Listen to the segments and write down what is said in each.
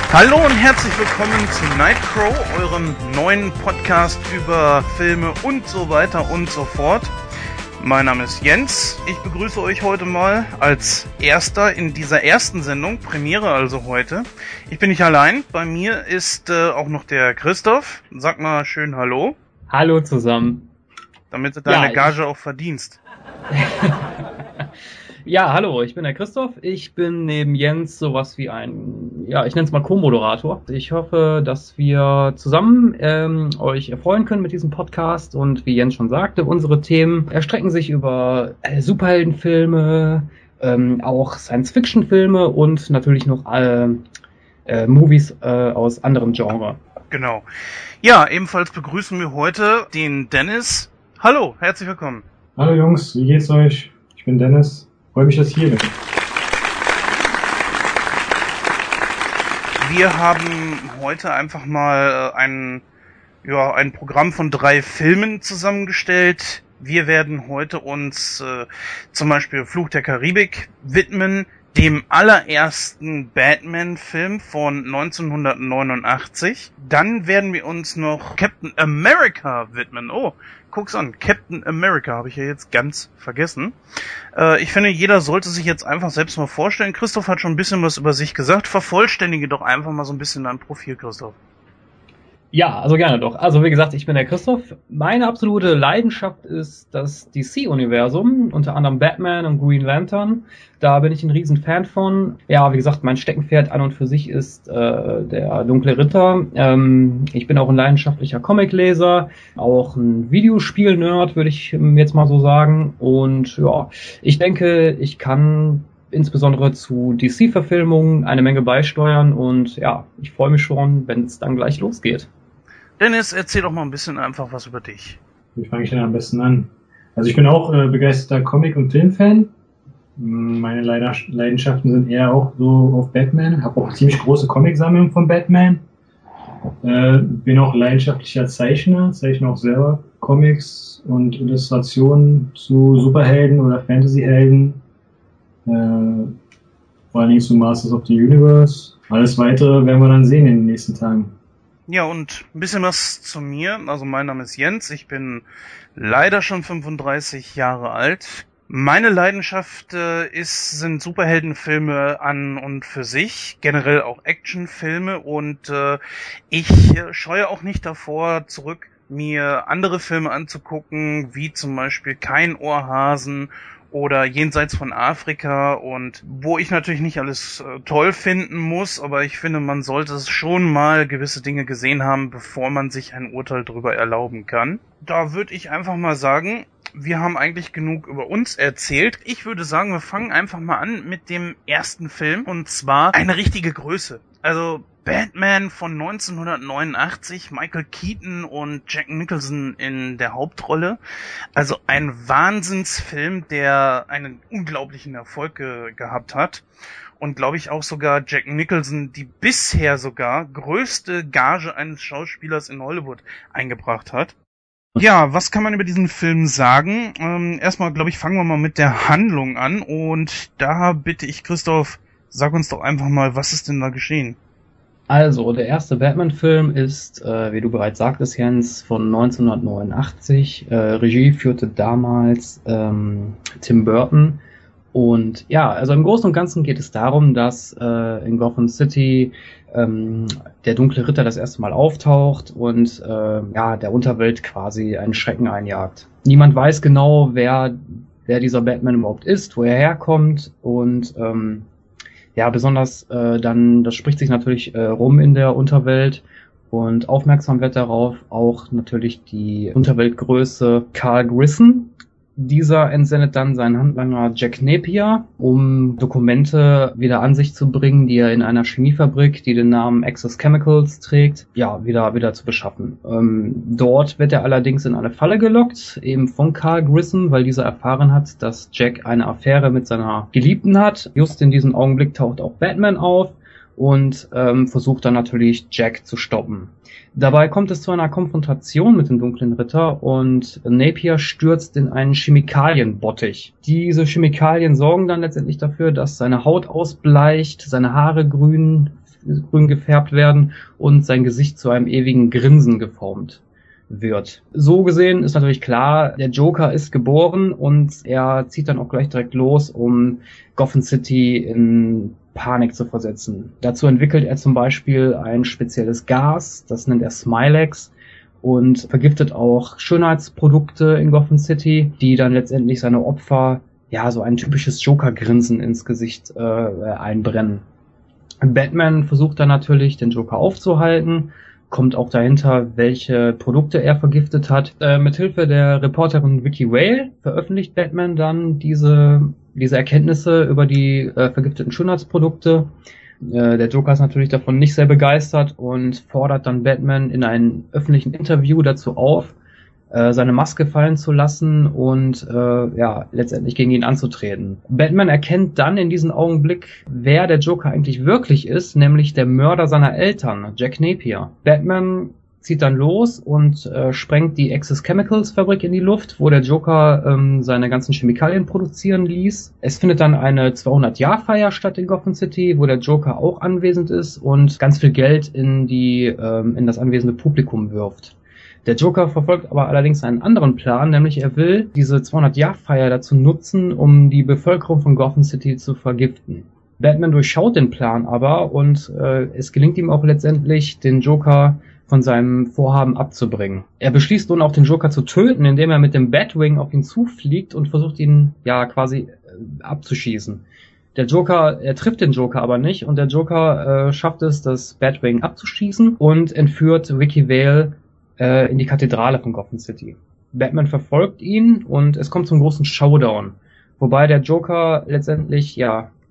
Hallo und herzlich willkommen zu Nightcrow, eurem neuen Podcast über Filme und so weiter und so fort. Mein Name ist Jens. Ich begrüße euch heute mal als Erster in dieser ersten Sendung, Premiere also heute. Ich bin nicht allein, bei mir ist auch noch der Christoph. Sag mal schön Hallo. Hallo zusammen. Damit du deine Gage auch verdienst. Ja, hallo, ich bin der Christoph. Ich bin neben Jens sowas wie ein, ich nenne es mal Co-Moderator. Ich hoffe, dass wir zusammen euch erfreuen können mit diesem Podcast. Und wie Jens schon sagte, unsere Themen erstrecken sich über Superheldenfilme, auch Science-Fiction-Filme und natürlich noch Movies aus anderen Genres. Genau. Ja, ebenfalls begrüßen wir heute den Dennis. Hallo, herzlich willkommen. Hallo Jungs, wie geht's euch? Ich bin Dennis. Freue mich, dass ich hier bin. Wir haben heute einfach mal ein Programm von 3 Filmen zusammengestellt. Wir werden heute uns zum Beispiel Fluch der Karibik widmen, dem allerersten Batman-Film von 1989. Dann werden wir uns noch Captain America widmen. Oh, guck's an, Captain America habe ich ja jetzt ganz vergessen. Ich finde, jeder sollte sich jetzt einfach selbst mal vorstellen. Christoph hat schon ein bisschen was über sich gesagt. Vervollständige doch einfach mal so ein bisschen dein Profil, Christoph. Ja, also gerne doch. Also wie gesagt, ich bin der Christoph. Meine absolute Leidenschaft ist das DC-Universum, unter anderem Batman und Green Lantern. Da bin ich ein riesen Fan von. Ja, wie gesagt, mein Steckenpferd an und für sich ist der Dunkle Ritter. Ich bin auch ein leidenschaftlicher Comicleser, auch ein Videospiel-Nerd, würde ich jetzt mal so sagen. Und ja, ich denke, ich kann insbesondere zu DC-Verfilmungen eine Menge beisteuern und ja, ich freue mich schon, wenn es dann gleich losgeht. Dennis, erzähl doch mal ein bisschen einfach was über dich. Wie fange ich denn am besten an? Also ich bin auch begeisterter Comic- und Filmfan. Meine Leidenschaften sind eher auch so auf Batman. Habe auch eine ziemlich große Comicsammlung von Batman. Bin auch leidenschaftlicher Zeichner, zeichne auch selber Comics und Illustrationen zu Superhelden oder Fantasyhelden. Vor allen Dingen zu Masters of the Universe. Alles Weitere werden wir dann sehen in den nächsten Tagen. Ja, und ein bisschen was zu mir. Also mein Name ist Jens, ich bin leider schon 35 Jahre alt. Meine Leidenschaft sind Superheldenfilme an und für sich, generell auch Actionfilme, und ich scheue auch nicht davor zurück, mir andere Filme anzugucken, wie zum Beispiel Kein Ohrhasen oder Jenseits von Afrika, und wo ich natürlich nicht alles toll finden muss, aber ich finde, man sollte es schon mal gewisse Dinge gesehen haben, bevor man sich ein Urteil darüber erlauben kann. Da würde ich einfach mal sagen, wir haben eigentlich genug über uns erzählt. Ich würde sagen, wir fangen einfach mal an mit dem ersten Film, und zwar eine richtige Größe. Also Batman von 1989, Michael Keaton und Jack Nicholson in der Hauptrolle. Also ein Wahnsinnsfilm, der einen unglaublichen Erfolg gehabt hat. Und glaube ich auch sogar Jack Nicholson die bisher sogar größte Gage eines Schauspielers in Hollywood eingebracht hat. Ja, was kann man über diesen Film sagen? Erstmal, glaube ich, fangen wir mal mit der Handlung an. Und da bitte ich Christoph, sag uns doch einfach mal, was ist denn da geschehen? Also, der erste Batman-Film ist, wie du bereits sagtest, Jens, von 1989. Regie führte damals Tim Burton. Und ja, also im Großen und Ganzen geht es darum, dass in Gotham City der Dunkle Ritter das erste Mal auftaucht und der Unterwelt quasi einen Schrecken einjagt. Niemand weiß genau, wer dieser Batman überhaupt ist, wo er herkommt, und besonders dann, das spricht sich natürlich rum in der Unterwelt, und aufmerksam wird darauf auch natürlich die Unterweltgröße Carl Grissom. Dieser entsendet dann seinen Handlanger Jack Napier, um Dokumente wieder an sich zu bringen, die er in einer Chemiefabrik, die den Namen Access Chemicals trägt, wieder zu beschaffen. Dort wird er allerdings in eine Falle gelockt, eben von Carl Grissom, weil dieser erfahren hat, dass Jack eine Affäre mit seiner Geliebten hat. Just in diesem Augenblick taucht auch Batman auf und versucht dann natürlich Jack zu stoppen. Dabei kommt es zu einer Konfrontation mit dem Dunklen Ritter und Napier stürzt in einen Chemikalienbottich. Diese Chemikalien sorgen dann letztendlich dafür, dass seine Haut ausbleicht, seine Haare grün grün gefärbt werden und sein Gesicht zu einem ewigen Grinsen geformt wird. So gesehen ist natürlich klar, der Joker ist geboren und er zieht dann auch gleich direkt los, um Gotham City in Panik zu versetzen. Dazu entwickelt er zum Beispiel ein spezielles Gas, das nennt er Smilex, und vergiftet auch Schönheitsprodukte in Gotham City, die dann letztendlich seine Opfer so ein typisches Joker-Grinsen ins Gesicht einbrennen. Batman versucht dann natürlich, den Joker aufzuhalten, kommt auch dahinter, welche Produkte er vergiftet hat. Mithilfe der Reporterin Vicky Vale veröffentlicht Batman dann diese Erkenntnisse über die vergifteten Schönheitsprodukte. Der Joker ist natürlich davon nicht sehr begeistert und fordert dann Batman in einem öffentlichen Interview dazu auf, seine Maske fallen zu lassen und letztendlich gegen ihn anzutreten. Batman erkennt dann in diesem Augenblick, wer der Joker eigentlich wirklich ist, nämlich der Mörder seiner Eltern, Jack Napier. Batman zieht dann los und sprengt die Axis Chemicals Fabrik in die Luft, wo der Joker seine ganzen Chemikalien produzieren ließ. Es findet dann eine 200-Jahr-Feier statt in Gotham City, wo der Joker auch anwesend ist und ganz viel Geld in das anwesende Publikum wirft. Der Joker verfolgt aber allerdings einen anderen Plan, nämlich er will diese 200-Jahr-Feier dazu nutzen, um die Bevölkerung von Gotham City zu vergiften. Batman durchschaut den Plan aber und es gelingt ihm auch letztendlich, den Joker von seinem Vorhaben abzubringen. Er beschließt nun auch, den Joker zu töten, indem er mit dem Batwing auf ihn zufliegt und versucht, ihn quasi abzuschießen. Er trifft den Joker aber nicht und der Joker schafft es, das Batwing abzuschießen und entführt Vicky Vale in die Kathedrale von Gotham City. Batman verfolgt ihn und es kommt zum großen Showdown, wobei der Joker letztendlich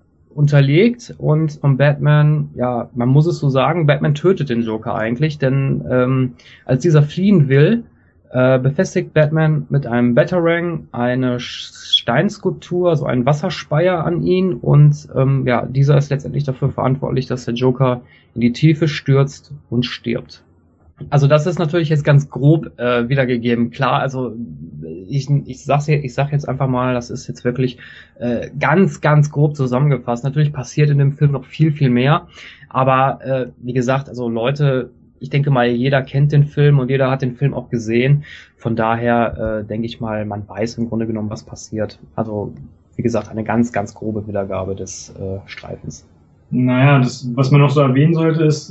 unterlegt und von Batman, man muss es so sagen, Batman tötet den Joker eigentlich, denn als dieser fliehen will, befestigt Batman mit einem Batarang eine Steinskulptur, so einen Wasserspeier an ihn und dieser ist letztendlich dafür verantwortlich, dass der Joker in die Tiefe stürzt und stirbt. Also das ist natürlich jetzt ganz grob wiedergegeben. Klar, also ich sag jetzt einfach mal, das ist jetzt wirklich ganz, ganz grob zusammengefasst. Natürlich passiert in dem Film noch viel, viel mehr. Aber wie gesagt, also Leute, ich denke mal, jeder kennt den Film und jeder hat den Film auch gesehen. Von daher denke ich mal, man weiß im Grunde genommen, was passiert. Also wie gesagt, eine ganz, ganz grobe Wiedergabe des Streifens. Naja, was man noch so erwähnen sollte, ist,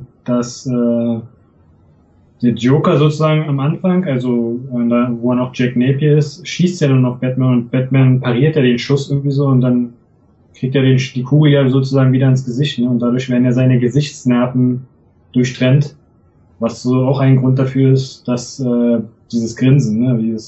dass der Joker sozusagen am Anfang, also wo er noch Jack Napier ist, schießt er dann auf Batman und Batman pariert ja den Schuss irgendwie so und dann kriegt er die Kugel ja sozusagen wieder ins Gesicht, ne? Und dadurch werden ja seine Gesichtsnerven durchtrennt, was so auch ein Grund dafür ist, dass dieses Grinsen, ne,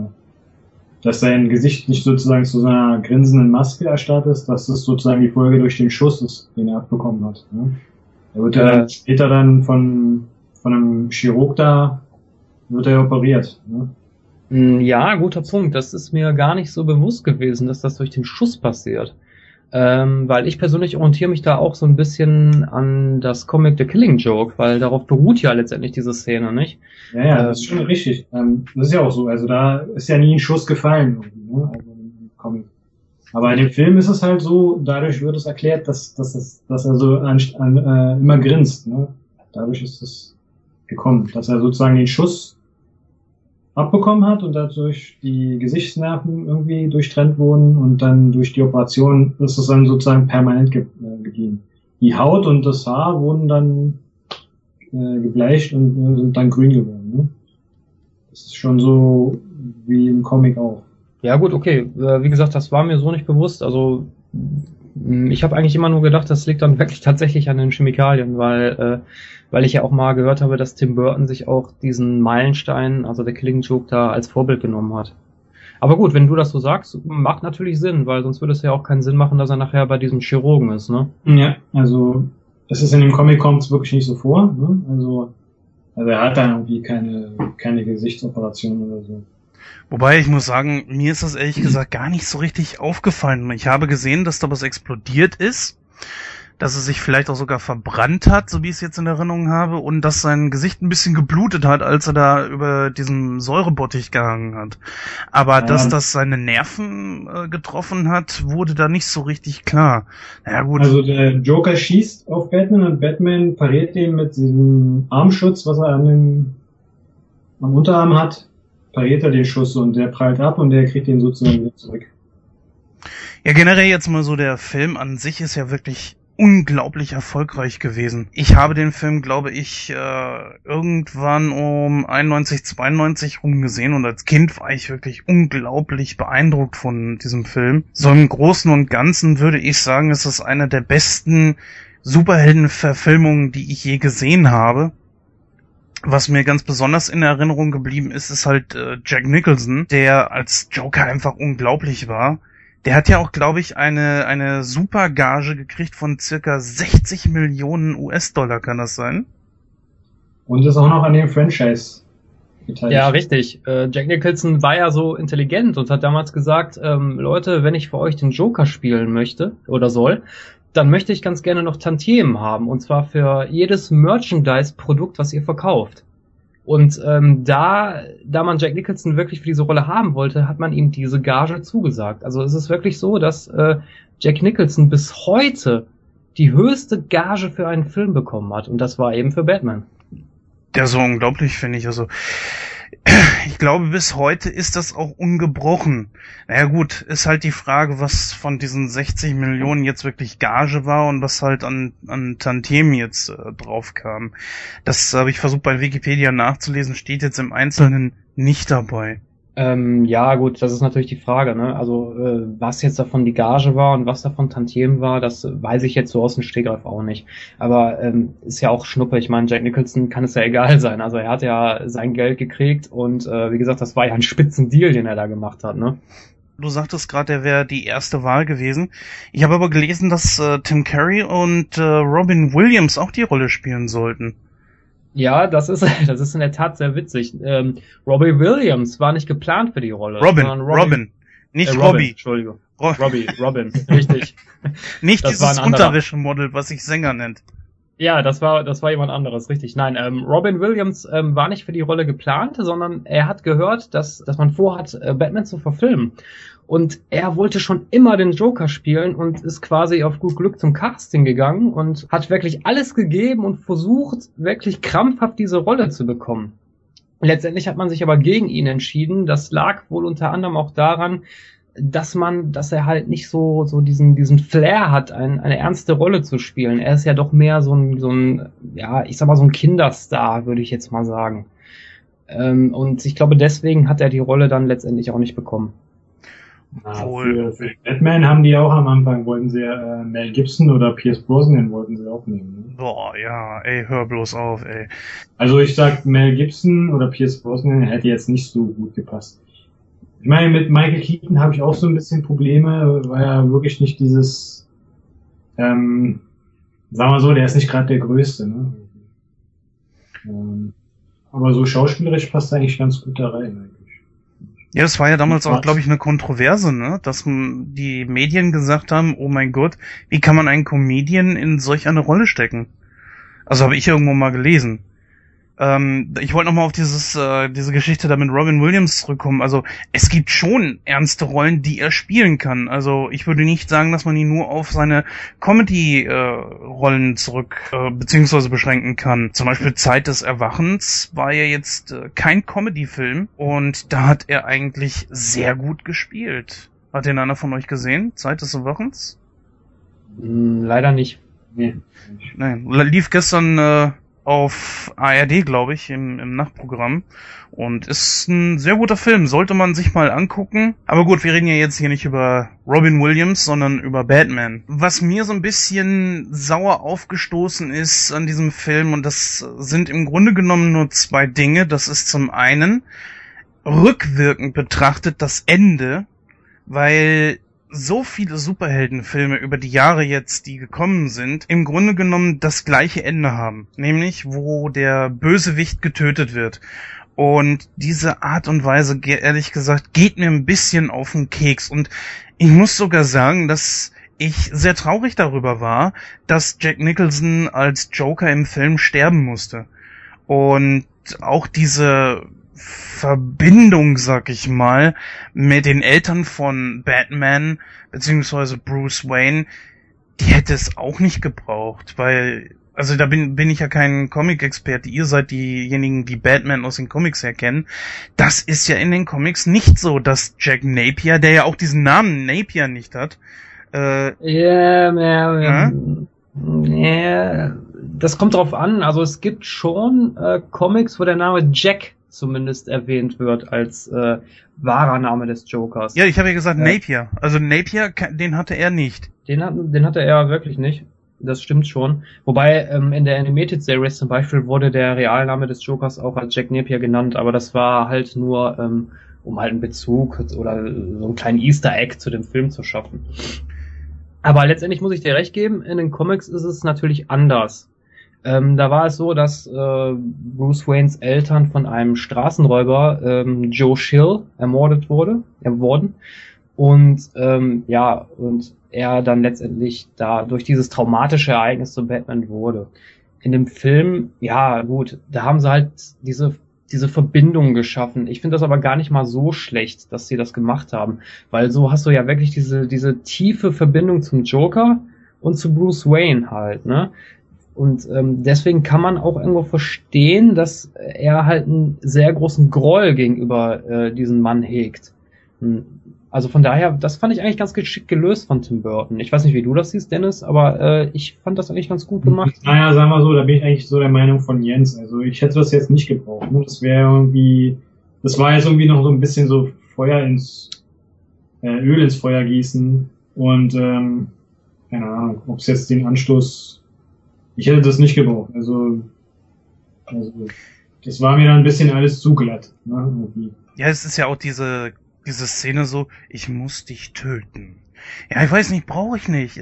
dass sein Gesicht nicht sozusagen zu so einer grinsenden Maske erstarrt ist, dass das sozusagen die Folge durch den Schuss ist, den er abbekommen hat. Ne? Er wird ja dann später dann von einem Chirurg wird er operiert. Ne? Ja, guter Punkt. Das ist mir gar nicht so bewusst gewesen, dass das durch den Schuss passiert. Weil ich persönlich orientiere mich da auch so ein bisschen an das Comic The Killing Joke, weil darauf beruht ja letztendlich diese Szene, nicht? Ja, das ist schon richtig. Das ist ja auch so. Also da ist ja nie ein Schuss gefallen, ne? Also im Comic. Aber in dem Film ist es halt so, dadurch wird es erklärt, dass er so immer grinst. Ne? Dadurch ist es gekommen, dass er sozusagen den Schuss abbekommen hat und dadurch die Gesichtsnerven irgendwie durchtrennt wurden und dann durch die Operation ist es dann sozusagen permanent geblieben. Die Haut und das Haar wurden dann gebleicht und sind dann grün geworden. Ne? Das ist schon so wie im Comic auch. Ja gut, okay. Wie gesagt, das war mir so nicht bewusst. Also ich habe eigentlich immer nur gedacht, das liegt dann wirklich tatsächlich an den Chemikalien, weil ich ja auch mal gehört habe, dass Tim Burton sich auch diesen Meilenstein, also der Killing Joke, da als Vorbild genommen hat. Aber gut, wenn du das so sagst, macht natürlich Sinn, weil sonst würde es ja auch keinen Sinn machen, dass er nachher bei diesem Chirurgen ist, ne? Ja, also es ist in dem Comic kommt es wirklich nicht so vor, ne? Also er hat da irgendwie keine Gesichtsoperation oder so. Wobei ich muss sagen, mir ist das ehrlich gesagt gar nicht so richtig aufgefallen. Ich habe gesehen, dass da was explodiert ist. dass er sich vielleicht auch sogar verbrannt hat, so wie ich es jetzt in Erinnerung habe, und dass sein Gesicht ein bisschen geblutet hat, als er da über diesem Säurebottich gehangen hat. Aber dass das seine Nerven getroffen hat, wurde da nicht so richtig klar. Naja, gut. Also der Joker schießt auf Batman und Batman pariert ihm mit diesem Armschutz, was er am Unterarm hat, pariert er den Schuss und der prallt ab und der kriegt ihn sozusagen wieder zurück. Ja, generell jetzt mal so, der Film an sich ist ja wirklich unglaublich erfolgreich gewesen. Ich habe den Film, glaube ich, irgendwann um 91, 92 rum gesehen und als Kind war ich wirklich unglaublich beeindruckt von diesem Film. So im Großen und Ganzen würde ich sagen, es ist eine der besten Superheldenverfilmungen, die ich je gesehen habe. Was mir ganz besonders in Erinnerung geblieben ist, ist halt Jack Nicholson, der als Joker einfach unglaublich war. Der hat ja auch, glaube ich, eine Supergage gekriegt von circa 60 Millionen US-Dollar, kann das sein? Und ist auch noch an dem Franchise beteiligt. Ja, richtig. Jack Nicholson war ja so intelligent und hat damals gesagt, Leute, wenn ich für euch den Joker spielen möchte oder soll, dann möchte ich ganz gerne noch Tantiemen haben. Und zwar für jedes Merchandise-Produkt, was ihr verkauft. Und da man Jack Nicholson wirklich für diese Rolle haben wollte, hat man ihm diese Gage zugesagt. Also es ist wirklich so, dass Jack Nicholson bis heute die höchste Gage für einen Film bekommen hat. Und das war eben für Batman. Ja, so unglaublich, finde ich. Also ich glaube, bis heute ist das auch ungebrochen. Naja gut, ist halt die Frage, was von diesen 60 Millionen jetzt wirklich Gage war und was halt an Tantiemen jetzt drauf kam. Das habe ich versucht bei Wikipedia nachzulesen, steht jetzt im Einzelnen nicht dabei. Ja gut, das ist natürlich die Frage, ne? Also was jetzt davon die Gage war und was davon Tantiemen war, das weiß ich jetzt so aus dem Stegreif auch nicht. Aber ist ja auch Schnuppe. Ich meine, Jack Nicholson kann es ja egal sein. Also er hat ja sein Geld gekriegt und wie gesagt, das war ja ein Spitzendeal, den er da gemacht hat, ne? Du sagtest gerade, er wäre die erste Wahl gewesen. Ich habe aber gelesen, dass Tim Curry und Robin Williams auch die Rolle spielen sollten. Ja, das ist in der Tat sehr witzig. Robbie Williams war nicht geplant für die Rolle. Robin. Nicht Robbie. Entschuldigung. Robin, richtig. Nicht das dieses Unterwäschemodel, was sich Sänger nennt. Ja, das war jemand anderes, richtig. Nein, Robin Williams war nicht für die Rolle geplant, sondern er hat gehört, dass man vorhat, Batman zu verfilmen. Und er wollte schon immer den Joker spielen und ist quasi auf gut Glück zum Casting gegangen und hat wirklich alles gegeben und versucht, wirklich krampfhaft diese Rolle zu bekommen. Letztendlich hat man sich aber gegen ihn entschieden. Das lag wohl unter anderem auch daran, dass er halt nicht so diesen Flair hat, eine ernste Rolle zu spielen. Er ist ja doch mehr so ein, ja, ich sag mal so ein Kinderstar, würde ich jetzt mal sagen. Und ich glaube, deswegen hat er die Rolle dann letztendlich auch nicht bekommen. Für Batman haben die auch am Anfang, wollten sie Mel Gibson oder Pierce Brosnan wollten sie auch nehmen. Ne? Boah, ja, ey, hör bloß auf, ey. Also ich sag, Mel Gibson oder Pierce Brosnan hätte jetzt nicht so gut gepasst. Ich meine, mit Michael Keaton habe ich auch so ein bisschen Probleme, weil er wirklich nicht dieses, sagen wir so, der ist nicht gerade der Größte, ne? Aber so schauspielerisch passt er eigentlich ganz gut da rein, eigentlich. Ja, das war ja damals auch, glaube ich, eine Kontroverse, ne? Dass die Medien gesagt haben, oh mein Gott, wie kann man einen Comedian in solch eine Rolle stecken? Also habe ich irgendwo mal gelesen. Ich wollte nochmal auf diese Geschichte da mit Robin Williams zurückkommen. Also es gibt schon ernste Rollen, die er spielen kann. Also ich würde nicht sagen, dass man ihn nur auf seine Comedy-Rollen beziehungsweise beschränken kann. Zum Beispiel Zeit des Erwachens war ja jetzt kein Comedy-Film und da hat er eigentlich sehr gut gespielt. Hat den einer von euch gesehen? Zeit des Erwachens? Leider nicht. Nee. Nein, lief gestern auf ARD, glaube ich, im Nachtprogramm. Und ist ein sehr guter Film, sollte man sich mal angucken. Aber gut, wir reden ja jetzt hier nicht über Robin Williams, sondern über Batman. Was mir so ein bisschen sauer aufgestoßen ist an diesem Film, und das sind im Grunde genommen nur zwei Dinge. Das ist zum einen rückwirkend betrachtet das Ende, weil so viele Superheldenfilme über die Jahre jetzt, die gekommen sind, im Grunde genommen das gleiche Ende haben. Nämlich, wo der Bösewicht getötet wird. Und diese Art und Weise, ehrlich gesagt, geht mir ein bisschen auf den Keks. Und ich muss sogar sagen, dass ich sehr traurig darüber war, dass Jack Nicholson als Joker im Film sterben musste. Und auch diese Verbindung, sag ich mal, mit den Eltern von Batman, beziehungsweise Bruce Wayne, die hätte es auch nicht gebraucht, weil, also da bin ich ja kein Comic-Experte, ihr seid diejenigen, die Batman aus den Comics herkennen. Das ist ja in den Comics nicht so, dass Jack Napier, der ja auch diesen Namen Napier nicht hat, das kommt drauf an. Also es gibt schon Comics, wo der Name Jack zumindest erwähnt wird als wahrer Name des Jokers. Ja, ich habe ja gesagt Napier. Also Napier, den hatte er nicht. Den hatte er wirklich nicht. Das stimmt schon. Wobei in der Animated Series zum Beispiel wurde der Realname des Jokers auch als Jack Napier genannt, aber das war halt nur, um halt einen Bezug oder so einen kleinen Easter Egg zu dem Film zu schaffen. Aber letztendlich muss ich dir recht geben, in den Comics ist es natürlich anders. Da war es so, dass Bruce Waynes Eltern von einem Straßenräuber, Joe Chill, ermordet wurden. Und und er dann letztendlich da durch dieses traumatische Ereignis zum Batman wurde. In dem Film, ja gut, da haben sie halt diese Verbindung geschaffen. Ich finde das aber gar nicht mal so schlecht, dass sie das gemacht haben, weil so hast du ja wirklich diese tiefe Verbindung zum Joker und zu Bruce Wayne halt, ne? Und deswegen kann man auch irgendwo verstehen, dass er halt einen sehr großen Groll gegenüber diesem Mann hegt. Also von daher, das fand ich eigentlich ganz geschickt gelöst von Tim Burton. Ich weiß nicht, wie du das siehst, Dennis, aber ich fand das eigentlich ganz gut gemacht. Naja, sagen wir so, da bin ich eigentlich so der Meinung von Jens. Also ich hätte das jetzt nicht gebraucht. Ne? Das war jetzt irgendwie noch so ein bisschen so Öl ins Feuer gießen. Und keine Ahnung, ob es jetzt den Anstoß, ich hätte das nicht gebraucht. Also das war mir dann ein bisschen alles zu glatt. Ne? Irgendwie. Ja, es ist ja auch diese Szene so, ich muss dich töten. Ja, ich weiß nicht, brauche ich nicht.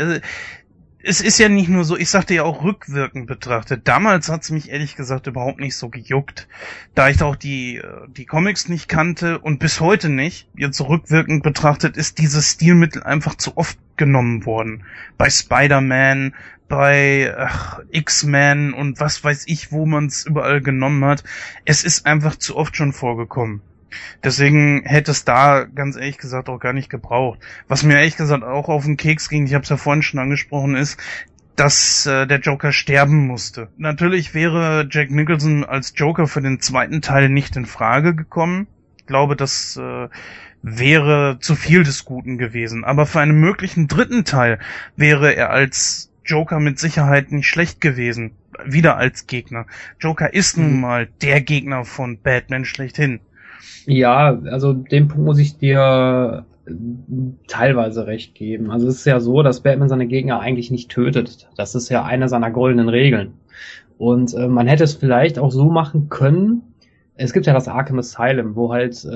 Es ist ja nicht nur so, ich sagte ja auch rückwirkend betrachtet. Damals hat's mich ehrlich gesagt überhaupt nicht so gejuckt. Da ich auch die Comics nicht kannte und bis heute nicht, jetzt rückwirkend betrachtet, ist dieses Stilmittel einfach zu oft genommen worden. Bei Spider-Man, bei X-Men und was weiß ich, wo man's überall genommen hat. Es ist einfach zu oft schon vorgekommen. Deswegen hätte es da ganz ehrlich gesagt auch gar nicht gebraucht. Was mir ehrlich gesagt auch auf den Keks ging, ich habe es ja vorhin schon angesprochen, ist, dass der Joker sterben musste. Natürlich wäre Jack Nicholson als Joker für den zweiten Teil nicht in Frage gekommen. Ich glaube, das wäre zu viel des Guten gewesen. Aber für einen möglichen dritten Teil wäre er als Joker mit Sicherheit nicht schlecht gewesen. Wieder als Gegner. Joker ist nun mal der Gegner von Batman schlechthin. Ja, also dem Punkt muss ich dir teilweise recht geben. Also es ist ja so, dass Batman seine Gegner eigentlich nicht tötet. Das ist ja eine seiner goldenen Regeln. Und man hätte es vielleicht auch so machen können. Es gibt ja das Arkham Asylum, wo halt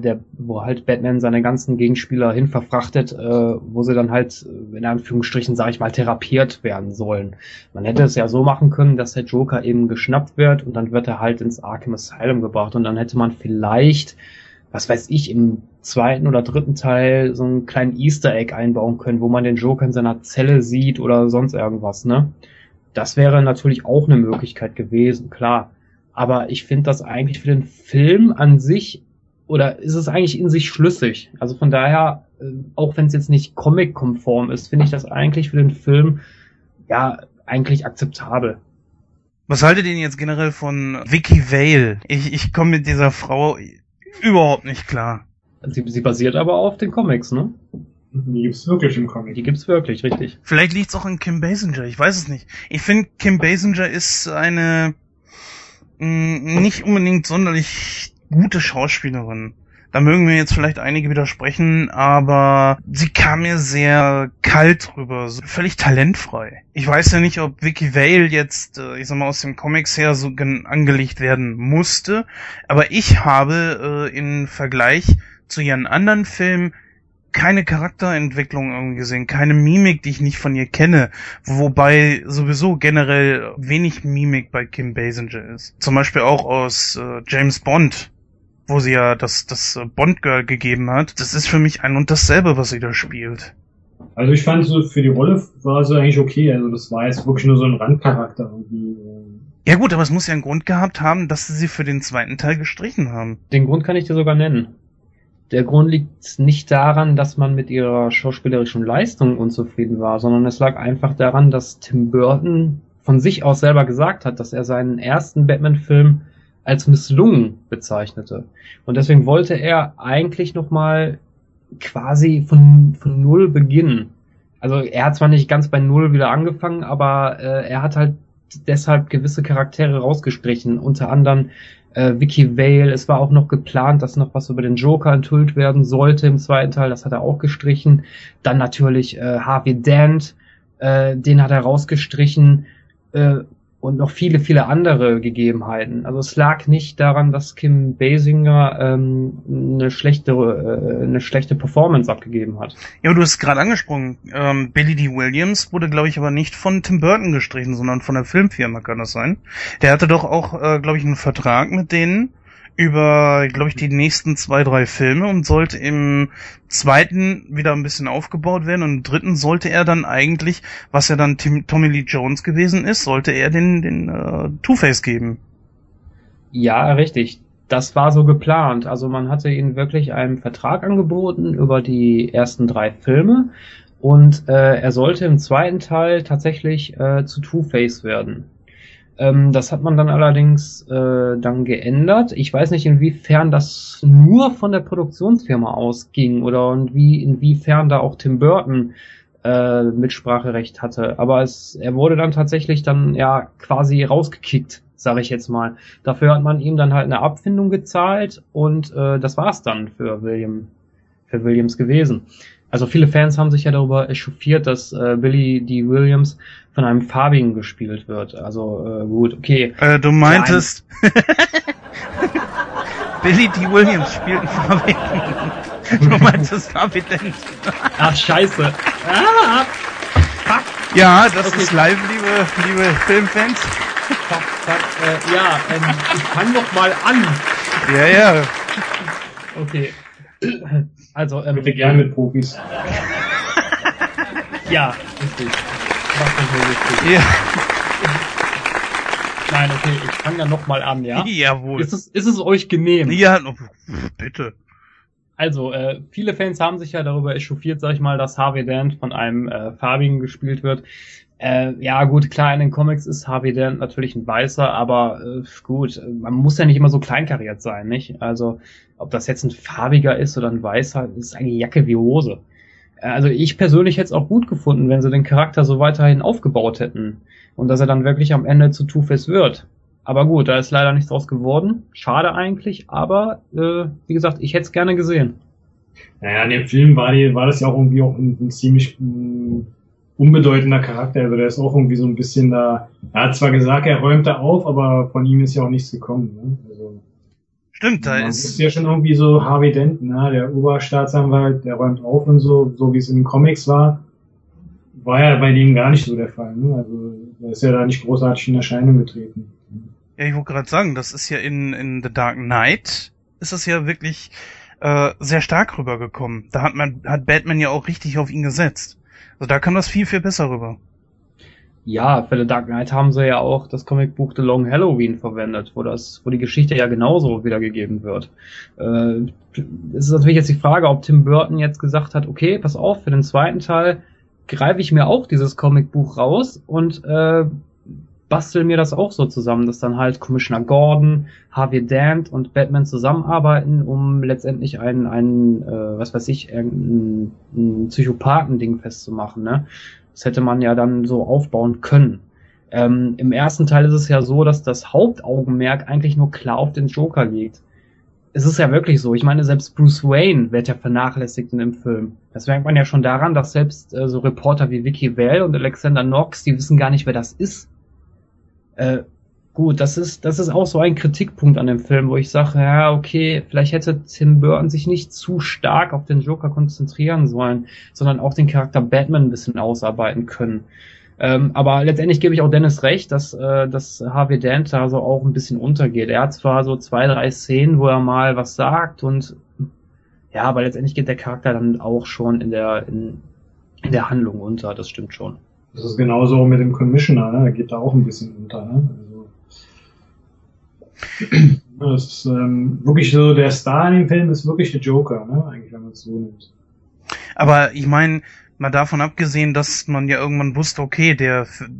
Batman seine ganzen Gegenspieler hin verfrachtet, wo sie dann halt in Anführungsstrichen, sage ich mal, therapiert werden sollen. Man hätte es ja so machen können, dass der Joker eben geschnappt wird und dann wird er halt ins Arkham Asylum gebracht und dann hätte man vielleicht, was weiß ich, im zweiten oder dritten Teil so einen kleinen Easter Egg einbauen können, wo man den Joker in seiner Zelle sieht oder sonst irgendwas, ne? Das wäre natürlich auch eine Möglichkeit gewesen, klar. Aber ich finde das eigentlich für den Film an sich, oder ist es eigentlich in sich schlüssig? Also von daher, auch wenn es jetzt nicht comic-konform ist, finde ich das eigentlich für den Film, ja, eigentlich akzeptabel. Was haltet ihr denn jetzt generell von Vicky Vale? Ich komme mit dieser Frau überhaupt nicht klar. Sie basiert aber auf den Comics, ne? Die gibt's wirklich im Comic. Die gibt's wirklich, richtig. Vielleicht liegt's auch an Kim Basinger, ich weiß es nicht. Ich finde, Kim Basinger ist eine nicht unbedingt sonderlich gute Schauspielerin. Da mögen mir jetzt vielleicht einige widersprechen, aber sie kam mir sehr kalt rüber, so völlig talentfrei. Ich weiß ja nicht, ob Vicky Vale jetzt, ich sag mal, aus dem Comics her so angelegt werden musste, aber ich habe im Vergleich zu ihren anderen Filmen keine Charakterentwicklung irgendwie gesehen, keine Mimik, die ich nicht von ihr kenne, wobei sowieso generell wenig Mimik bei Kim Basinger ist. Zum Beispiel auch aus James Bond, wo sie ja das Bond-Girl gegeben hat. Das ist für mich ein und dasselbe, was sie da spielt. Also ich fand so, für die Rolle war sie eigentlich okay. Also das war jetzt wirklich nur so ein Randcharakter irgendwie. Ja gut, aber es muss ja einen Grund gehabt haben, dass sie für den zweiten Teil gestrichen haben. Den Grund kann ich dir sogar nennen. Der Grund liegt nicht daran, dass man mit ihrer schauspielerischen Leistung unzufrieden war, sondern es lag einfach daran, dass Tim Burton von sich aus selber gesagt hat, dass er seinen ersten Batman-Film als misslungen bezeichnete. Und deswegen wollte er eigentlich nochmal quasi von Null beginnen. Also er hat zwar nicht ganz bei Null wieder angefangen, aber er hat halt deshalb gewisse Charaktere rausgestrichen, unter anderem Vicky Vale. Es war auch noch geplant, dass noch was über den Joker enthüllt werden sollte im zweiten Teil, das hat er auch gestrichen. Dann natürlich Harvey Dent, den hat er rausgestrichen, und noch viele, viele andere Gegebenheiten. Also es lag nicht daran, dass Kim Basinger eine schlechte Performance abgegeben hat. Ja, aber du hast es gerade angesprochen. Billy D. Williams wurde, glaube ich, aber nicht von Tim Burton gestrichen, sondern von der Filmfirma, kann das sein? Der hatte doch auch, glaube ich, einen Vertrag mit denen über, glaube ich, die nächsten 2, 3 Filme und sollte im zweiten wieder ein bisschen aufgebaut werden und im dritten sollte er dann eigentlich, was ja dann Tommy Lee Jones gewesen ist, sollte er den Two-Face geben. Ja, richtig. Das war so geplant. Also man hatte ihm wirklich einen Vertrag angeboten über die ersten 3 Filme und er sollte im zweiten Teil tatsächlich zu Two-Face werden. Das hat man dann allerdings dann geändert. Ich weiß nicht, inwiefern das nur von der Produktionsfirma ausging oder inwiefern da auch Tim Burton Mitspracherecht hatte. Aber er wurde dann tatsächlich dann ja quasi rausgekickt, sage ich jetzt mal. Dafür hat man ihm dann halt eine Abfindung gezahlt und das war's dann für Williams gewesen. Also viele Fans haben sich ja darüber echauffiert, dass Billy D. Williams von einem Farbigen gespielt wird. Also gut, okay. Du meintest Billy D. Williams spielt einen Farbigen. Du meintest Harvey Dent. Ach, scheiße. Ah, fuck. Ja, das ist live, liebe Filmfans. Fuck. Ich fang noch mal an. Ja. Okay. Also, bitte gerne mit Profis. Ja, richtig. Ja. Nein, okay, ich fange dann nochmal an, ja? Jawohl. Ist es euch genehm? Ja, bitte. Also, viele Fans haben sich ja darüber echauffiert, sag ich mal, dass Harvey Dent von einem Farbigen gespielt wird. Ja gut, klar, in den Comics ist Harvey Dent natürlich ein Weißer, aber gut, man muss ja nicht immer so kleinkariert sein, nicht? Also, ob das jetzt ein Farbiger ist oder ein Weißer, ist eigentlich Jacke wie Hose. Also ich persönlich hätte es auch gut gefunden, wenn sie den Charakter so weiterhin aufgebaut hätten und dass er dann wirklich am Ende zu Two-Face wird. Aber gut, da ist leider nichts draus geworden. Schade eigentlich, aber wie gesagt, ich hätte es gerne gesehen. Naja, in dem Film war das ja auch irgendwie auch ein ziemlich unbedeutender Charakter. Also der ist auch irgendwie so ein bisschen da. Er hat zwar gesagt, er räumt da auf, aber von ihm ist ja auch nichts gekommen. Ne? Also, stimmt, da ist ja schon irgendwie so Harvey Dent, ne? Der Oberstaatsanwalt, der räumt auf und so wie es in den Comics war ja bei dem gar nicht so der Fall. Ne? Also er ist ja da nicht großartig in Erscheinung getreten. Ja, ich wollte gerade sagen, das ist ja in The Dark Knight, ist das ja wirklich sehr stark rübergekommen. Da hat Batman ja auch richtig auf ihn gesetzt. Also da kam das viel, viel besser rüber. Ja, für The Dark Knight haben sie ja auch das Comicbuch The Long Halloween verwendet, wo die Geschichte ja genauso wiedergegeben wird. Es ist natürlich jetzt die Frage, ob Tim Burton jetzt gesagt hat, okay, pass auf, für den zweiten Teil greife ich mir auch dieses Comicbuch raus und bastel mir das auch so zusammen, dass dann halt Commissioner Gordon, Harvey Dent und Batman zusammenarbeiten, um letztendlich ein Psychopathen-Ding festzumachen, ne? Das hätte man ja dann so aufbauen können. Im ersten Teil ist es ja so, dass das Hauptaugenmerk eigentlich nur klar auf den Joker liegt. Es ist ja wirklich so. Ich meine, selbst Bruce Wayne wird ja vernachlässigt in dem Film. Das merkt man ja schon daran, dass selbst so Reporter wie Vicky Vale und Alexander Knox, die wissen gar nicht, wer das ist. Gut, das ist auch so ein Kritikpunkt an dem Film, wo ich sage, ja, okay, vielleicht hätte Tim Burton sich nicht zu stark auf den Joker konzentrieren sollen, sondern auch den Charakter Batman ein bisschen ausarbeiten können. Aber letztendlich gebe ich auch Dennis recht, dass Harvey Dent da so auch ein bisschen untergeht. Er hat zwar so 2, 3 Szenen, wo er mal was sagt und ja, aber letztendlich geht der Charakter dann auch schon in der Handlung unter, das stimmt schon. Das ist genauso mit dem Commissioner, ne? Der geht da auch ein bisschen unter, ne? Also, das ist wirklich so, der Star in dem Film ist wirklich der Joker, ne? Eigentlich, wenn man es so nimmt. Aber ich meine, mal davon abgesehen, dass man ja irgendwann wusste, okay, die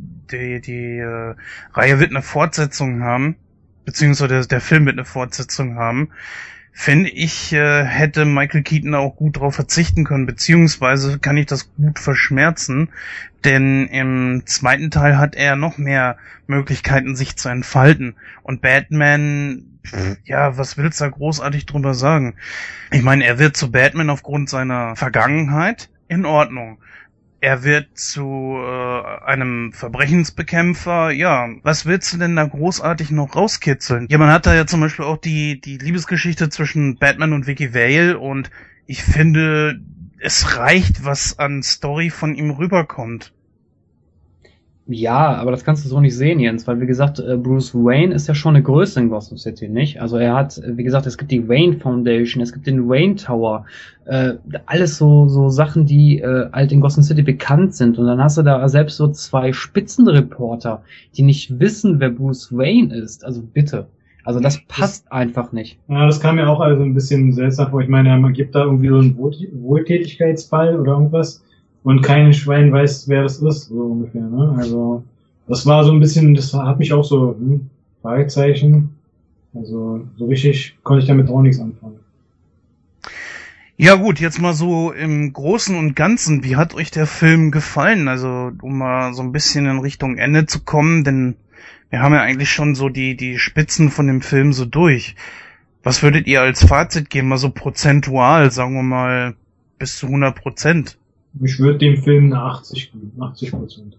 Reihe wird eine Fortsetzung haben, beziehungsweise der Film wird eine Fortsetzung haben, finde ich, hätte Michael Keaton auch gut drauf verzichten können, beziehungsweise kann ich das gut verschmerzen, denn im zweiten Teil hat er noch mehr Möglichkeiten, sich zu entfalten. Und Batman, ja, was willst du da großartig drüber sagen? Ich meine, er wird zu Batman aufgrund seiner Vergangenheit, in Ordnung. Er wird zu einem Verbrechensbekämpfer, ja, was willst du denn da großartig noch rauskitzeln? Ja, man hat da ja zum Beispiel auch die Liebesgeschichte zwischen Batman und Vicky Vale und ich finde, es reicht, was an Story von ihm rüberkommt. Ja, aber das kannst du so nicht sehen, Jens, weil wie gesagt, Bruce Wayne ist ja schon eine Größe in Gotham City, nicht? Also er hat, wie gesagt, es gibt die Wayne Foundation, es gibt den Wayne Tower, alles so Sachen, die halt in Gotham City bekannt sind. Und dann hast du da selbst so 2 Spitzenreporter, die nicht wissen, wer Bruce Wayne ist. Also bitte. Also das passt einfach nicht. Ja, das kam mir auch also ein bisschen seltsam vor. Ich meine, man gibt da irgendwie so einen Wohltätigkeitsball oder irgendwas. Und kein Schwein weiß, wer das ist, so ungefähr, ne? Also, das war so ein bisschen, das hat mich auch so, Fragezeichen. Also, so richtig konnte ich damit auch nichts anfangen. Ja gut, jetzt mal so im Großen und Ganzen, wie hat euch der Film gefallen? Also, um mal so ein bisschen in Richtung Ende zu kommen, denn wir haben ja eigentlich schon so die Spitzen von dem Film so durch. Was würdet ihr als Fazit geben? Mal so prozentual, sagen wir mal, bis zu 100%. Ich würde dem Film eine 80%.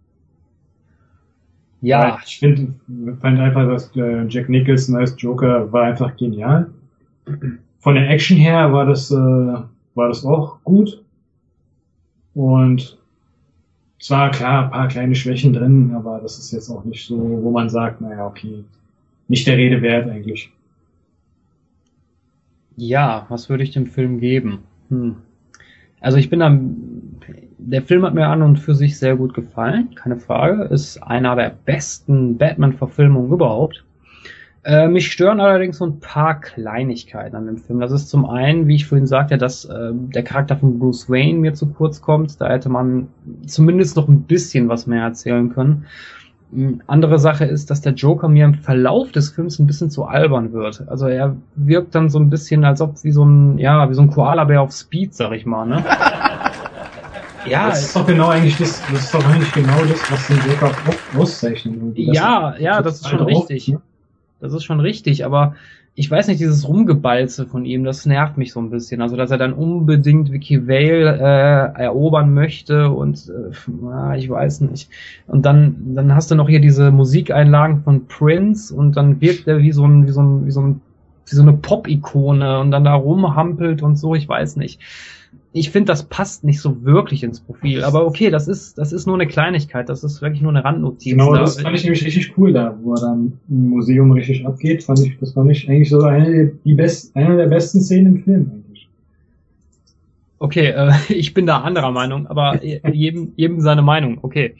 Ja. Ich fand einfach, dass Jack Nicholson als Joker war einfach genial. Von der Action her war das auch gut. Und zwar klar, ein paar kleine Schwächen drin, aber das ist jetzt auch nicht so, wo man sagt, naja, okay, nicht der Rede wert eigentlich. Ja, was würde ich dem Film geben? Also der Film hat mir an und für sich sehr gut gefallen, keine Frage, ist einer der besten Batman-Verfilmungen überhaupt. Mich stören allerdings so ein paar Kleinigkeiten an dem Film. Das ist zum einen, wie ich vorhin sagte, dass der Charakter von Bruce Wayne mir zu kurz kommt. Da hätte man zumindest noch ein bisschen was mehr erzählen können. Andere Sache ist, dass der Joker mir im Verlauf des Films ein bisschen zu albern wird. Also er wirkt dann so ein bisschen, als ob wie so ein Koala-Bär auf Speed, sag ich mal, ne? Ja, das ist doch genau eigentlich das ist doch eigentlich genau das, was den Joker auszeichnet. Ja, das ist schon richtig. Ne? Das ist schon richtig, aber ich weiß nicht, dieses Rumgebalze von ihm, das nervt mich so ein bisschen. Also, dass er dann unbedingt Vicky Vale erobern möchte und ich weiß nicht. Und dann hast du noch hier diese Musikeinlagen von Prince und dann wirkt er wie so eine Pop-Ikone und dann da rumhampelt und so, ich weiß nicht. Ich finde, das passt nicht so wirklich ins Profil. Aber okay, das ist nur eine Kleinigkeit. Das ist wirklich nur eine Randnotiz. Genau, das fand ich nämlich richtig cool da, wo er dann im Museum richtig abgeht. Das fand ich eigentlich so eine der besten Szenen im Film eigentlich. Okay, ich bin da anderer Meinung, aber jedem seine Meinung. Okay.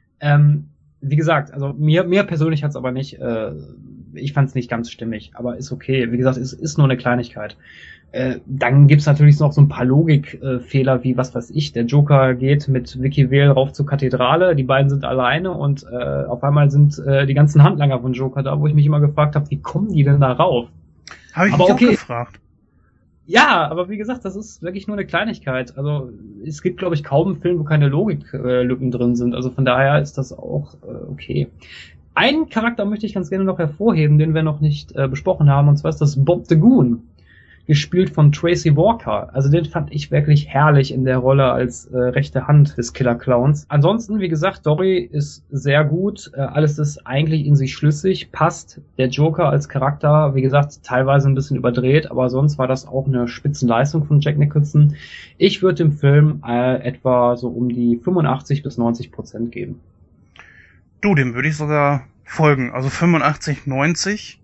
Wie gesagt, also mir persönlich hat's aber nicht, ich fand's nicht ganz stimmig, aber ist okay. Wie gesagt, es ist nur eine Kleinigkeit. Dann gibt's natürlich noch so ein paar Logikfehler, wie was weiß ich, der Joker geht mit Vicky Vale rauf zur Kathedrale, die beiden sind alleine und auf einmal sind die ganzen Handlanger von Joker da, wo ich mich immer gefragt habe, wie kommen die denn da rauf? Habe ich mich auch gefragt. Ja, aber wie gesagt, das ist wirklich nur eine Kleinigkeit. Also es gibt, glaube ich, kaum einen Film, wo keine Logiklücken drin sind. Also von daher ist das auch okay. Einen Charakter möchte ich ganz gerne noch hervorheben, den wir noch nicht besprochen haben, und zwar ist das Bob the Goon, gespielt von Tracy Walker. Also den fand ich wirklich herrlich in der Rolle als rechte Hand des Killer Clowns. Ansonsten, wie gesagt, Story ist sehr gut. Alles ist eigentlich in sich schlüssig, passt. Der Joker als Charakter, wie gesagt, teilweise ein bisschen überdreht, aber sonst war das auch eine Spitzenleistung von Jack Nicholson. Ich würde dem Film etwa so um die 85-90% geben. Du, dem würde ich sogar folgen. Also 85-90.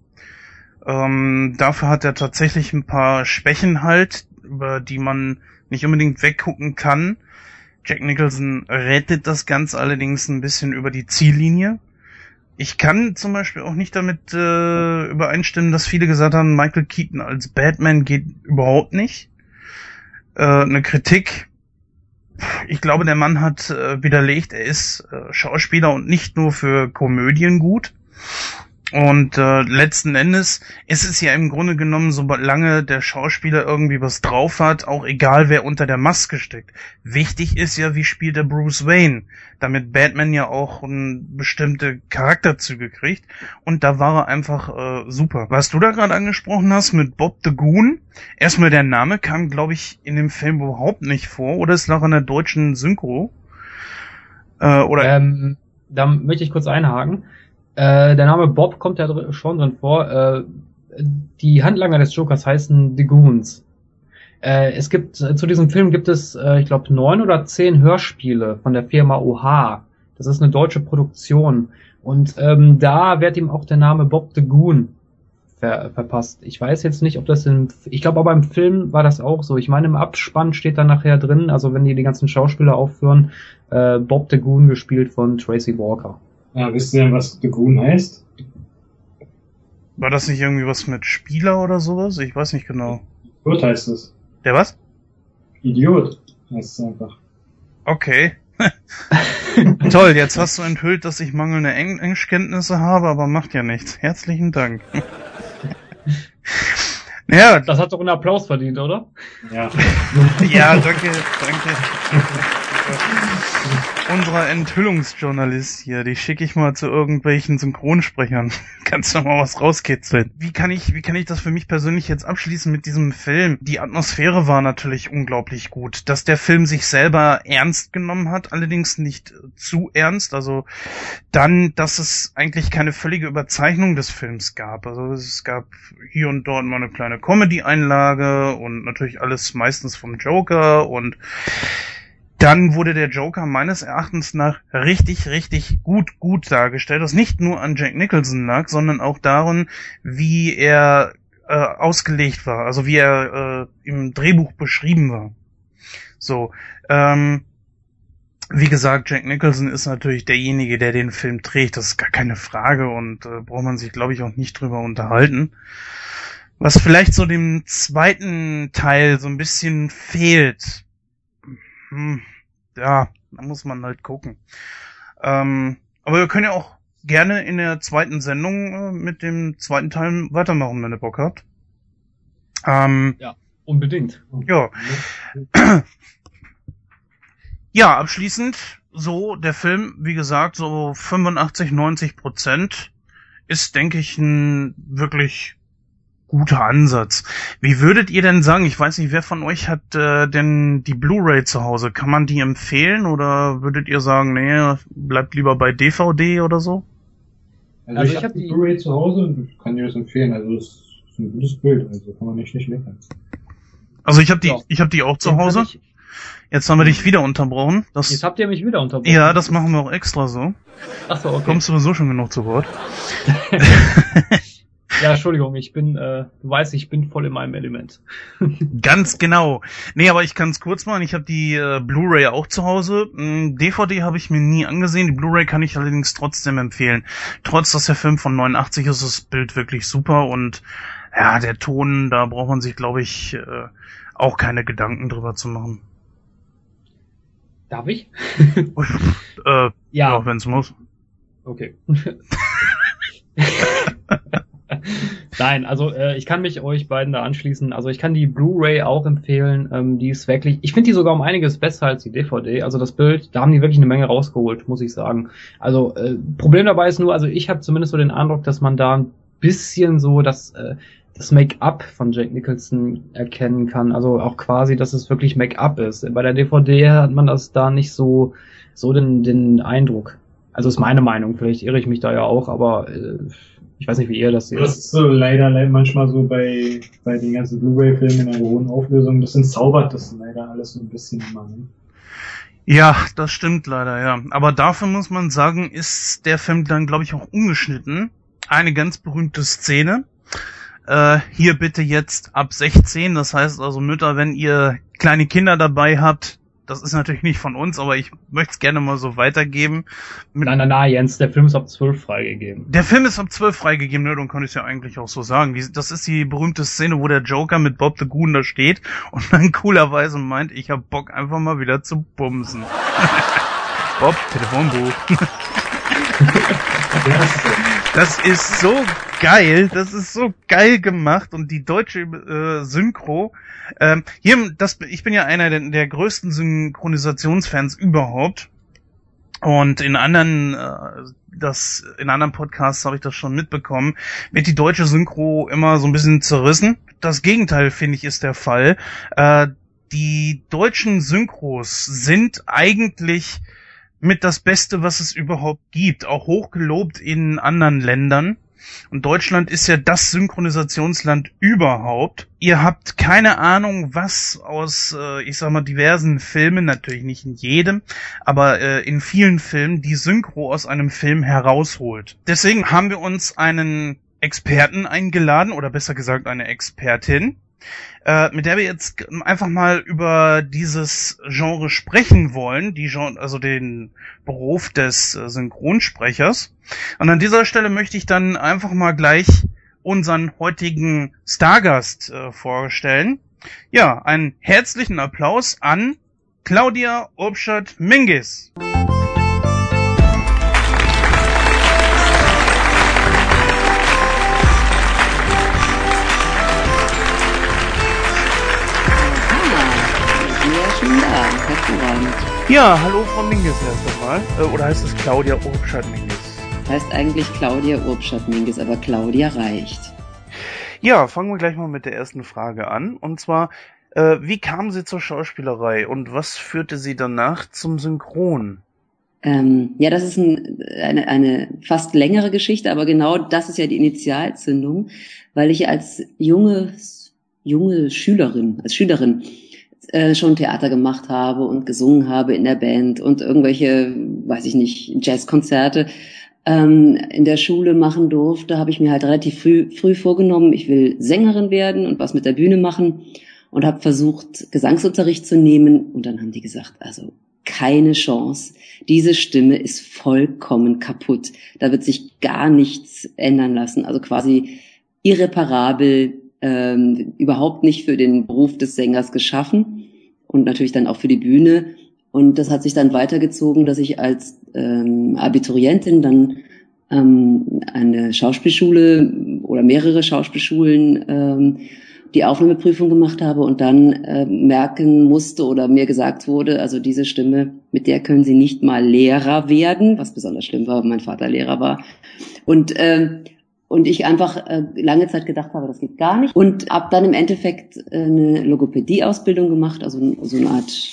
Dafür hat er tatsächlich ein paar Schwächen halt, über die man nicht unbedingt weggucken kann. Jack Nicholson rettet das Ganze allerdings ein bisschen über die Ziellinie. Ich kann zum Beispiel auch nicht damit übereinstimmen, dass viele gesagt haben, Michael Keaton als Batman geht überhaupt nicht. Eine Kritik. Ich glaube, der Mann hat widerlegt, er ist Schauspieler und nicht nur für Komödien gut. Und letzten Endes ist es ja im Grunde genommen, solange der Schauspieler irgendwie was drauf hat, auch egal, wer unter der Maske steckt. Wichtig ist ja, wie spielt der Bruce Wayne, damit Batman ja auch bestimmte Charakterzüge kriegt. Und da war er einfach super. Was du da gerade angesprochen hast mit Bob the Goon, erstmal der Name kam, glaube ich, in dem Film überhaupt nicht vor. Oder es lag an der deutschen Synchro. Da möchte ich kurz einhaken. Der Name Bob kommt ja schon drin vor. Die Handlanger des Jokers heißen The Goons. Es gibt zu diesem Film gibt es, ich glaube, 9 oder 10 Hörspiele von der Firma OH. Das ist eine deutsche Produktion. Und da wird ihm auch der Name Bob the Goon verpasst. Ich weiß jetzt nicht, ob das ich glaube aber im Film war das auch so. Ich meine, im Abspann steht dann nachher drin, also wenn die ganzen Schauspieler aufführen, Bob the Goon gespielt von Tracy Walker. Ja, wisst ihr denn, was The Goon heißt? War das nicht irgendwie was mit Spieler oder sowas? Ich weiß nicht genau. Idiot heißt es. Der was? Idiot heißt es einfach. Okay. Toll, jetzt hast du enthüllt, dass ich mangelnde Englischkenntnisse habe, aber macht ja nichts. Herzlichen Dank. Ja, das hat doch einen Applaus verdient, oder? Ja. Ja, danke. Unserer Enthüllungsjournalist hier, die schicke ich mal zu irgendwelchen Synchronsprechern. Kannst du mal was rauskitzeln? Wie kann ich das für mich persönlich jetzt abschließen mit diesem Film? Die Atmosphäre war natürlich unglaublich gut. Dass der Film sich selber ernst genommen hat, allerdings nicht zu ernst. Also dann, dass es eigentlich keine völlige Überzeichnung des Films gab. Also es gab hier und dort mal eine kleine Comedy-Einlage und natürlich alles meistens vom Joker und dann wurde der Joker meines Erachtens nach richtig, richtig gut dargestellt, was nicht nur an Jack Nicholson lag, sondern auch daran, wie er ausgelegt war, also wie er im Drehbuch beschrieben war. So, wie gesagt, Jack Nicholson ist natürlich derjenige, der den Film trägt, das ist gar keine Frage und braucht man sich, glaube ich, auch nicht drüber unterhalten. Was vielleicht so dem zweiten Teil so ein bisschen fehlt, ja, da muss man halt gucken. Aber wir können ja auch gerne in der zweiten Sendung mit dem zweiten Teil weitermachen, wenn ihr Bock habt. Ja, unbedingt. Ja. Ja, abschließend, so, der Film, wie gesagt, so 85-90% ist, denke ich, ein wirklich guter Ansatz. Wie würdet ihr denn sagen, ich weiß nicht, wer von euch hat denn die Blu-ray zu Hause? Kann man die empfehlen oder würdet ihr sagen, nee, bleibt lieber bei DVD oder so? Also ich habe die Blu-ray zu Hause und ich kann dir das empfehlen. Also es ist ein gutes Bild, also kann man nicht meckern. Also ich habe die auch zu Hause. Jetzt haben wir dich wieder unterbrochen. Jetzt habt ihr mich wieder unterbrochen. Ja, das machen wir auch extra so. Ach so, okay. Kommst sowieso schon genug zu Wort. Ja, Entschuldigung, ich bin voll in meinem Element. Ganz genau. Nee, aber ich kann es kurz machen. Ich habe die Blu-ray auch zu Hause. DVD habe ich mir nie angesehen. Die Blu-ray kann ich allerdings trotzdem empfehlen. Trotz, dass der Film von 89 ist, das Bild wirklich super und ja, der Ton, da braucht man sich, glaube ich, auch keine Gedanken drüber zu machen. Darf ich? Ja, wenn es muss. Okay. Nein, also ich kann mich euch beiden da anschließen. Also ich kann die Blu-ray auch empfehlen. Die ist wirklich, ich finde die sogar um einiges besser als die DVD. Also das Bild, da haben die wirklich eine Menge rausgeholt, muss ich sagen. Also Problem dabei ist nur, also ich habe zumindest so den Eindruck, dass man da ein bisschen so das Make-up von Jack Nicholson erkennen kann. Also auch quasi, dass es wirklich Make-up ist. Bei der DVD hat man das da nicht so den Eindruck. Also ist meine Meinung. Vielleicht irre ich mich da ja auch, aber ich weiß nicht, wie ihr das seht. Das ist so leider manchmal so bei den ganzen Blu-ray-Filmen in einer hohen Auflösung. Das entzaubert das leider alles so ein bisschen immer. Ne? Ja, das stimmt leider, ja. Aber dafür muss man sagen, ist der Film dann, glaube ich, auch umgeschnitten. Eine ganz berühmte Szene. Hier bitte jetzt ab 16. Das heißt also, Mütter, wenn ihr kleine Kinder dabei habt, das ist natürlich nicht von uns, aber ich möchte es gerne mal so weitergeben. Nein, Jens, der Film ist ab 12 freigegeben. Der Film ist ab 12 freigegeben, ne, dann kann ich es ja eigentlich auch so sagen. Das ist die berühmte Szene, wo der Joker mit Bob the Goon da steht und dann coolerweise meint, ich hab Bock einfach mal wieder zu bumsen. Bob, Telefonbuch. Das ist so geil gemacht und die deutsche Synchro. Ich bin ja einer der größten Synchronisationsfans überhaupt. Und in anderen Podcasts habe ich das schon mitbekommen, wird die deutsche Synchro immer so ein bisschen zerrissen. Das Gegenteil, finde ich, ist der Fall. Die deutschen Synchros sind eigentlich mit das Beste, was es überhaupt gibt, auch hochgelobt in anderen Ländern. Und Deutschland ist ja das Synchronisationsland überhaupt. Ihr habt keine Ahnung, was aus, diversen Filmen, natürlich nicht in jedem, aber in vielen Filmen die Synchro aus einem Film herausholt. Deswegen haben wir uns einen Experten eingeladen, oder besser gesagt eine Expertin, mit der wir jetzt einfach mal über dieses Genre sprechen wollen, den Beruf des Synchronsprechers. Und an dieser Stelle möchte ich dann einfach mal gleich unseren heutigen Stargast vorstellen. Ja, einen herzlichen Applaus an Claudia Urbschat-Mingus. Hervorragend. Ja, hallo Frau Mingus erst einmal. Oder heißt es Claudia Urbschat-Mingus? Heißt eigentlich Claudia Urbschat-Mingus, aber Claudia reicht. Ja, fangen wir gleich mal mit der ersten Frage an. Und zwar, wie kam sie zur Schauspielerei und was führte sie danach zum Synchron? Ja, das ist eine fast längere Geschichte, aber genau das ist ja die Initialzündung, weil ich als junge Schülerin schon Theater gemacht habe und gesungen habe in der Band und irgendwelche, Jazzkonzerte in der Schule machen durfte, habe ich mir halt relativ früh vorgenommen, ich will Sängerin werden und was mit der Bühne machen und habe versucht, Gesangsunterricht zu nehmen und dann haben die gesagt, also keine Chance, diese Stimme ist vollkommen kaputt, da wird sich gar nichts ändern lassen, also quasi irreparabel, überhaupt nicht für den Beruf des Sängers geschaffen und natürlich dann auch für die Bühne. Und das hat sich dann weitergezogen, dass ich als Abiturientin dann eine Schauspielschule oder mehrere Schauspielschulen die Aufnahmeprüfung gemacht habe und dann merken musste oder mir gesagt wurde, also diese Stimme, mit der können Sie nicht mal Lehrer werden, was besonders schlimm war, weil mein Vater Lehrer war. Und ich einfach lange Zeit gedacht habe, das geht gar nicht. Und habe dann im Endeffekt eine Logopädie-Ausbildung gemacht, also so eine Art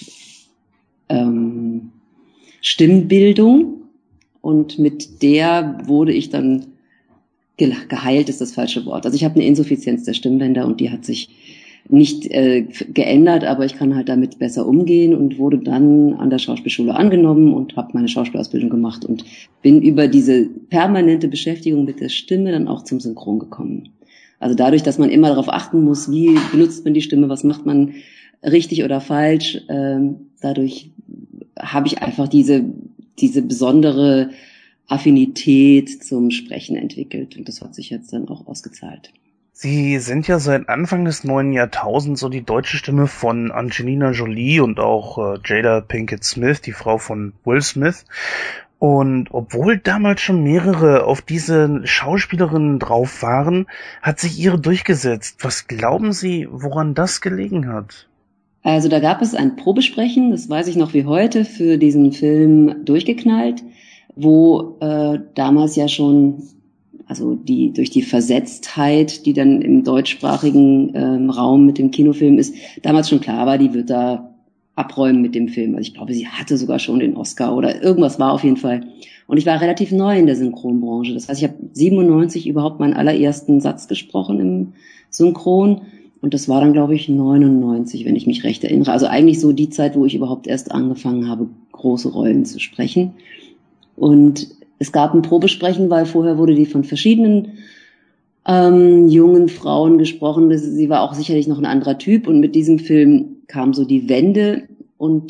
Stimmbildung. Und mit der wurde ich dann geheilt, ist das falsche Wort. Also ich habe eine Insuffizienz der Stimmbänder und die hat sich nicht geändert, aber ich kann halt damit besser umgehen und wurde dann an der Schauspielschule angenommen und habe meine Schauspielausbildung gemacht und bin über diese permanente Beschäftigung mit der Stimme dann auch zum Synchron gekommen. Also dadurch, dass man immer darauf achten muss, wie benutzt man die Stimme, was macht man richtig oder falsch, dadurch habe ich einfach diese besondere Affinität zum Sprechen entwickelt und das hat sich jetzt dann auch ausgezahlt. Sie sind ja seit Anfang des neuen Jahrtausends so die deutsche Stimme von Angelina Jolie und auch Jada Pinkett Smith, die Frau von Will Smith. Und obwohl damals schon mehrere auf diese Schauspielerinnen drauf waren, hat sich ihre durchgesetzt. Was glauben Sie, woran das gelegen hat? Also da gab es ein Probesprechen, das weiß ich noch wie heute, für diesen Film Durchgeknallt, wo damals ja schon durch die Versetztheit, die dann im deutschsprachigen Raum mit dem Kinofilm ist, damals schon klar war, die wird da abräumen mit dem Film. Also ich glaube, sie hatte sogar schon den Oscar oder irgendwas war auf jeden Fall. Und ich war relativ neu in der Synchronbranche. Das heißt, ich habe 97 überhaupt meinen allerersten Satz gesprochen im Synchron. Und das war dann, glaube ich, 99, wenn ich mich recht erinnere. Also eigentlich so die Zeit, wo ich überhaupt erst angefangen habe, große Rollen zu sprechen. Und es gab ein Probesprechen, weil vorher wurde die von verschiedenen jungen Frauen gesprochen. Sie war auch sicherlich noch ein anderer Typ. Und mit diesem Film kam so die Wende. Und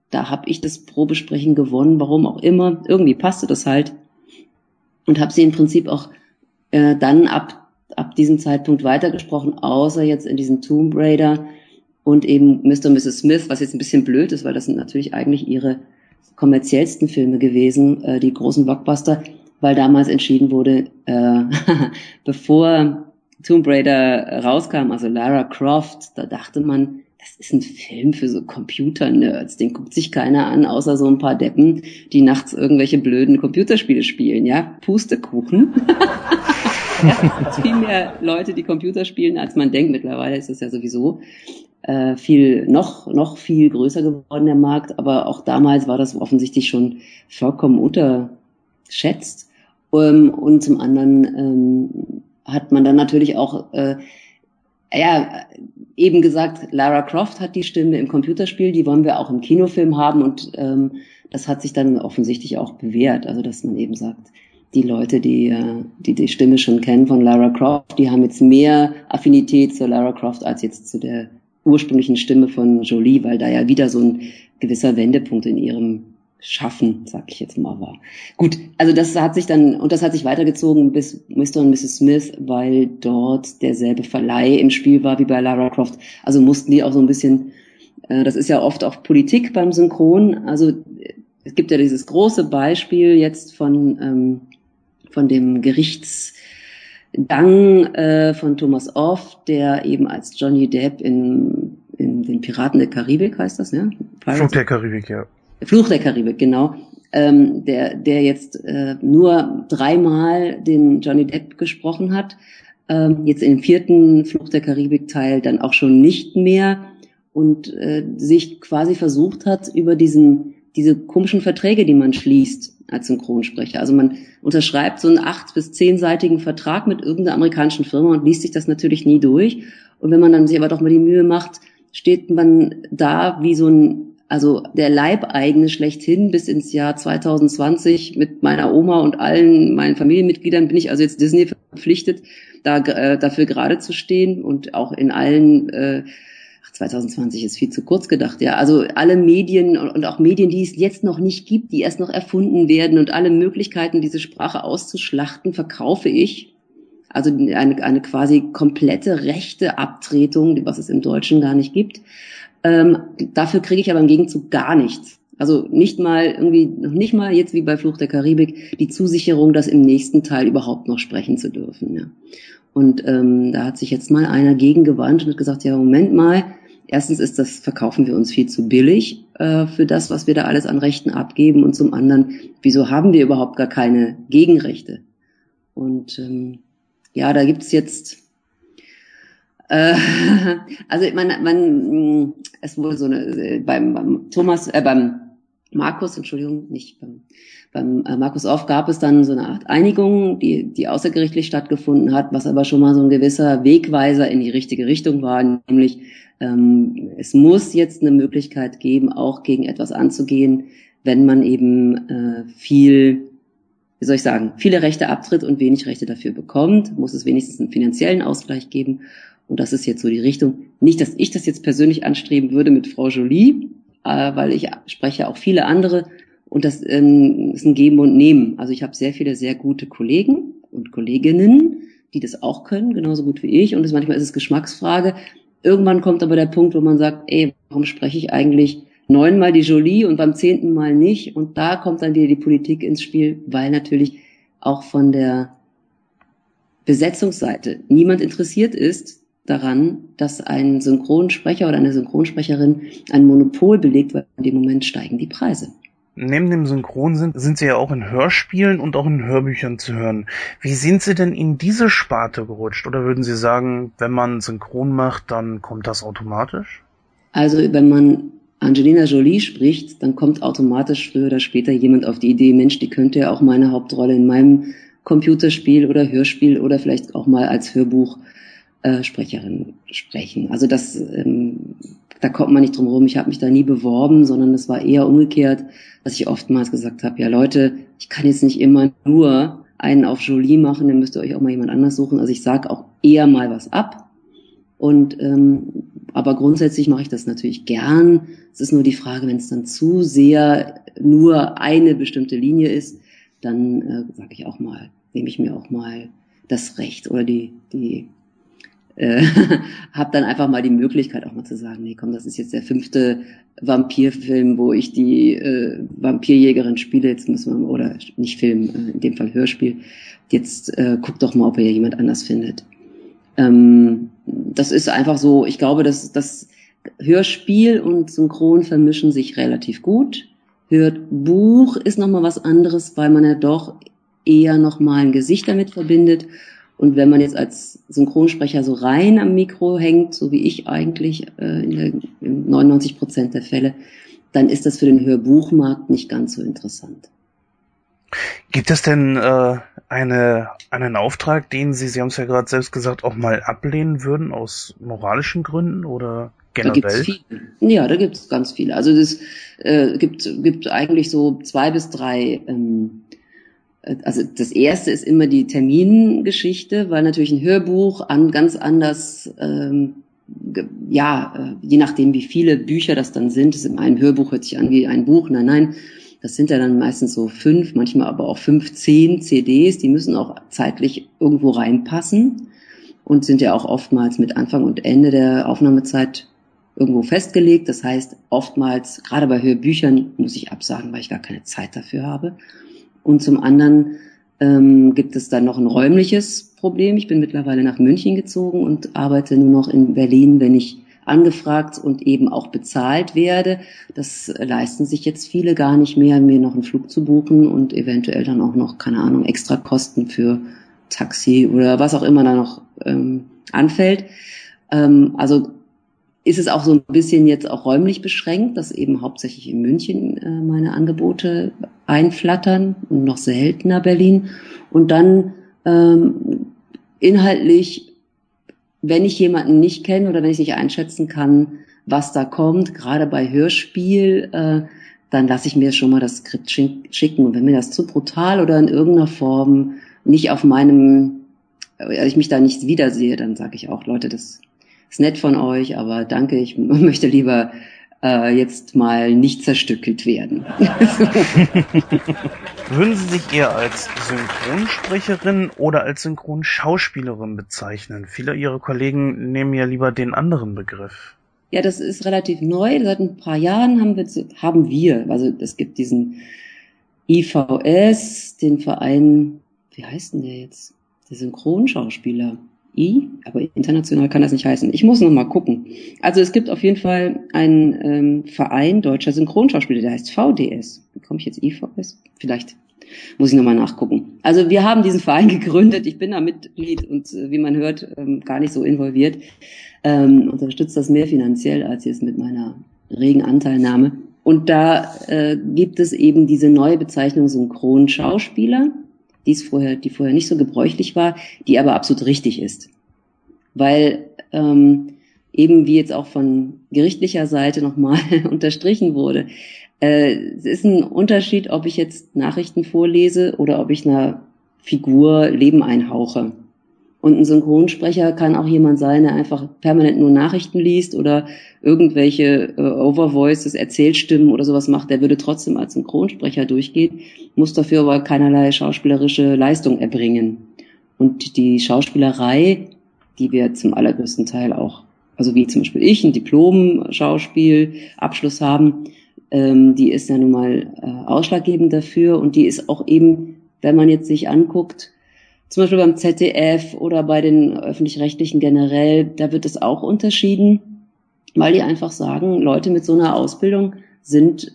da habe ich das Probesprechen gewonnen, warum auch immer. Irgendwie passte das halt. Und habe sie im Prinzip auch dann ab diesem Zeitpunkt weitergesprochen, außer jetzt in diesem Tomb Raider und eben Mr. und Mrs. Smith, was jetzt ein bisschen blöd ist, weil das sind natürlich eigentlich ihre kommerziellsten Filme gewesen, die großen Blockbuster, weil damals entschieden wurde, bevor Tomb Raider rauskam, also Lara Croft, da dachte man, das ist ein Film für so Computer-Nerds, den guckt sich keiner an, außer so ein paar Deppen, die nachts irgendwelche blöden Computerspiele spielen, ja, Pustekuchen. Ja, viel mehr Leute, die Computer spielen, als man denkt. Mittlerweile ist es ja sowieso noch viel größer geworden, der Markt, aber auch damals war das offensichtlich schon vollkommen unterschätzt. Und zum anderen hat man dann natürlich auch eben gesagt, Lara Croft hat die Stimme im Computerspiel, die wollen wir auch im Kinofilm haben, und das hat sich dann offensichtlich auch bewährt, also dass man eben sagt, die Leute, die Stimme schon kennen von Lara Croft, die haben jetzt mehr Affinität zu Lara Croft als jetzt zu der ursprünglichen Stimme von Jolie, weil da ja wieder so ein gewisser Wendepunkt in ihrem Schaffen, sag ich jetzt mal, war. Gut, also das hat sich weitergezogen bis Mr. und Mrs. Smith, weil dort derselbe Verleih im Spiel war wie bei Lara Croft. Also mussten die auch so ein bisschen, das ist ja oft auch Politik beim Synchron, also es gibt ja dieses große Beispiel jetzt von dem Gerichtsgang von Thomas Off, der eben als Johnny Depp in den Piraten der Karibik, heißt das, ja? Fluch der Karibik, ja. Fluch der Karibik, genau. Der jetzt nur 3-mal den Johnny Depp gesprochen hat. Jetzt in dem 4. Fluch der Karibik Teil dann auch schon nicht mehr und sich quasi versucht hat, über diese komischen Verträge, die man schließt als Synchronsprecher. Also man unterschreibt so einen 8- bis 10-seitigen Vertrag mit irgendeiner amerikanischen Firma und liest sich das natürlich nie durch. Und wenn man dann sich aber doch mal die Mühe macht, steht man da wie also der Leibeigene schlechthin bis ins Jahr 2020 mit meiner Oma und allen meinen Familienmitgliedern bin ich also jetzt Disney verpflichtet, dafür gerade zu stehen und auch in allen 2020 ist viel zu kurz gedacht, ja. Also alle Medien und auch Medien, die es jetzt noch nicht gibt, die erst noch erfunden werden und alle Möglichkeiten, diese Sprache auszuschlachten, verkaufe ich. Also eine quasi komplette rechte Abtretung, was es im Deutschen gar nicht gibt. Dafür kriege ich aber im Gegenzug gar nichts. Also noch nicht mal jetzt wie bei Fluch der Karibik die Zusicherung, das im nächsten Teil überhaupt noch sprechen zu dürfen, ja. Und da hat sich jetzt mal einer gegen gewandt und hat gesagt, ja, Moment mal, erstens verkaufen wir uns viel zu billig für das, was wir da alles an Rechten abgeben, und zum anderen, wieso haben wir überhaupt gar keine Gegenrechte? Und da gibt's jetzt also es wurde so eine beim Markus Off gab es dann so eine Art Einigung, die außergerichtlich stattgefunden hat, was aber schon mal so ein gewisser Wegweiser in die richtige Richtung war, nämlich es muss jetzt eine Möglichkeit geben, auch gegen etwas anzugehen, wenn man eben viele Rechte abtritt und wenig Rechte dafür bekommt, muss es wenigstens einen finanziellen Ausgleich geben. Und das ist jetzt so die Richtung. Nicht, dass ich das jetzt persönlich anstreben würde mit Frau Jolie, weil ich spreche auch viele andere, und das ist ein Geben und Nehmen. Also ich habe sehr viele sehr gute Kollegen und Kolleginnen, die das auch können, genauso gut wie ich. Und manchmal ist es Geschmacksfrage. Irgendwann kommt aber der Punkt, wo man sagt, warum spreche ich eigentlich 9-mal die Jolie und beim 10. Mal nicht? Und da kommt dann wieder die Politik ins Spiel, weil natürlich auch von der Besetzungsseite niemand interessiert ist daran, dass ein Synchronsprecher oder eine Synchronsprecherin ein Monopol belegt, weil in dem Moment steigen die Preise. Neben dem Synchron sind Sie ja auch in Hörspielen und auch in Hörbüchern zu hören. Wie sind Sie denn in diese Sparte gerutscht? Oder würden Sie sagen, wenn man Synchron macht, dann kommt das automatisch? Also wenn man Angelina Jolie spricht, dann kommt automatisch früher oder später jemand auf die Idee, Mensch, die könnte ja auch meine Hauptrolle in meinem Computerspiel oder Hörspiel oder vielleicht auch mal als Hörbuchsprecherin sprechen. Also da kommt man nicht drum herum. Ich habe mich da nie beworben, sondern es war eher umgekehrt, dass ich oftmals gesagt habe, ja Leute, ich kann jetzt nicht immer nur einen auf Jolie machen, dann müsst ihr euch auch mal jemand anders suchen. Also ich sage auch eher mal was ab. Und aber grundsätzlich mache ich das natürlich gern. Es ist nur die Frage, wenn es dann zu sehr nur eine bestimmte Linie ist, dann sage ich auch mal, nehme ich mir auch mal das Recht oder habe dann einfach mal die Möglichkeit auch mal zu sagen, nee, komm, das ist jetzt der 5. Vampirfilm, wo ich die Vampirjägerin spiele, jetzt müssen wir, oder nicht Film, in dem Fall Hörspiel, jetzt guck doch mal, ob ihr jemand anders findet. Das ist einfach so, ich glaube, dass das Hörspiel und Synchron vermischen sich relativ gut. Hörbuch ist nochmal was anderes, weil man ja doch eher nochmal ein Gesicht damit verbindet. Und wenn man jetzt als Synchronsprecher so rein am Mikro hängt, so wie ich eigentlich in 99% der Fälle, dann ist das für den Hörbuchmarkt nicht ganz so interessant. Gibt es denn einen Auftrag, den Sie haben es ja gerade selbst gesagt, auch mal ablehnen würden aus moralischen Gründen oder generell? Da gibt's viele. Ja, da gibt's ganz viele. Also das gibt eigentlich so 2 bis 3. Also das erste ist immer die Termingeschichte, weil natürlich ein Hörbuch ganz anders, je nachdem wie viele Bücher das dann sind. Ein Hörbuch hört sich an wie ein Buch. Nein, das sind ja dann meistens so 5, manchmal aber auch 15 CDs. Die müssen auch zeitlich irgendwo reinpassen und sind ja auch oftmals mit Anfang und Ende der Aufnahmezeit irgendwo festgelegt. Das heißt, oftmals, gerade bei Hörbüchern, muss ich absagen, weil ich gar keine Zeit dafür habe. Und zum anderen gibt es dann noch ein räumliches Problem. Ich bin mittlerweile nach München gezogen und arbeite nur noch in Berlin, wenn ich angefragt und eben auch bezahlt werde. Das leisten sich jetzt viele gar nicht mehr, mir noch einen Flug zu buchen und eventuell dann auch noch, keine Ahnung, extra Kosten für Taxi oder was auch immer da noch anfällt. Also ist es auch so ein bisschen jetzt auch räumlich beschränkt, dass eben hauptsächlich in München meine Angebote einflattern und noch seltener Berlin. Und dann inhaltlich, wenn ich jemanden nicht kenne oder wenn ich nicht einschätzen kann, was da kommt, gerade bei Hörspiel, dann lasse ich mir schon mal das Skript schicken. Und wenn mir das zu brutal oder in irgendeiner Form nicht auf ich mich da nicht wiedersehe, dann sage ich auch, Leute, das ist nett von euch, aber danke, ich möchte lieber jetzt mal nicht zerstückelt werden. Würden Sie sich eher als Synchronsprecherin oder als Synchronschauspielerin bezeichnen? Viele Ihrer Kollegen nehmen ja lieber den anderen Begriff. Ja, das ist relativ neu. Seit ein paar Jahren haben wir, also es gibt diesen IVS, den Verein, wie heißt denn der jetzt? Der Synchronschauspieler. Aber international kann das nicht heißen. Ich muss noch mal gucken. Also es gibt auf jeden Fall einen Verein deutscher Synchronschauspieler, der heißt VDS. Wie komme ich jetzt IVS? Vielleicht muss ich noch mal nachgucken. Also wir haben diesen Verein gegründet. Ich bin da Mitglied und wie man hört, gar nicht so involviert. Unterstützt das mehr finanziell als jetzt mit meiner regen Anteilnahme. Und da gibt es eben diese neue Bezeichnung Synchronschauspieler, die vorher nicht so gebräuchlich war, die aber absolut richtig ist. Weil eben wie jetzt auch von gerichtlicher Seite nochmal unterstrichen wurde, es ist ein Unterschied, ob ich jetzt Nachrichten vorlese oder ob ich einer Figur Leben einhauche. Und ein Synchronsprecher kann auch jemand sein, der einfach permanent nur Nachrichten liest oder irgendwelche Overvoices, Erzählstimmen oder sowas macht. Der würde trotzdem als Synchronsprecher durchgehen, muss dafür aber keinerlei schauspielerische Leistung erbringen. Und die Schauspielerei, die wir zum allergrößten Teil auch, also wie zum Beispiel ich, ein Diplom-Schauspiel-Abschluss haben, die ist ja nun mal ausschlaggebend dafür und die ist auch eben, wenn man jetzt sich anguckt, zum Beispiel beim ZDF oder bei den Öffentlich-Rechtlichen generell, da wird es auch unterschieden, weil die einfach sagen, Leute mit so einer Ausbildung sind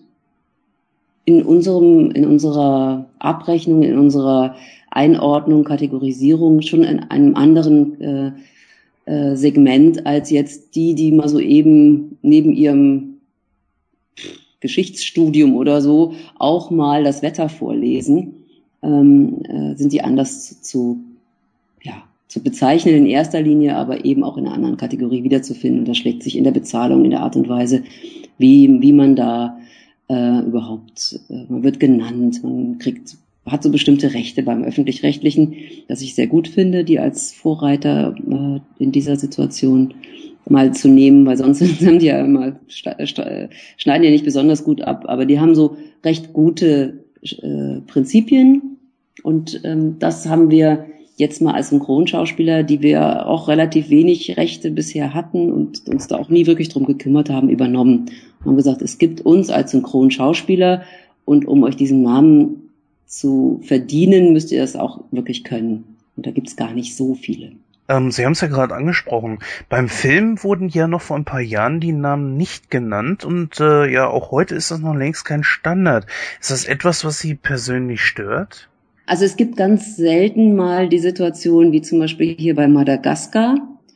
in unserer Abrechnung, in unserer Einordnung, Kategorisierung schon in einem anderen Segment als jetzt die mal so eben neben ihrem Geschichtsstudium oder so auch mal das Wetter vorlesen. Sind die anders zu bezeichnen in erster Linie, aber eben auch in einer anderen Kategorie wiederzufinden. Und das schlägt sich in der Bezahlung, in der Art und Weise, wie man da überhaupt, man wird genannt, man kriegt hat so bestimmte Rechte beim Öffentlich-Rechtlichen, das ich sehr gut finde, die als Vorreiter in dieser Situation mal zu nehmen, weil sonst haben die ja immer, schneiden ja nicht besonders gut ab, aber die haben so recht gute Prinzipien und das haben wir jetzt mal als Synchronschauspieler, die wir auch relativ wenig Rechte bisher hatten und uns da auch nie wirklich drum gekümmert haben, übernommen. Wir haben gesagt, es gibt uns als Synchronschauspieler und um euch diesen Namen zu verdienen, müsst ihr das auch wirklich können. Und da gibt's gar nicht so viele. Sie haben es ja gerade angesprochen. Beim Film wurden ja noch vor ein paar Jahren die Namen nicht genannt und ja, auch heute ist das noch längst kein Standard. Ist das etwas, was Sie persönlich stört? Also es gibt ganz selten mal die Situation, wie zum Beispiel hier bei Madagaskar.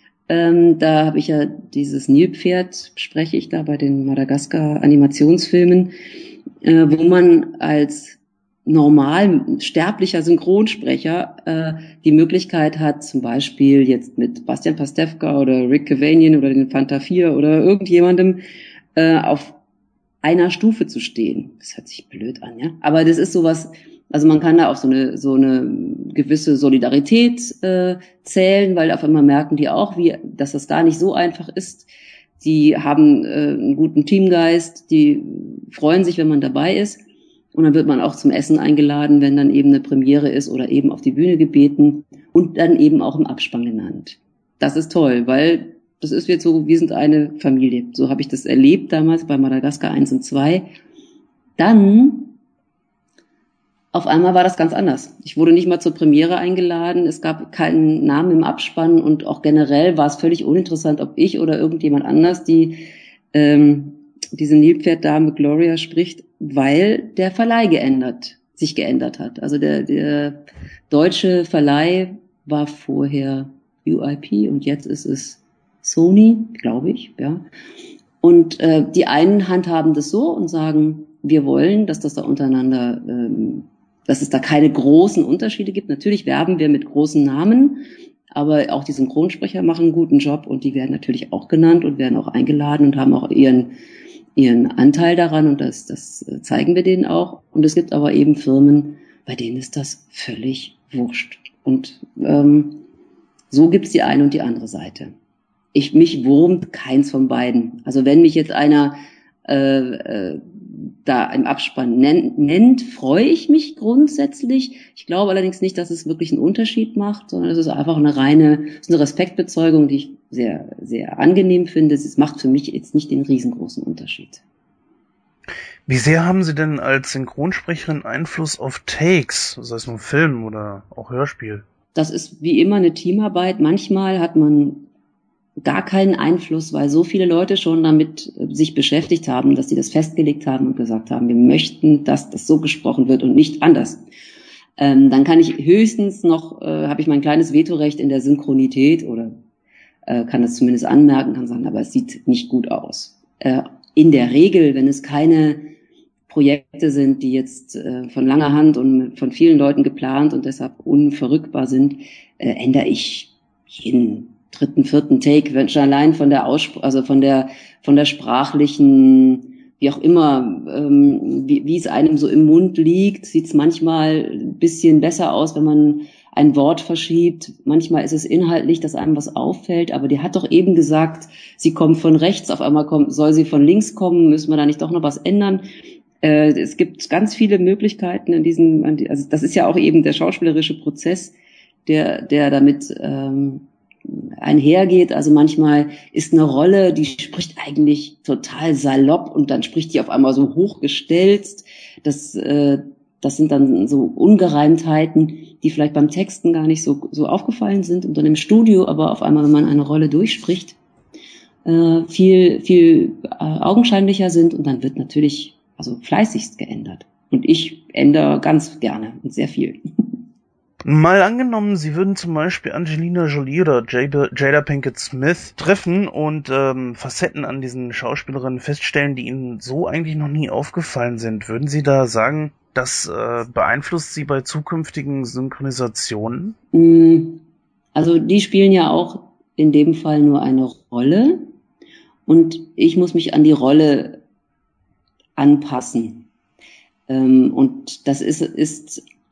Da habe ich ja dieses Nilpferd, spreche ich da bei den Madagaskar-Animationsfilmen, wo man als normal sterblicher Synchronsprecher die Möglichkeit hat, zum Beispiel jetzt mit Bastian Pastewka oder Rick Cavanian oder den Fanta 4 oder irgendjemandem auf einer Stufe zu stehen. Das hört sich blöd an, ja. Aber das ist sowas, also man kann da auf so eine gewisse Solidarität zählen, weil auf einmal merken die auch, dass das gar nicht so einfach ist. Die haben einen guten Teamgeist, die freuen sich, wenn man dabei ist. Und dann wird man auch zum Essen eingeladen, wenn dann eben eine Premiere ist oder eben auf die Bühne gebeten und dann eben auch im Abspann genannt. Das ist toll, weil das ist jetzt so, wir sind eine Familie. So habe ich das erlebt damals bei Madagaskar 1 und 2. Dann auf einmal war das ganz anders. Ich wurde nicht mal zur Premiere eingeladen, es gab keinen Namen im Abspann und auch generell war es völlig uninteressant, ob ich oder irgendjemand anders diese Nilpferddame Gloria spricht, weil der Verleih sich geändert hat. Also der deutsche Verleih war vorher UIP und jetzt ist es Sony, glaube ich, ja. Und die einen handhaben das so und sagen, wir wollen, dass das da untereinander dass es da keine großen Unterschiede gibt. Natürlich werben wir mit großen Namen, aber auch die Synchronsprecher machen einen guten Job und die werden natürlich auch genannt und werden auch eingeladen und haben auch ihren Anteil daran und das zeigen wir denen auch. Und es gibt aber eben Firmen, bei denen ist das völlig wurscht. Und so gibt's die eine und die andere Seite. Mich wurmt keins von beiden. Also wenn mich jetzt einer da im Abspann nennt, freue ich mich grundsätzlich. Ich glaube allerdings nicht, dass es wirklich einen Unterschied macht, sondern es ist einfach eine Respektbezeugung, die ich sehr, sehr angenehm finde. Es macht für mich jetzt nicht den riesengroßen Unterschied. Wie sehr haben Sie denn als Synchronsprecherin Einfluss auf Takes, sei es nun Film oder auch Hörspiel? Das ist wie immer eine Teamarbeit. Manchmal hat man gar keinen Einfluss, weil so viele Leute schon damit sich beschäftigt haben, dass sie das festgelegt haben und gesagt haben, wir möchten, dass das so gesprochen wird und nicht anders. Dann kann ich höchstens noch, habe ich mein kleines Vetorecht in der Synchronität oder kann das zumindest anmerken, kann sagen, aber es sieht nicht gut aus. In der Regel, wenn es keine Projekte sind, die jetzt von langer Hand und von vielen Leuten geplant und deshalb unverrückbar sind, ändere ich jeden dritten, vierten Take, wenn schon allein von der von der sprachlichen, wie auch immer, wie es einem so im Mund liegt, sieht es manchmal ein bisschen besser aus, wenn man ein Wort verschiebt. Manchmal ist es inhaltlich, dass einem was auffällt, aber die hat doch eben gesagt, sie kommt von rechts, auf einmal soll sie von links kommen, müssen wir da nicht doch noch was ändern? Es gibt ganz viele Möglichkeiten also das ist ja auch eben der schauspielerische Prozess, der damit einhergeht. Also manchmal ist eine Rolle, die spricht eigentlich total salopp und dann spricht die auf einmal so hochgestelzt. Das sind dann so Ungereimtheiten, die vielleicht beim Texten gar nicht so aufgefallen sind und dann im Studio aber auf einmal, wenn man eine Rolle durchspricht, viel augenscheinlicher sind und dann wird natürlich fleißigst geändert. Und ich ändere ganz gerne und sehr viel. Mal angenommen, Sie würden zum Beispiel Angelina Jolie oder Jada Pinkett Smith treffen und Facetten an diesen Schauspielerinnen feststellen, die Ihnen so eigentlich noch nie aufgefallen sind. Würden Sie da sagen, das beeinflusst Sie bei zukünftigen Synchronisationen? Also die spielen ja auch in dem Fall nur eine Rolle und ich muss mich an die Rolle anpassen. Und das ist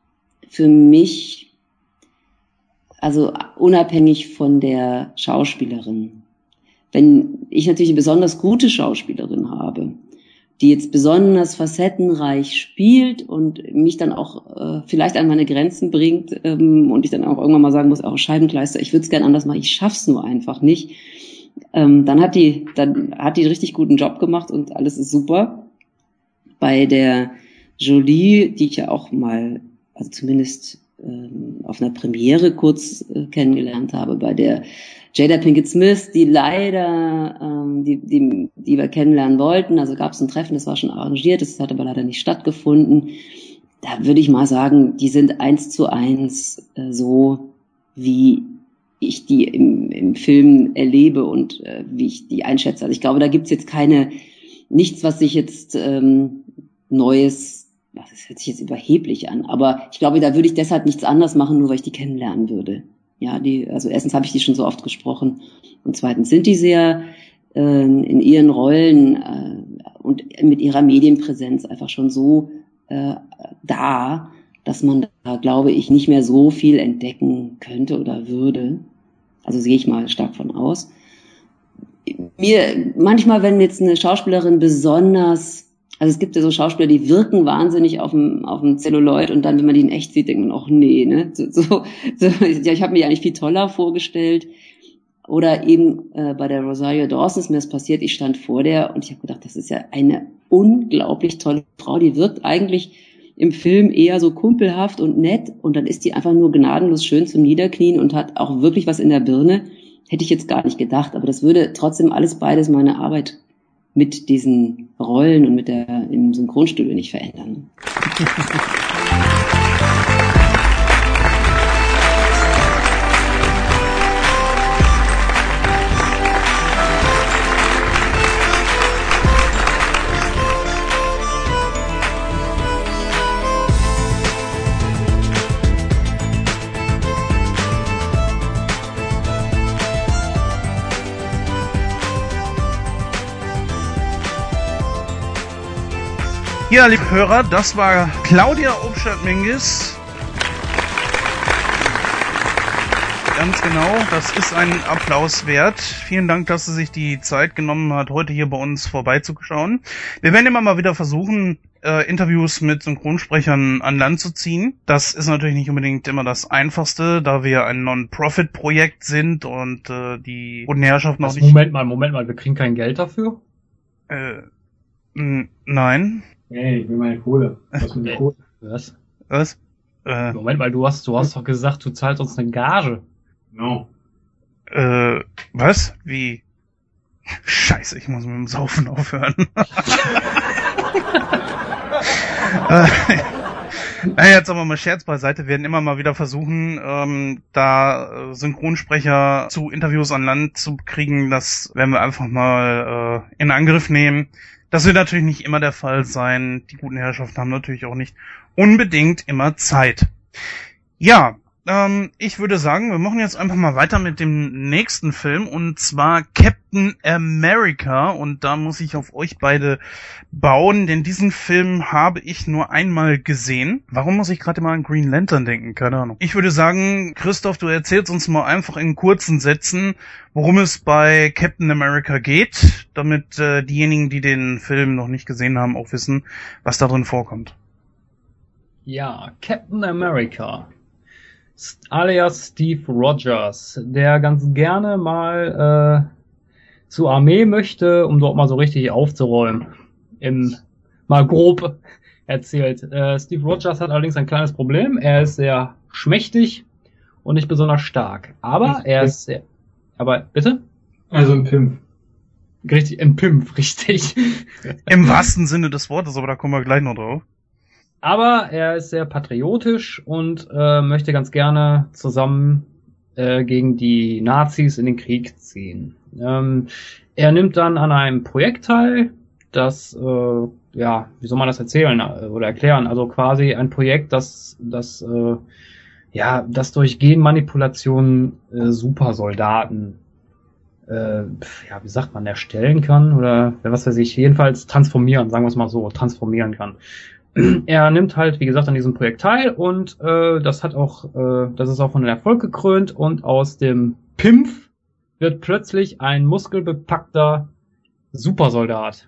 für mich, also unabhängig von der Schauspielerin, wenn ich natürlich eine besonders gute Schauspielerin habe, die jetzt besonders facettenreich spielt und mich dann auch vielleicht an meine Grenzen bringt und ich dann auch irgendwann mal sagen muss, auch Scheibenkleister, ich würde es gerne anders machen, ich schaff's nur einfach nicht. Dann hat die einen richtig guten Job gemacht und alles ist super. Bei der Jolie, die ich ja auch mal, also zumindest auf einer Premiere kurz kennengelernt habe, bei der Jada Pinkett Smith, die leider, die wir kennenlernen wollten, also gab es ein Treffen, das war schon arrangiert, das hat aber leider nicht stattgefunden. Da würde ich mal sagen, die sind 1:1 so, wie ich die im Film erlebe und wie ich die einschätze. Also ich glaube, da gibt's jetzt nichts, was sich jetzt Neues, das hört sich jetzt überheblich an, aber ich glaube, da würde ich deshalb nichts anderes machen, nur weil ich die kennenlernen würde. Ja, also erstens habe ich die schon so oft gesprochen und zweitens sind die sehr in ihren Rollen und mit ihrer Medienpräsenz einfach schon so da, dass man da, glaube ich, nicht mehr so viel entdecken könnte oder würde. Also gehe ich mal stark von aus. Manchmal, wenn jetzt eine Schauspielerin besonders, also es gibt ja so Schauspieler, die wirken wahnsinnig auf dem Zelluloid und dann, wenn man die in echt sieht, denkt man, ach nee, ne? Ja, ich habe mir eigentlich viel toller vorgestellt. Oder eben bei der Rosario Dawson ist mir das passiert, ich stand vor der und ich habe gedacht, das ist ja eine unglaublich tolle Frau, die wirkt eigentlich im Film eher so kumpelhaft und nett und dann ist die einfach nur gnadenlos schön zum Niederknien und hat auch wirklich was in der Birne. Hätte ich jetzt gar nicht gedacht, aber das würde trotzdem beides meine Arbeit mit diesen Rollen und im Synchronstudio nicht verändern. Ja, liebe Hörer, das war Claudia Obstadt-Mingis. Ganz genau, das ist ein Applaus wert. Vielen Dank, dass sie sich die Zeit genommen hat, heute hier bei uns vorbeizuschauen. Wir werden immer mal wieder versuchen, Interviews mit Synchronsprechern an Land zu ziehen. Das ist natürlich nicht unbedingt immer das Einfachste, da wir ein Non-Profit-Projekt sind und die guten Herrschaften noch nicht... Moment mal, wir kriegen kein Geld dafür? Nein. Hey, ich will meine Kohle. Was mit der Kohle? Was? Moment mal, du hast doch gesagt, du zahlst uns eine Gage. No. Was? Wie? Scheiße, ich muss mit dem Saufen aufhören. Naja, jetzt aber mal Scherz beiseite. Wir werden immer mal wieder versuchen, da Synchronsprecher zu Interviews an Land zu kriegen. Das werden wir einfach mal in Angriff nehmen. Das wird natürlich nicht immer der Fall sein. Die guten Herrschaften haben natürlich auch nicht unbedingt immer Zeit. Ja, ich würde sagen, wir machen jetzt einfach mal weiter mit dem nächsten Film, und zwar Captain America, und da muss ich auf euch beide bauen, denn diesen Film habe ich nur einmal gesehen. Warum muss ich gerade mal an Green Lantern denken? Keine Ahnung. Ich würde sagen, Christoph, du erzählst uns mal einfach in kurzen Sätzen, worum es bei Captain America geht, damit diejenigen, die den Film noch nicht gesehen haben, auch wissen, was da drin vorkommt. Ja, Captain America, alias Steve Rogers, der ganz gerne mal zur Armee möchte, um dort mal so richtig aufzuräumen. Mal grob erzählt. Steve Rogers hat allerdings ein kleines Problem. Er ist sehr schmächtig und nicht besonders stark. Aber aber bitte? Also ein Pimp. Richtig, ein Pimp, richtig. Im wahrsten Sinne des Wortes, aber da kommen wir gleich noch drauf. Aber er ist sehr patriotisch und möchte ganz gerne zusammen gegen die Nazis in den Krieg ziehen. Er nimmt dann an einem Projekt teil, das, wie soll man das erzählen oder erklären? Also quasi ein Projekt, das durch Genmanipulation Supersoldaten, wie sagt man, erstellen kann oder was weiß ich, jedenfalls transformieren, sagen wir es mal so, transformieren kann. er nimmt halt, wie gesagt, an diesem Projekt teil und das ist auch von Erfolg gekrönt und aus dem Pimpf wird plötzlich ein muskelbepackter Supersoldat.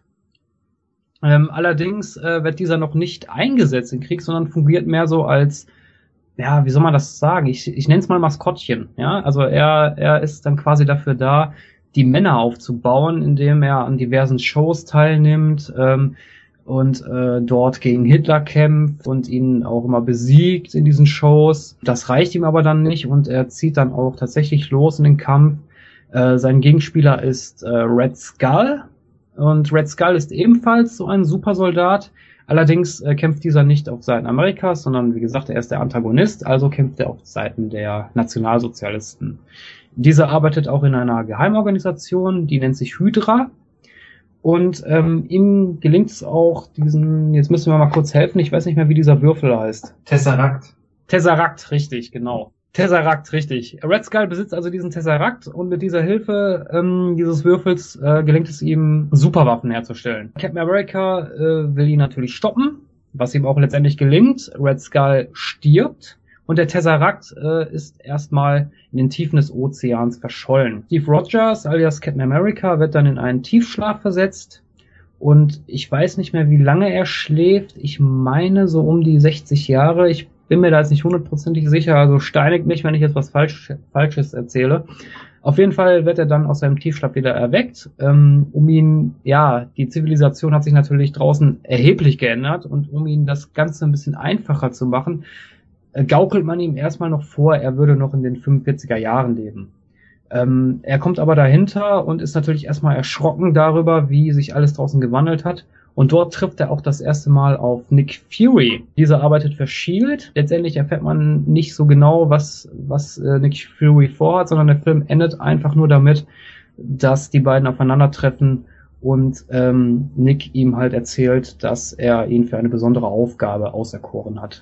Allerdings wird dieser noch nicht eingesetzt im Krieg, sondern fungiert mehr so als, ja, wie soll man das sagen? Ich nenne es mal Maskottchen. Ja, also er ist dann quasi dafür da, die Männer aufzubauen, indem er an diversen Shows teilnimmt und dort gegen Hitler kämpft und ihn auch immer besiegt in diesen Shows. Das reicht ihm aber dann nicht und er zieht dann auch tatsächlich los in den Kampf. Sein Gegenspieler ist Red Skull und Red Skull ist ebenfalls so ein Supersoldat. Allerdings kämpft dieser nicht auf Seiten Amerikas, sondern wie gesagt, er ist der Antagonist, also kämpft er auf Seiten der Nationalsozialisten. Dieser arbeitet auch in einer Geheimorganisation, die nennt sich Hydra. Und ihm gelingt es auch jetzt müssen wir mal kurz helfen, ich weiß nicht mehr, wie dieser Würfel heißt. Tesseract, richtig, genau. Tesseract, richtig. Red Skull besitzt also diesen Tesseract und mit dieser Hilfe dieses Würfels gelingt es ihm, Superwaffen herzustellen. Captain America will ihn natürlich stoppen, was ihm auch letztendlich gelingt. Red Skull stirbt und der Tesseract ist erstmal in den Tiefen des Ozeans verschollen. Steve Rogers, alias Captain America, wird dann in einen Tiefschlaf versetzt und ich weiß nicht mehr, wie lange er schläft. Ich meine so um die 60 Jahre. Ich bin mir da jetzt nicht hundertprozentig sicher, also steinigt mich, wenn ich jetzt was Falsches erzähle. Auf jeden Fall wird er dann aus seinem Tiefschlaf wieder erweckt. Die Zivilisation hat sich natürlich draußen erheblich geändert und um ihn das Ganze ein bisschen einfacher zu machen, gaukelt man ihm erstmal noch vor, er würde noch in den 45er Jahren leben. Er kommt aber dahinter und ist natürlich erstmal erschrocken darüber, wie sich alles draußen gewandelt hat. Und dort trifft er auch das erste Mal auf Nick Fury. Dieser arbeitet für S.H.I.E.L.D. Letztendlich erfährt man nicht so genau, was Nick Fury vorhat, sondern der Film endet einfach nur damit, dass die beiden aufeinandertreffen und Nick ihm halt erzählt, dass er ihn für eine besondere Aufgabe auserkoren hat.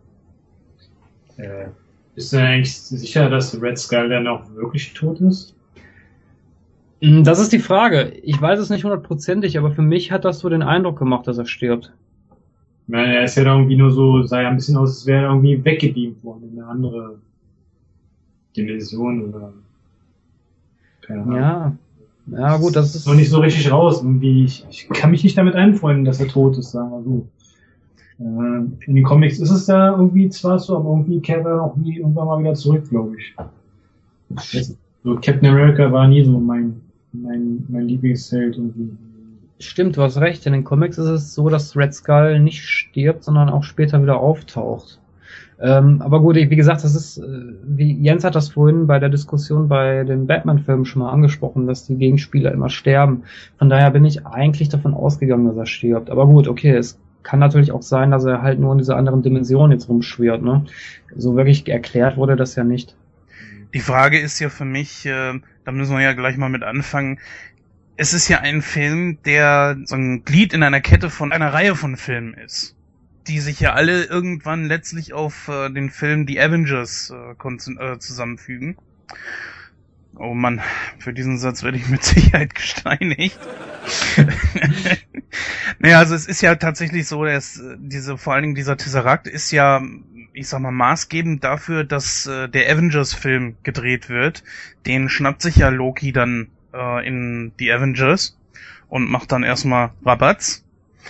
Bist du eigentlich sicher, dass Red Skull dann auch wirklich tot ist? Das ist die Frage. Ich weiß es nicht hundertprozentig, aber für mich hat das so den Eindruck gemacht, dass er stirbt. Ich meine, er ist ja irgendwie nur so, sah ja ein bisschen aus, als wäre er irgendwie weggebeamt worden in eine andere Dimension oder keine Ahnung. Ja gut, das ist noch nicht so richtig raus. Irgendwie, ich kann mich nicht damit einfreunden, dass er tot ist, sagen wir so. In den Comics ist es da irgendwie zwar so, aber irgendwie kehrt er auch nie irgendwann mal wieder zurück, glaube ich. So Captain America war nie so mein Lieblingsheld irgendwie. Stimmt, du hast recht. In den Comics ist es so, dass Red Skull nicht stirbt, sondern auch später wieder auftaucht. Aber gut, wie gesagt, das ist, wie Jens hat das vorhin bei der Diskussion bei den Batman-Filmen schon mal angesprochen, dass die Gegenspieler immer sterben. Von daher bin ich eigentlich davon ausgegangen, dass er stirbt. Aber gut, okay, es kann natürlich auch sein, dass er halt nur in dieser anderen Dimension jetzt rumschwirrt, ne? So wirklich erklärt wurde das ja nicht. Die Frage ist ja für mich, da müssen wir ja gleich mal mit anfangen, es ist ja ein Film, der so ein Glied in einer Kette von einer Reihe von Filmen ist, die sich ja alle irgendwann letztlich auf den Film The Avengers zusammenfügen. Oh Mann, für diesen Satz werde ich mit Sicherheit gesteinigt. Naja, also es ist ja tatsächlich so, dass vor allen Dingen dieser Tesseract ist ja, ich sag mal, maßgebend dafür, dass der Avengers-Film gedreht wird. Den schnappt sich ja Loki dann in die Avengers und macht dann erstmal Rabatz.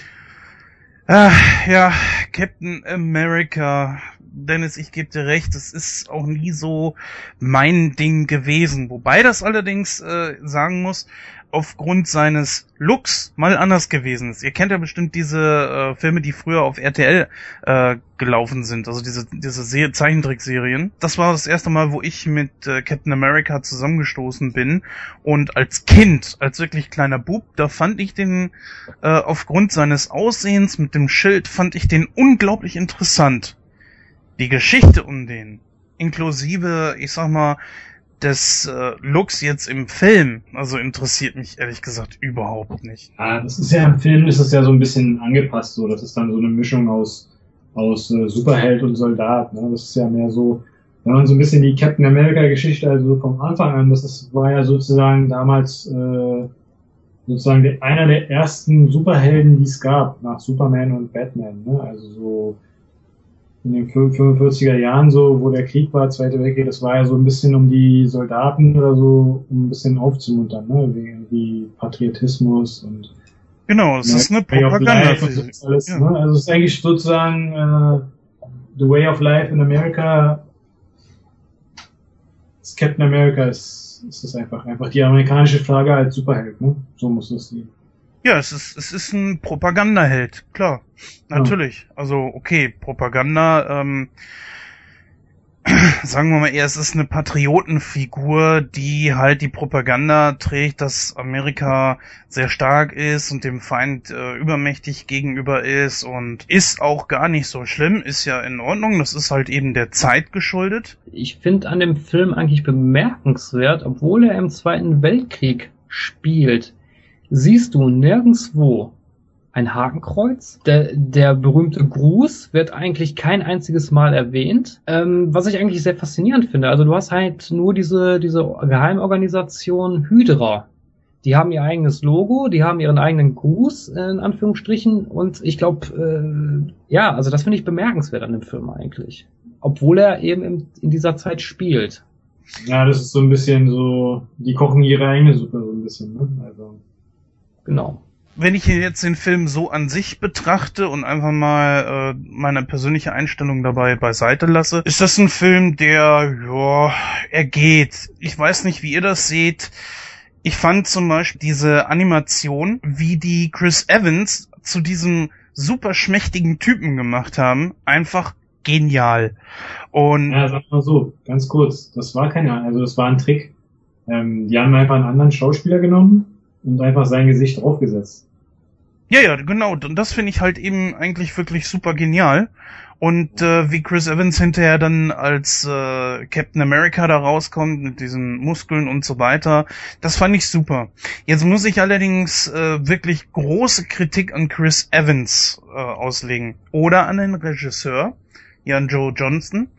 Ja, Captain America, Dennis, ich gebe dir recht, es ist auch nie so mein Ding gewesen. Wobei das allerdings sagen muss, aufgrund seines Looks mal anders gewesen ist. Ihr kennt ja bestimmt diese Filme, die früher auf RTL gelaufen sind, also diese Zeichentrickserien. Das war das erste Mal, wo ich mit Captain America zusammengestoßen bin. Und als Kind, als wirklich kleiner Bub, da fand ich den aufgrund seines Aussehens mit dem Schild, fand ich den unglaublich interessant. Die Geschichte um den, inklusive, ich sag mal, des Looks jetzt im Film, also interessiert mich ehrlich gesagt überhaupt nicht. Ja, das ist ja im Film, ist es ja so ein bisschen angepasst, so. Das ist dann so eine Mischung aus Superheld und Soldat, ne? Das ist ja mehr so, wenn man so ein bisschen die Captain America Geschichte, also vom Anfang an, war ja sozusagen damals sozusagen einer der ersten Superhelden, die es gab, nach Superman und Batman, ne? Also so in den 45er Jahren so, wo der Krieg war, Zweite Weltkrieg, das war ja so ein bisschen um die Soldaten oder so, um ein bisschen aufzumuntern, ne? Wie Patriotismus und Genau, es ist eine Propaganda. Alles, ja. Ne? Also es ist eigentlich sozusagen the way of life in America. Captain America ist es einfach die amerikanische Flagge als Superheld, ne? So muss es sehen. Ja, es ist ein Propagandaheld, klar. Natürlich. Ja. Also, okay, Propaganda, sagen wir mal eher, es ist eine Patriotenfigur, die halt die Propaganda trägt, dass Amerika sehr stark ist und dem Feind übermächtig gegenüber ist und ist auch gar nicht so schlimm, ist ja in Ordnung, das ist halt eben der Zeit geschuldet. Ich finde an dem Film eigentlich bemerkenswert, obwohl er im Zweiten Weltkrieg spielt, siehst du nirgendwo ein Hakenkreuz. Der berühmte Gruß wird eigentlich kein einziges Mal erwähnt, was ich eigentlich sehr faszinierend finde. Also du hast halt nur diese Geheimorganisation Hydra. Die haben ihr eigenes Logo, die haben ihren eigenen Gruß, in Anführungsstrichen, und ich glaube, also das finde ich bemerkenswert an dem Film eigentlich. Obwohl er eben in dieser Zeit spielt. Ja, das ist so ein bisschen so, die kochen ihre eigene Suppe so ein bisschen, ne? Also. Genau. Wenn ich hier jetzt den Film so an sich betrachte und einfach mal meine persönliche Einstellung dabei beiseite lasse, ist das ein Film, er geht. Ich weiß nicht, wie ihr das seht. Ich fand zum Beispiel diese Animation, wie die Chris Evans zu diesem super schmächtigen Typen gemacht haben, einfach genial. Und ja, sag mal so, ganz kurz, das war ein Trick. Die haben einfach einen anderen Schauspieler genommen und einfach sein Gesicht draufgesetzt. Ja, genau. Und das finde ich halt eben eigentlich wirklich super genial. Und wie Chris Evans hinterher dann als Captain America da rauskommt mit diesen Muskeln und so weiter, das fand ich super. Jetzt muss ich allerdings wirklich große Kritik an Chris Evans auslegen. Oder an den Regisseur, Jan Joe Johnston.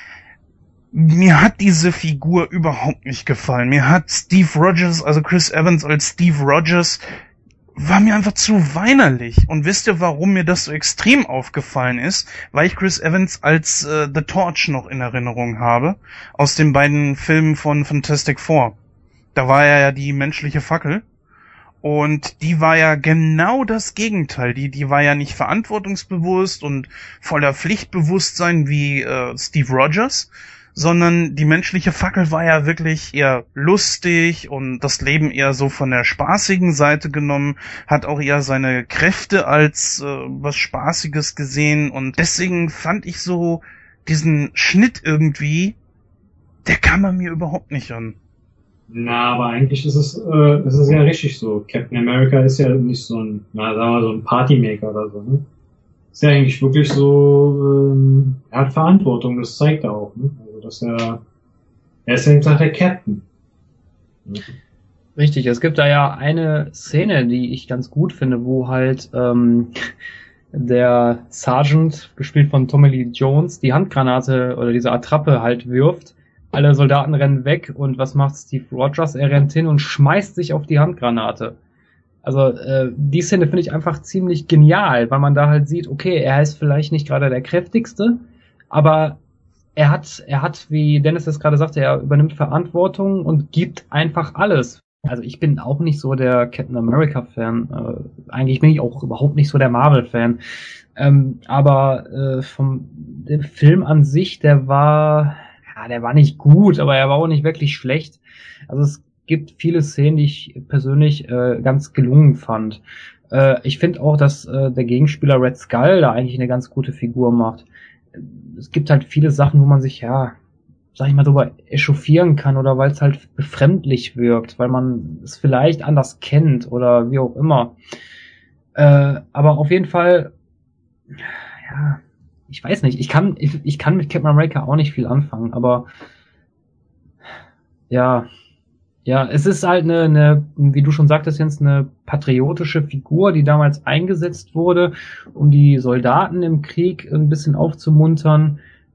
Mir hat diese Figur überhaupt nicht gefallen. Mir hat Steve Rogers, also Chris Evans als Steve Rogers, war mir einfach zu weinerlich. Und wisst ihr, warum mir das so extrem aufgefallen ist? Weil ich Chris Evans als The Torch noch in Erinnerung habe, aus den beiden Filmen von Fantastic Four. Da war er ja die menschliche Fackel. Und die war ja genau das Gegenteil. Die war ja nicht verantwortungsbewusst und voller Pflichtbewusstsein wie Steve Rogers, sondern die menschliche Fackel war ja wirklich eher lustig und das Leben eher so von der spaßigen Seite genommen, hat auch eher seine Kräfte als was Spaßiges gesehen und deswegen fand ich so diesen Schnitt irgendwie, der kam bei mir überhaupt nicht an. Na, aber eigentlich ist es ja richtig so. Captain America ist ja nicht so ein, sagen wir so ein Partymaker oder so, ne? Ist ja eigentlich wirklich so, er hat Verantwortung, das zeigt er auch, ne? Also, dass er ist ja einfach der Captain. Richtig, es gibt da ja eine Szene, die ich ganz gut finde, wo halt der Sergeant, gespielt von Tommy Lee Jones, die Handgranate oder diese Attrappe halt wirft. Alle Soldaten rennen weg und was macht Steve Rogers? Er rennt hin und schmeißt sich auf die Handgranate. Also die Szene finde ich einfach ziemlich genial, weil man da halt sieht, okay, er ist vielleicht nicht gerade der kräftigste, aber er hat, wie Dennis das gerade sagte, er übernimmt Verantwortung und gibt einfach alles. Also ich bin auch nicht so der Captain America-Fan. Eigentlich bin ich auch überhaupt nicht so der Marvel-Fan. Aber dem Film an sich, der war nicht gut, aber er war auch nicht wirklich schlecht. Also es gibt viele Szenen, die ich persönlich ganz gelungen fand. Ich finde auch, dass der Gegenspieler Red Skull da eigentlich eine ganz gute Figur macht. Es gibt halt viele Sachen, wo man sich, sag ich mal, drüber echauffieren kann oder weil es halt befremdlich wirkt, weil man es vielleicht anders kennt oder wie auch immer. Aber auf jeden Fall, ich weiß nicht, ich kann mit Captain America auch nicht viel anfangen, aber es ist halt eine, wie du schon sagtest, Jens, eine patriotische Figur, die damals eingesetzt wurde, um die Soldaten im Krieg ein bisschen aufzumuntern.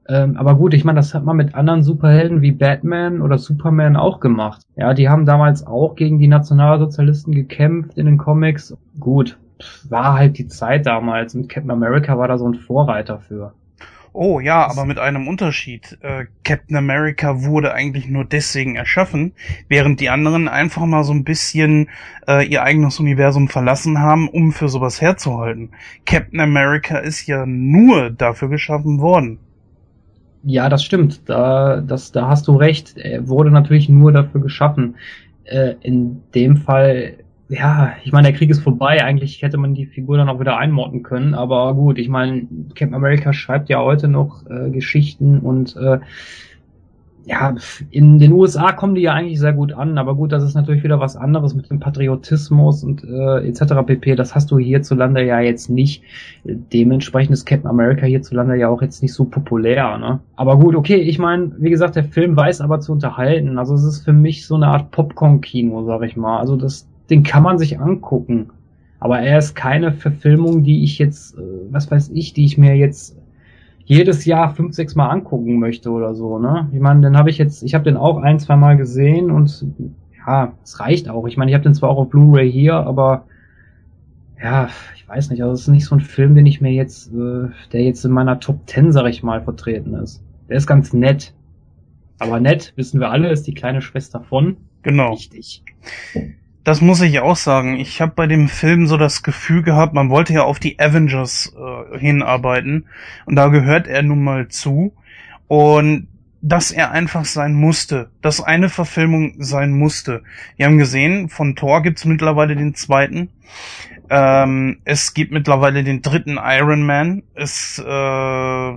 Aber gut, ich meine, das hat man mit anderen Superhelden wie Batman oder Superman auch gemacht. Ja, die haben damals auch gegen die Nationalsozialisten gekämpft in den Comics. Gut, war halt die Zeit damals und Captain America war da so ein Vorreiter für. Oh ja, aber mit einem Unterschied. Captain America wurde eigentlich nur deswegen erschaffen, während die anderen einfach mal so ein bisschen ihr eigenes Universum verlassen haben, um für sowas herzuhalten. Captain America ist ja nur dafür geschaffen worden. Ja, das stimmt. Da hast du recht. Er wurde natürlich nur dafür geschaffen. In dem Fall, ja, ich meine, der Krieg ist vorbei. Eigentlich hätte man die Figur dann auch wieder einmorden können. Aber gut, ich meine, Captain America schreibt ja heute noch Geschichten und ja, in den USA kommen die ja eigentlich sehr gut an, aber gut, das ist natürlich wieder was anderes mit dem Patriotismus und etc. pp. Das hast du hierzulande ja jetzt nicht. Dementsprechend ist Captain America hierzulande ja auch jetzt nicht so populär, ne? Aber gut, okay, ich meine, wie gesagt, der Film weiß aber zu unterhalten. Also es ist für mich so eine Art Popcorn-Kino, sag ich mal. Also den kann man sich angucken. Aber er ist keine Verfilmung, die ich jetzt, die ich mir jetzt jedes Jahr 5, 6 Mal angucken möchte oder so, ne? Ich meine, ich habe den auch 1, 2 Mal gesehen und ja, es reicht auch. Ich meine, ich habe den zwar auch auf Blu-ray hier, aber ja, ich weiß nicht, also es ist nicht so ein Film, den ich mir jetzt, der jetzt in meiner Top 10, sag ich mal, vertreten ist. Der ist ganz nett. Aber nett, wissen wir alle, ist die kleine Schwester von. Genau. Richtig. Das muss ich auch sagen. Ich habe bei dem Film so das Gefühl gehabt, man wollte ja auf die Avengers hinarbeiten. Und da gehört er nun mal zu. Und dass er einfach sein musste. Dass eine Verfilmung sein musste. Wir haben gesehen, von Thor gibt's mittlerweile den zweiten. Es gibt mittlerweile den dritten Iron Man. Wer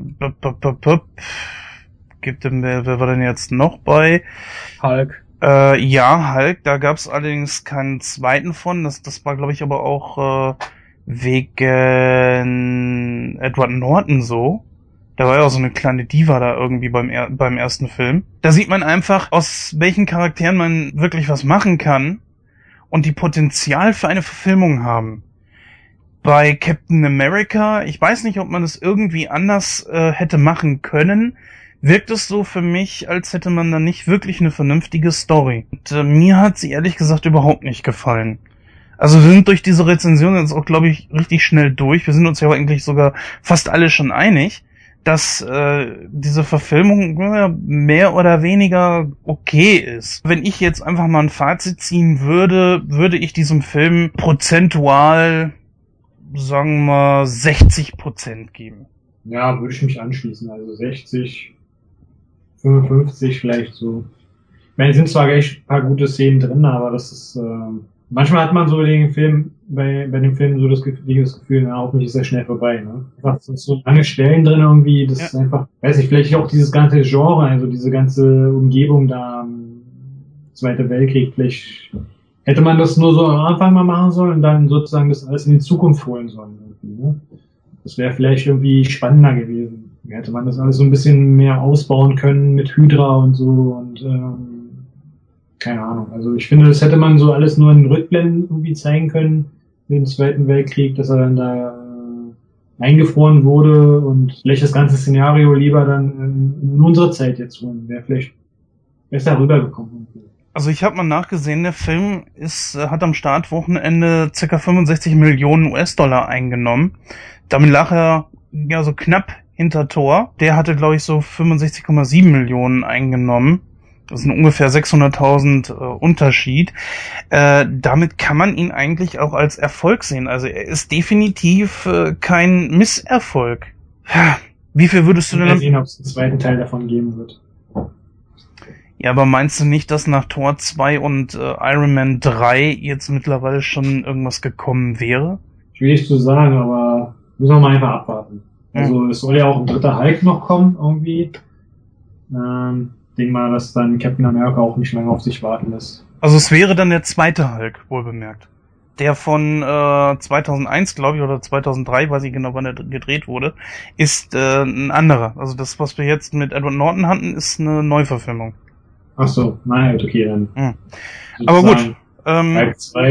war denn jetzt noch bei? Hulk. Ja, Hulk, da gab's allerdings keinen zweiten von. Das war, glaube ich, aber auch wegen Edward Norton so. Da war ja auch so eine kleine Diva da irgendwie beim ersten Film. Da sieht man einfach, aus welchen Charakteren man wirklich was machen kann und die Potenzial für eine Verfilmung haben. Bei Captain America, ich weiß nicht, ob man es irgendwie anders hätte machen können, wirkt es so für mich, als hätte man da nicht wirklich eine vernünftige Story. Und mir hat sie ehrlich gesagt überhaupt nicht gefallen. Also wir sind durch diese Rezension jetzt auch, glaube ich, richtig schnell durch. Wir sind uns ja eigentlich sogar fast alle schon einig, dass diese Verfilmung mehr oder weniger okay ist. Wenn ich jetzt einfach mal ein Fazit ziehen würde, würde ich diesem Film prozentual, sagen wir, 60% geben. Ja, würde ich mich anschließen. Also 60, 55 vielleicht so. Ich meine, es sind zwar echt ein paar gute Szenen drin, aber das ist, manchmal hat man so den Film, bei dem Film so das Gefühl, na, hoffentlich ist er schnell vorbei, ne? Einfach so lange Stellen drin irgendwie, das ist einfach, weiß ich, vielleicht auch dieses ganze Genre, also diese ganze Umgebung da, Zweiter Weltkrieg, vielleicht hätte man das nur so am Anfang mal machen sollen und dann sozusagen das alles in die Zukunft holen sollen, irgendwie, ne? Das wäre vielleicht irgendwie spannender gewesen. Hätte man das alles so ein bisschen mehr ausbauen können mit Hydra und so und keine Ahnung. Also ich finde, das hätte man so alles nur in Rückblenden irgendwie zeigen können, den Zweiten Weltkrieg, dass er dann da eingefroren wurde und vielleicht das ganze Szenario lieber dann in unserer Zeit jetzt holen. Wäre vielleicht besser rübergekommen. Also ich habe mal nachgesehen, der Film hat am Startwochenende ca. 65 Millionen US-Dollar eingenommen. Damit lag er ja so knapp hinter Thor. Der hatte, glaube ich, so 65,7 Millionen eingenommen. Das sind ungefähr 600.000 Unterschied. Damit kann man ihn eigentlich auch als Erfolg sehen. Also er ist definitiv kein Misserfolg. Wie viel würdest du denn... Mal sehen, ob es einen zweiten Teil davon geben wird. Ja, aber meinst du nicht, dass nach Thor 2 und Iron Man 3 jetzt mittlerweile schon irgendwas gekommen wäre? Schwierig zu sagen, aber müssen wir mal einfach abwarten. Also es soll ja auch ein dritter Hulk noch kommen, irgendwie. Denk mal, dass dann Captain America auch nicht lange auf sich warten lässt. Also es wäre dann der zweite Hulk, wohlbemerkt. Der von 2001, glaube ich, oder 2003, weiß ich genau, wann er gedreht wurde, ist ein anderer. Also das, was wir jetzt mit Edward Norton hatten, ist eine Neuverfilmung. Ach so, nein, okay, dann. Aber gut. Hulk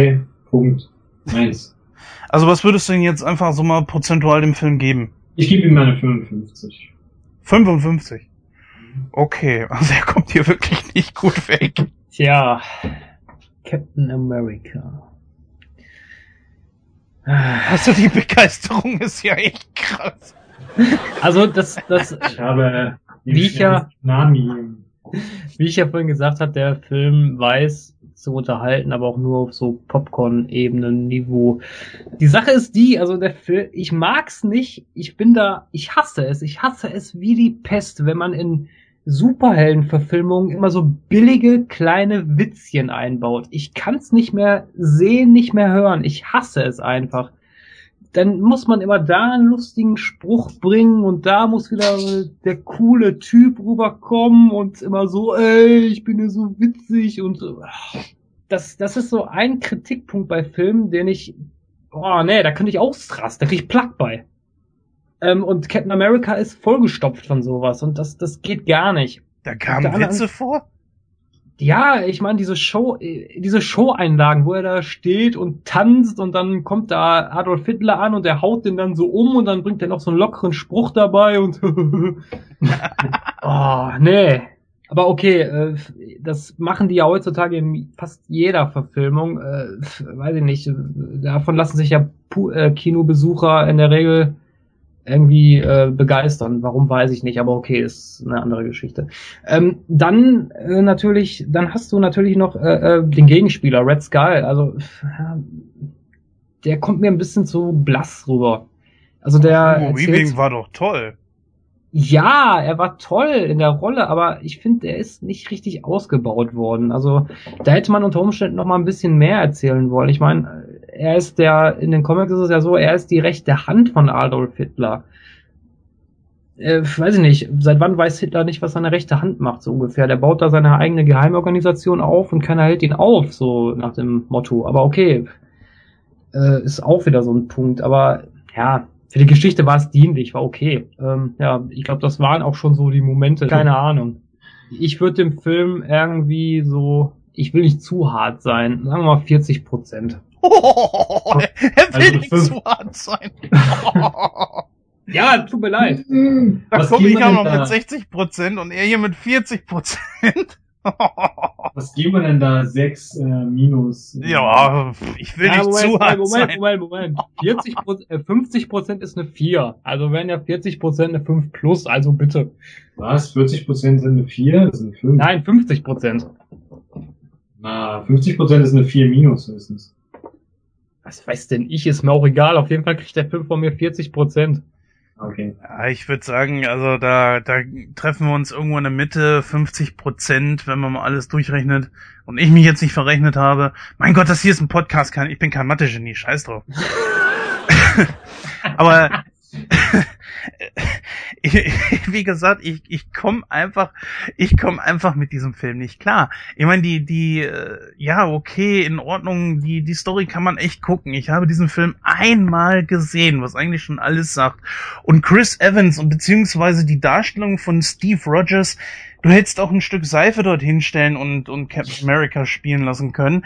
2.1. Also was würdest du denn jetzt einfach so mal prozentual dem Film geben? Ich gebe ihm eine 55. 55. Okay, also er kommt hier wirklich nicht gut weg. Tja, Captain America. Also die Begeisterung ist ja echt krass. Also das Ich habe Wie ich ja- Tsunami. wie ich ja vorhin gesagt habe, der Film weiß zu unterhalten, aber auch nur auf so Popcorn-Ebenen-Niveau. Die Sache ist die, also der Film, ich mag's nicht, ich hasse es wie die Pest, wenn man in Superheldenverfilmungen immer so billige kleine Witzchen einbaut. Ich kann's nicht mehr sehen, nicht mehr hören. Ich hasse es einfach. Dann muss man immer da einen lustigen Spruch bringen und da muss wieder der coole Typ rüberkommen und immer so, ey, ich bin ja so witzig und so. Das ist so ein Kritikpunkt bei Filmen, den da könnte ich ausrasten, da krieg ich Plaque bei. Und Captain America ist vollgestopft von sowas und das geht gar nicht. Da kamen Witze vor? Ja, ich meine, diese Show-Einlagen, wo er da steht und tanzt und dann kommt da Adolf Hitler an und er haut den dann so um und dann bringt er noch so einen lockeren Spruch dabei und oh, nee. Aber okay, das machen die ja heutzutage in fast jeder Verfilmung. Weiß ich nicht, davon lassen sich ja Kinobesucher in der Regel irgendwie begeistern. Warum, weiß ich nicht, aber okay, ist eine andere Geschichte. Dann hast du natürlich noch den Gegenspieler, Red Skull. Also der kommt mir ein bisschen zu blass rüber. Also der Weaving war doch toll. Ja, er war toll in der Rolle, aber ich finde, er ist nicht richtig ausgebaut worden. Also da hätte man unter Umständen noch mal ein bisschen mehr erzählen wollen. Ich meine, in den Comics ist es ja so, er ist die rechte Hand von Adolf Hitler. Weiß ich nicht, seit wann weiß Hitler nicht, was seine rechte Hand macht, so ungefähr. Der baut da seine eigene Geheimorganisation auf und keiner hält ihn auf, so nach dem Motto. Aber okay, ist auch wieder so ein Punkt. Aber ja, für die Geschichte war es dienlich, war okay. Ich glaube, das waren auch schon so die Momente, keine Ahnung. Ich würde dem Film irgendwie so, ich will nicht zu hart sein, sagen wir mal 40%. Oh, er will Also nicht zu hart sein. Ja, tut mir leid. Da Was komme ich geben auch wir noch denn mit da? 60% und er hier mit 40%. Was geben wir denn da? 6 minus? Ja, ich will nicht zu hart sein. Moment. 50% ist eine 4. Also wären ja 40% eine 5 plus, also bitte. Was? 40% sind eine 4? Das sind 5. Nein, 50%. Na, 50% ist eine 4 minus höchstens. Was weiß denn ich, ist mir auch egal. Auf jeden Fall kriegt der Film von mir 40%. Okay. Ja, ich würde sagen, also da treffen wir uns irgendwo in der Mitte, 50%, wenn man mal alles durchrechnet und ich mich jetzt nicht verrechnet habe. Mein Gott, das hier ist ein Podcast, ich bin kein Mathe-Genie, scheiß drauf. Aber wie gesagt, ich komme einfach mit diesem Film nicht klar. Ich meine, ja, okay, in Ordnung, die Story kann man echt gucken. Ich habe diesen Film einmal gesehen, was eigentlich schon alles sagt. Und Chris Evans und beziehungsweise die Darstellung von Steve Rogers, du hättest auch ein Stück Seife dorthin stellen und Captain America spielen lassen können.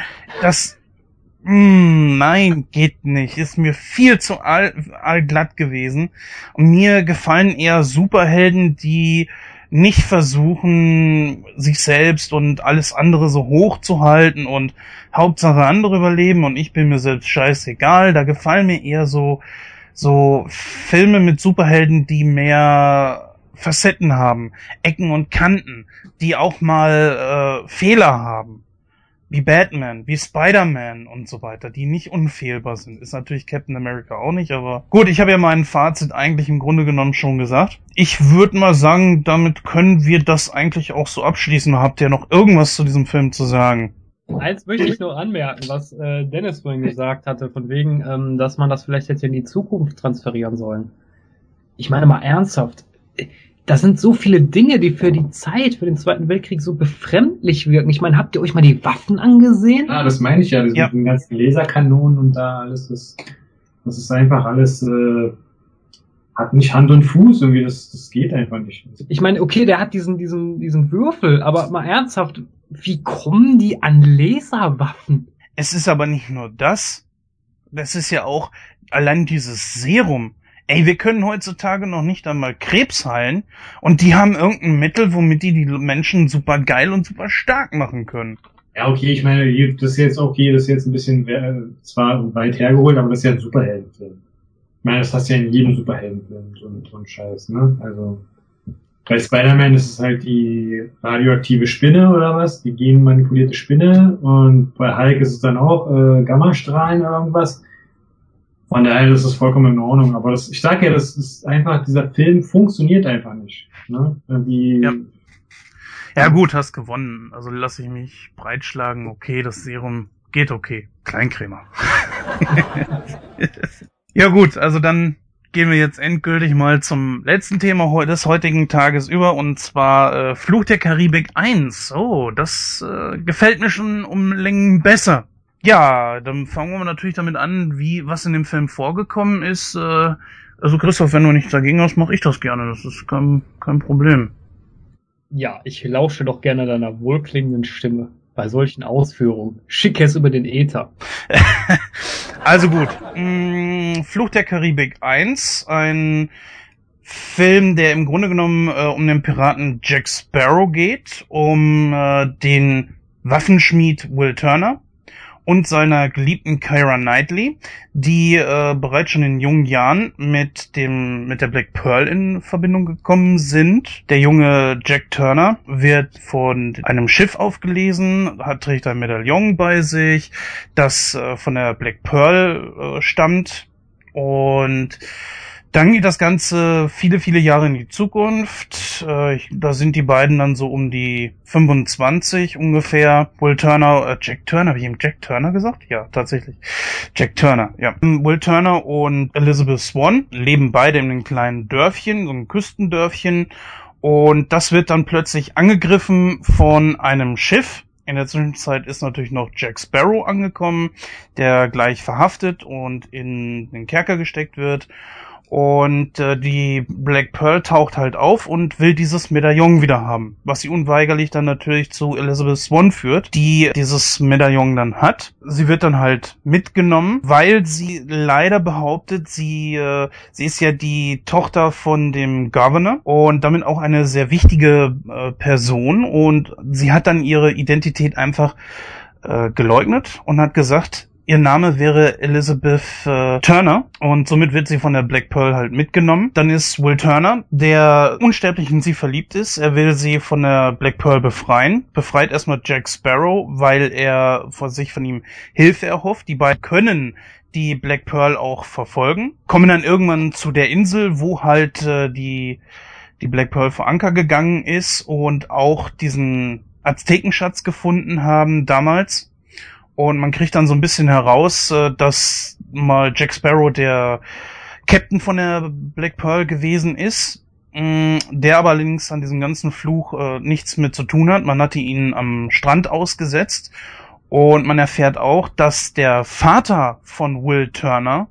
Nein, geht nicht. Ist mir viel zu allglatt gewesen. Und mir gefallen eher Superhelden, die nicht versuchen, sich selbst und alles andere so hoch zu halten und Hauptsache andere überleben und ich bin mir selbst scheißegal. Da gefallen mir eher so Filme mit Superhelden, die mehr Facetten haben, Ecken und Kanten, die auch mal Fehler haben. Wie Batman, wie Spider-Man und so weiter, die nicht unfehlbar sind. Ist natürlich Captain America auch nicht, aber gut, ich habe ja mein Fazit eigentlich im Grunde genommen schon gesagt. Ich würde mal sagen, damit können wir das eigentlich auch so abschließen. Habt ihr noch irgendwas zu diesem Film zu sagen? Eins möchte ich noch anmerken, was Dennis vorhin gesagt hatte, von wegen, dass man das vielleicht jetzt in die Zukunft transferieren sollen. Ich meine mal ernsthaft, das sind so viele Dinge, die für die Zeit, für den Zweiten Weltkrieg so befremdlich wirken. Ich meine, habt ihr euch mal die Waffen angesehen? Ah, das meine ich ja, das mit den ganzen Laserkanonen und da alles, das ist einfach alles, hat nicht Hand und Fuß, irgendwie, das geht einfach nicht. Ich meine, okay, der hat diesen Würfel, aber mal ernsthaft, wie kommen die an Laserwaffen? Es ist aber nicht nur das. Das ist ja auch allein dieses Serum. Ey, wir können heutzutage noch nicht einmal Krebs heilen und die haben irgendein Mittel, womit die Menschen super geil und super stark machen können. Ja, okay, ich meine, das ist jetzt ein bisschen, zwar weit hergeholt, aber das ist ja ein Superheldenfilm. Ich meine, das hast du ja in jedem Superheldenfilm, so ein Scheiß, ne? Also, bei Spider-Man ist es halt die radioaktive Spinne oder was, die genmanipulierte Spinne, und bei Hulk ist es dann auch Gammastrahlen oder irgendwas. Von daher ist es vollkommen in Ordnung, aber ich sag ja, das ist einfach, dieser Film funktioniert einfach nicht, ne? Irgendwie. Ja gut, hast gewonnen. Also lasse ich mich breitschlagen. Okay, das Serum geht okay. Kleinkrämer. Ja gut, also dann gehen wir jetzt endgültig mal zum letzten Thema des heutigen Tages über, und zwar Fluch der Karibik 1. Oh, das gefällt mir schon um Längen besser. Ja, dann fangen wir natürlich damit an, was in dem Film vorgekommen ist. Also Christoph, wenn du nichts dagegen hast, mache ich das gerne. Das ist kein Problem. Ja, ich lausche doch gerne deiner wohlklingenden Stimme bei solchen Ausführungen. Schick es über den Äther. Also gut, Fluch der Karibik 1, ein Film, der im Grunde genommen um den Piraten Jack Sparrow geht, um den Waffenschmied Will Turner und seiner geliebten Keira Knightley, die bereits schon in jungen Jahren mit der Black Pearl in Verbindung gekommen sind. Der junge Jack Turner wird von einem Schiff aufgelesen, trägt ein Medaillon bei sich, das von der Black Pearl stammt, und dann geht das Ganze viele, viele Jahre in die Zukunft. Da sind die beiden dann so um die 25 ungefähr. Will Turner, Jack Turner, habe ich ihm Jack Turner gesagt? Ja, tatsächlich. Jack Turner, ja. Will Turner und Elizabeth Swann leben beide in einem kleinen Dörfchen, so einem Küstendörfchen. Und das wird dann plötzlich angegriffen von einem Schiff. In der Zwischenzeit ist natürlich noch Jack Sparrow angekommen, der gleich verhaftet und in den Kerker gesteckt wird. Und die Black Pearl taucht halt auf und will dieses Medaillon wieder haben, was sie unweigerlich dann natürlich zu Elizabeth Swann führt, die dieses Medaillon dann hat. Sie wird dann halt mitgenommen, weil sie leider behauptet, sie ist ja die Tochter von dem Governor und damit auch eine sehr wichtige Person, und sie hat dann ihre Identität einfach geleugnet und hat gesagt, ihr Name wäre Elizabeth Turner, und somit wird sie von der Black Pearl halt mitgenommen. Dann ist Will Turner, der unsterblich in sie verliebt ist. Er will sie von der Black Pearl befreien. Befreit erstmal Jack Sparrow, weil er von ihm Hilfe erhofft. Die beiden können die Black Pearl auch verfolgen. Kommen dann irgendwann zu der Insel, wo halt die Black Pearl vor Anker gegangen ist und auch diesen Aztekenschatz gefunden haben damals. Und man kriegt dann so ein bisschen heraus, dass mal Jack Sparrow der Captain von der Black Pearl gewesen ist, der aber allerdings an diesem ganzen Fluch nichts mit zu tun hat. Man hatte ihn am Strand ausgesetzt, und man erfährt auch, dass der Vater von Will Turner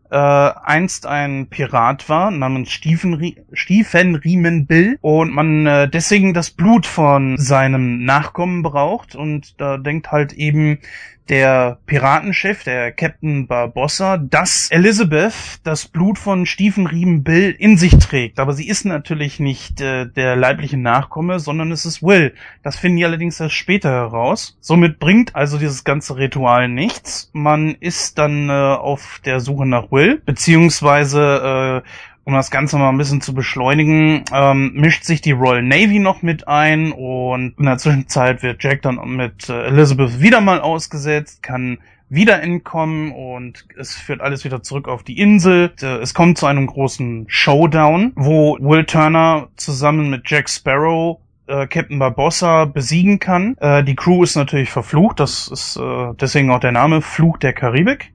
einst ein Pirat war, namens Stiefenriemen Bill, und man deswegen das Blut von seinem Nachkommen braucht, und da denkt halt eben der Piratenchef, der Captain Barbossa, dass Elizabeth das Blut von Stiefenriemen Bill in sich trägt. Aber sie ist natürlich nicht der leibliche Nachkomme, sondern es ist Will. Das finden die allerdings erst später heraus. Somit bringt also dieses ganze Ritual nichts. Man ist dann auf der Suche nach Will, beziehungsweise um das Ganze mal ein bisschen zu beschleunigen, mischt sich die Royal Navy noch mit ein, und in der Zwischenzeit wird Jack dann mit Elizabeth wieder mal ausgesetzt, kann wieder entkommen, und es führt alles wieder zurück auf die Insel. Es kommt zu einem großen Showdown, wo Will Turner zusammen mit Jack Sparrow Captain Barbossa besiegen kann. Die Crew ist natürlich verflucht, das ist deswegen auch der Name Fluch der Karibik.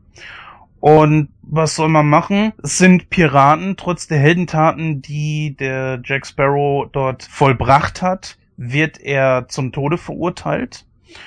Und was soll man machen? Es sind Piraten. Trotz der Heldentaten, die der Jack Sparrow dort vollbracht hat, wird er zum Tode verurteilt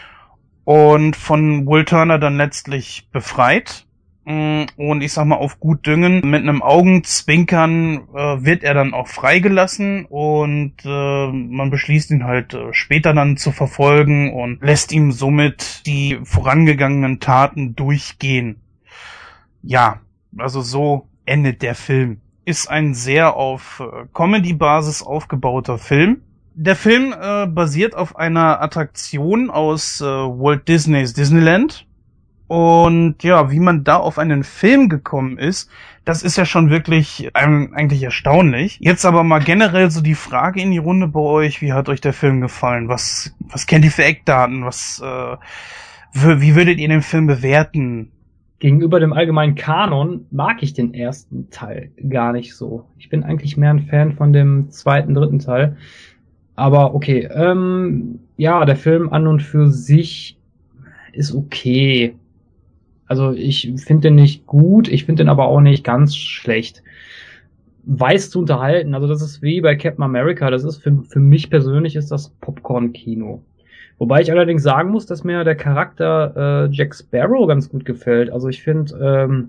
und von Will Turner dann letztlich befreit. Und ich sag mal, auf gut Düngen, mit einem Augenzwinkern wird er dann auch freigelassen, und man beschließt ihn halt später dann zu verfolgen und lässt ihm somit die vorangegangenen Taten durchgehen. Ja, also so endet der Film. ist ein sehr auf Comedy-Basis aufgebauter Film. Der Film basiert auf einer Attraktion aus Walt Disneys Disneyland. Und ja, wie man da auf einen Film gekommen ist, das ist ja schon wirklich eigentlich erstaunlich. Jetzt aber mal generell so die Frage in die Runde bei euch, wie hat euch der Film gefallen? Was kennt ihr für Eckdaten? Wie würdet ihr den Film bewerten? Gegenüber dem allgemeinen Kanon mag ich den ersten Teil gar nicht so. Ich bin eigentlich mehr ein Fan von dem zweiten, dritten Teil. Aber okay, ja, der Film an und für sich ist okay. Also ich finde den nicht gut, ich finde den aber auch nicht ganz schlecht. Weiß zu unterhalten, also das ist wie bei Captain America, das ist für mich persönlich ist das Popcorn-Kino. Wobei ich allerdings sagen muss, dass mir der Charakter Jack Sparrow ganz gut gefällt. Also ich finde,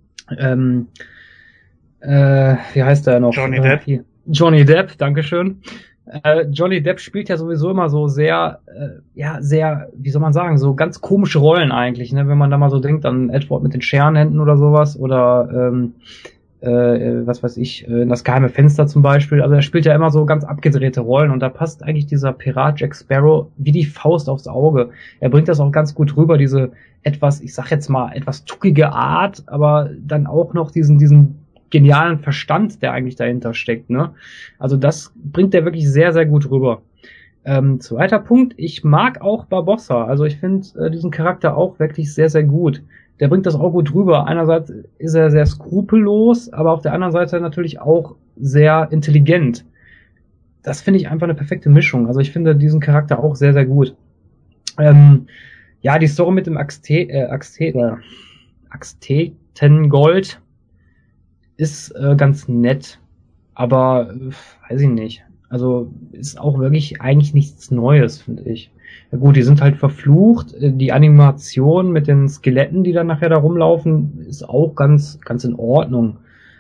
wie heißt der noch? Johnny Depp. Johnny Depp, dankeschön. Johnny Depp spielt ja sowieso immer so sehr, sehr, wie soll man sagen, so ganz komische Rollen eigentlich, ne? Wenn man da mal so denkt an Edward mit den Scherenhänden oder sowas oder was weiß ich, das geheime Fenster zum Beispiel. Also er spielt ja immer so ganz abgedrehte Rollen und da passt eigentlich dieser Pirat Jack Sparrow wie die Faust aufs Auge. Er bringt das auch ganz gut rüber, diese etwas, ich sag jetzt mal, etwas tuckige Art, aber dann auch noch diesen genialen Verstand, der eigentlich dahinter steckt, ne? Also das bringt er wirklich sehr, sehr gut rüber. Zweiter Punkt, ich mag auch Barbossa. Also ich finde diesen Charakter auch wirklich sehr, sehr gut. Der bringt das auch gut rüber. Einerseits ist er sehr skrupellos, aber auf der anderen Seite natürlich auch sehr intelligent. Das finde ich einfach eine perfekte Mischung. Also ich finde diesen Charakter auch sehr, sehr gut. Ja, die Story mit dem Axtetengold ist ganz nett, aber weiß ich nicht. Also ist auch wirklich eigentlich nichts Neues, finde ich. Ja gut, die sind halt verflucht. Die Animation mit den Skeletten, die dann nachher da rumlaufen, ist auch ganz, ganz in Ordnung.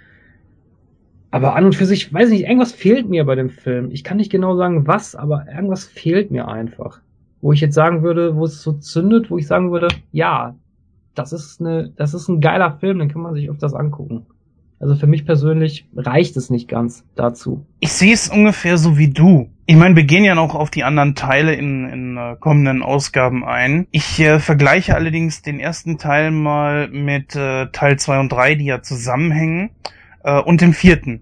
Aber an und für sich, weiß ich nicht, irgendwas fehlt mir bei dem Film. Ich kann nicht genau sagen, was, aber irgendwas fehlt mir einfach. Wo ich jetzt sagen würde, wo es so zündet, wo ich sagen würde, ja, das ist ein geiler Film, den kann man sich öfters angucken. Also für mich persönlich reicht es nicht ganz dazu. Ich sehe es ungefähr so wie du. Ich meine, wir gehen ja noch auf die anderen Teile in kommenden Ausgaben ein. Ich vergleiche allerdings den ersten Teil mal mit Teil 2 und 3, die ja zusammenhängen, und dem vierten.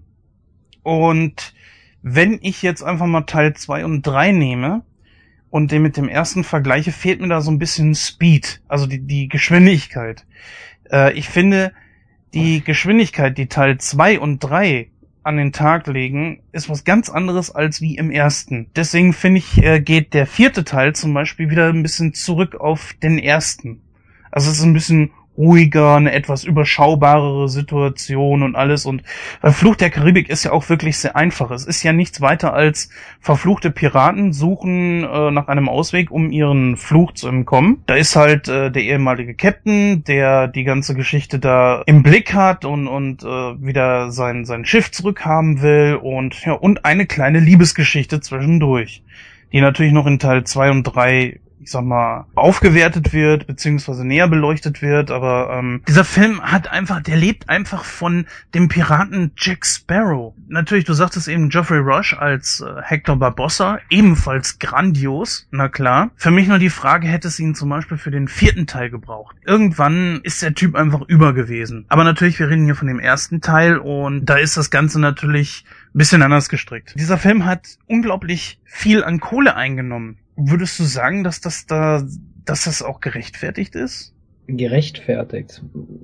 Und wenn ich jetzt einfach mal Teil 2 und 3 nehme und den mit dem ersten vergleiche, fehlt mir da so ein bisschen Speed, also die Geschwindigkeit. Ich finde, die Geschwindigkeit, die Teil 2 und 3 an den Tag legen, ist was ganz anderes als wie im ersten. Deswegen finde ich, geht der vierte Teil zum Beispiel wieder ein bisschen zurück auf den ersten. Also es ist ein bisschen ruhiger, eine etwas überschaubarere Situation und alles. Und weil Fluch der Karibik ist ja auch wirklich sehr einfach. Es ist ja nichts weiter als verfluchte Piraten suchen nach einem Ausweg, um ihren Fluch zu entkommen. Da ist halt der ehemalige Captain, der die ganze Geschichte da im Blick hat und wieder sein Schiff zurückhaben will und eine kleine Liebesgeschichte zwischendurch, die natürlich noch in Teil 2 und 3, ich sag mal, aufgewertet wird, beziehungsweise näher beleuchtet wird, aber dieser Film der lebt einfach von dem Piraten Jack Sparrow. Natürlich, du sagtest eben Geoffrey Rush als Hector Barbossa, ebenfalls grandios, na klar. Für mich nur die Frage, hätte es ihn zum Beispiel für den vierten Teil gebraucht. Irgendwann ist der Typ einfach über gewesen. Aber natürlich, wir reden hier von dem ersten Teil und da ist das Ganze natürlich ein bisschen anders gestrickt. Dieser Film hat unglaublich viel an Kohle eingenommen. Würdest du sagen, dass das auch gerechtfertigt ist? Gerechtfertigt.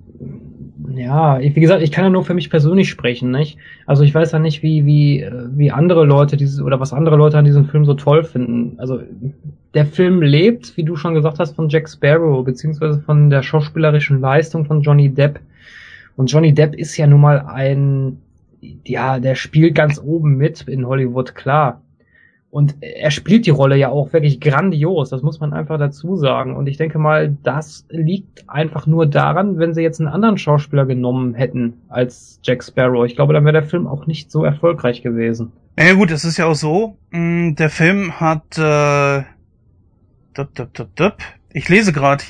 Ja, wie gesagt, ich kann ja nur für mich persönlich sprechen, nicht? Also ich weiß ja nicht, wie andere Leute was andere Leute an diesem Film so toll finden. Also der Film lebt, wie du schon gesagt hast, von Jack Sparrow, beziehungsweise von der schauspielerischen Leistung von Johnny Depp. Und Johnny Depp ist ja nun mal der spielt ganz oben mit in Hollywood, klar. Und er spielt die Rolle ja auch wirklich grandios, das muss man einfach dazu sagen. Und ich denke mal, das liegt einfach nur daran, wenn sie jetzt einen anderen Schauspieler genommen hätten als Jack Sparrow. Ich glaube, dann wäre der Film auch nicht so erfolgreich gewesen. Ja gut, es ist ja auch so, der Film hat, ich lese gerade hier,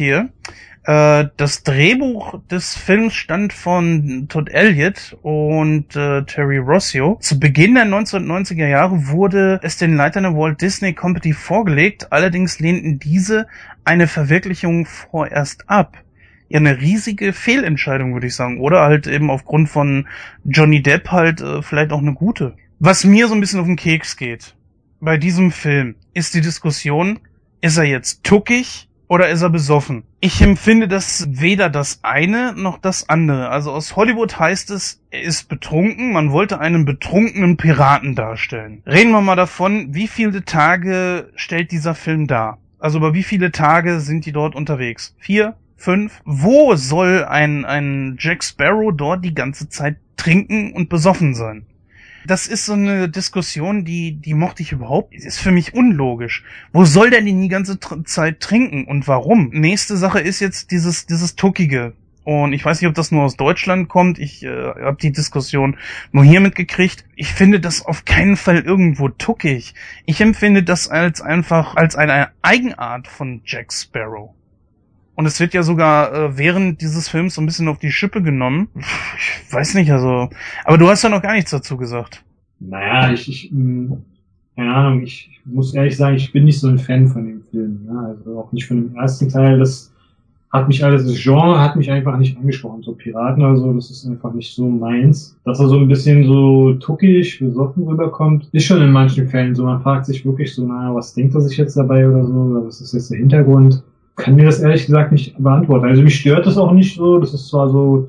Das Drehbuch des Films stammt von Todd Elliott und Terry Rossio. Zu Beginn der 1990er Jahre wurde es den Leitern der Walt Disney Company vorgelegt, allerdings lehnten diese eine Verwirklichung vorerst ab. Ja, eine riesige Fehlentscheidung, würde ich sagen. Oder halt eben aufgrund von Johnny Depp halt vielleicht auch eine gute. Was mir so ein bisschen auf den Keks geht bei diesem Film, ist die Diskussion, ist er jetzt tuckig oder ist er besoffen? Ich empfinde das weder das eine noch das andere. Also aus Hollywood heißt es, er ist betrunken. Man wollte einen betrunkenen Piraten darstellen. Reden wir mal davon, wie viele Tage stellt dieser Film dar? Also über wie viele Tage sind die dort unterwegs? 4, 5? Wo soll ein Jack Sparrow dort die ganze Zeit trinken und besoffen sein? Das ist so eine Diskussion, die mochte ich überhaupt. Ist für mich unlogisch. Wo soll der denn die ganze Zeit trinken und warum? Nächste Sache ist jetzt dieses Tuckige. Und ich weiß nicht, ob das nur aus Deutschland kommt. Ich habe die Diskussion nur hier mitgekriegt. Ich finde das auf keinen Fall irgendwo tuckig. Ich empfinde das als eine Eigenart von Jack Sparrow. Und es wird ja sogar während dieses Films so ein bisschen auf die Schippe genommen. Ich weiß nicht, also... Aber du hast ja noch gar nichts dazu gesagt. Naja, keine Ahnung, ich muss ehrlich sagen, ich bin nicht so ein Fan von dem Film. Ja? Also auch nicht von dem ersten Teil. Das Genre hat mich einfach nicht angesprochen. So Piraten oder so, das ist einfach nicht so meins. Dass er so ein bisschen so tuckig, besoffen rüberkommt, ist schon in manchen Fällen so. Man fragt sich wirklich so, naja, was denkt er sich jetzt dabei oder so? Oder was ist jetzt der Hintergrund? Kann mir das ehrlich gesagt nicht beantworten. Also mich stört das auch nicht so. Das ist zwar so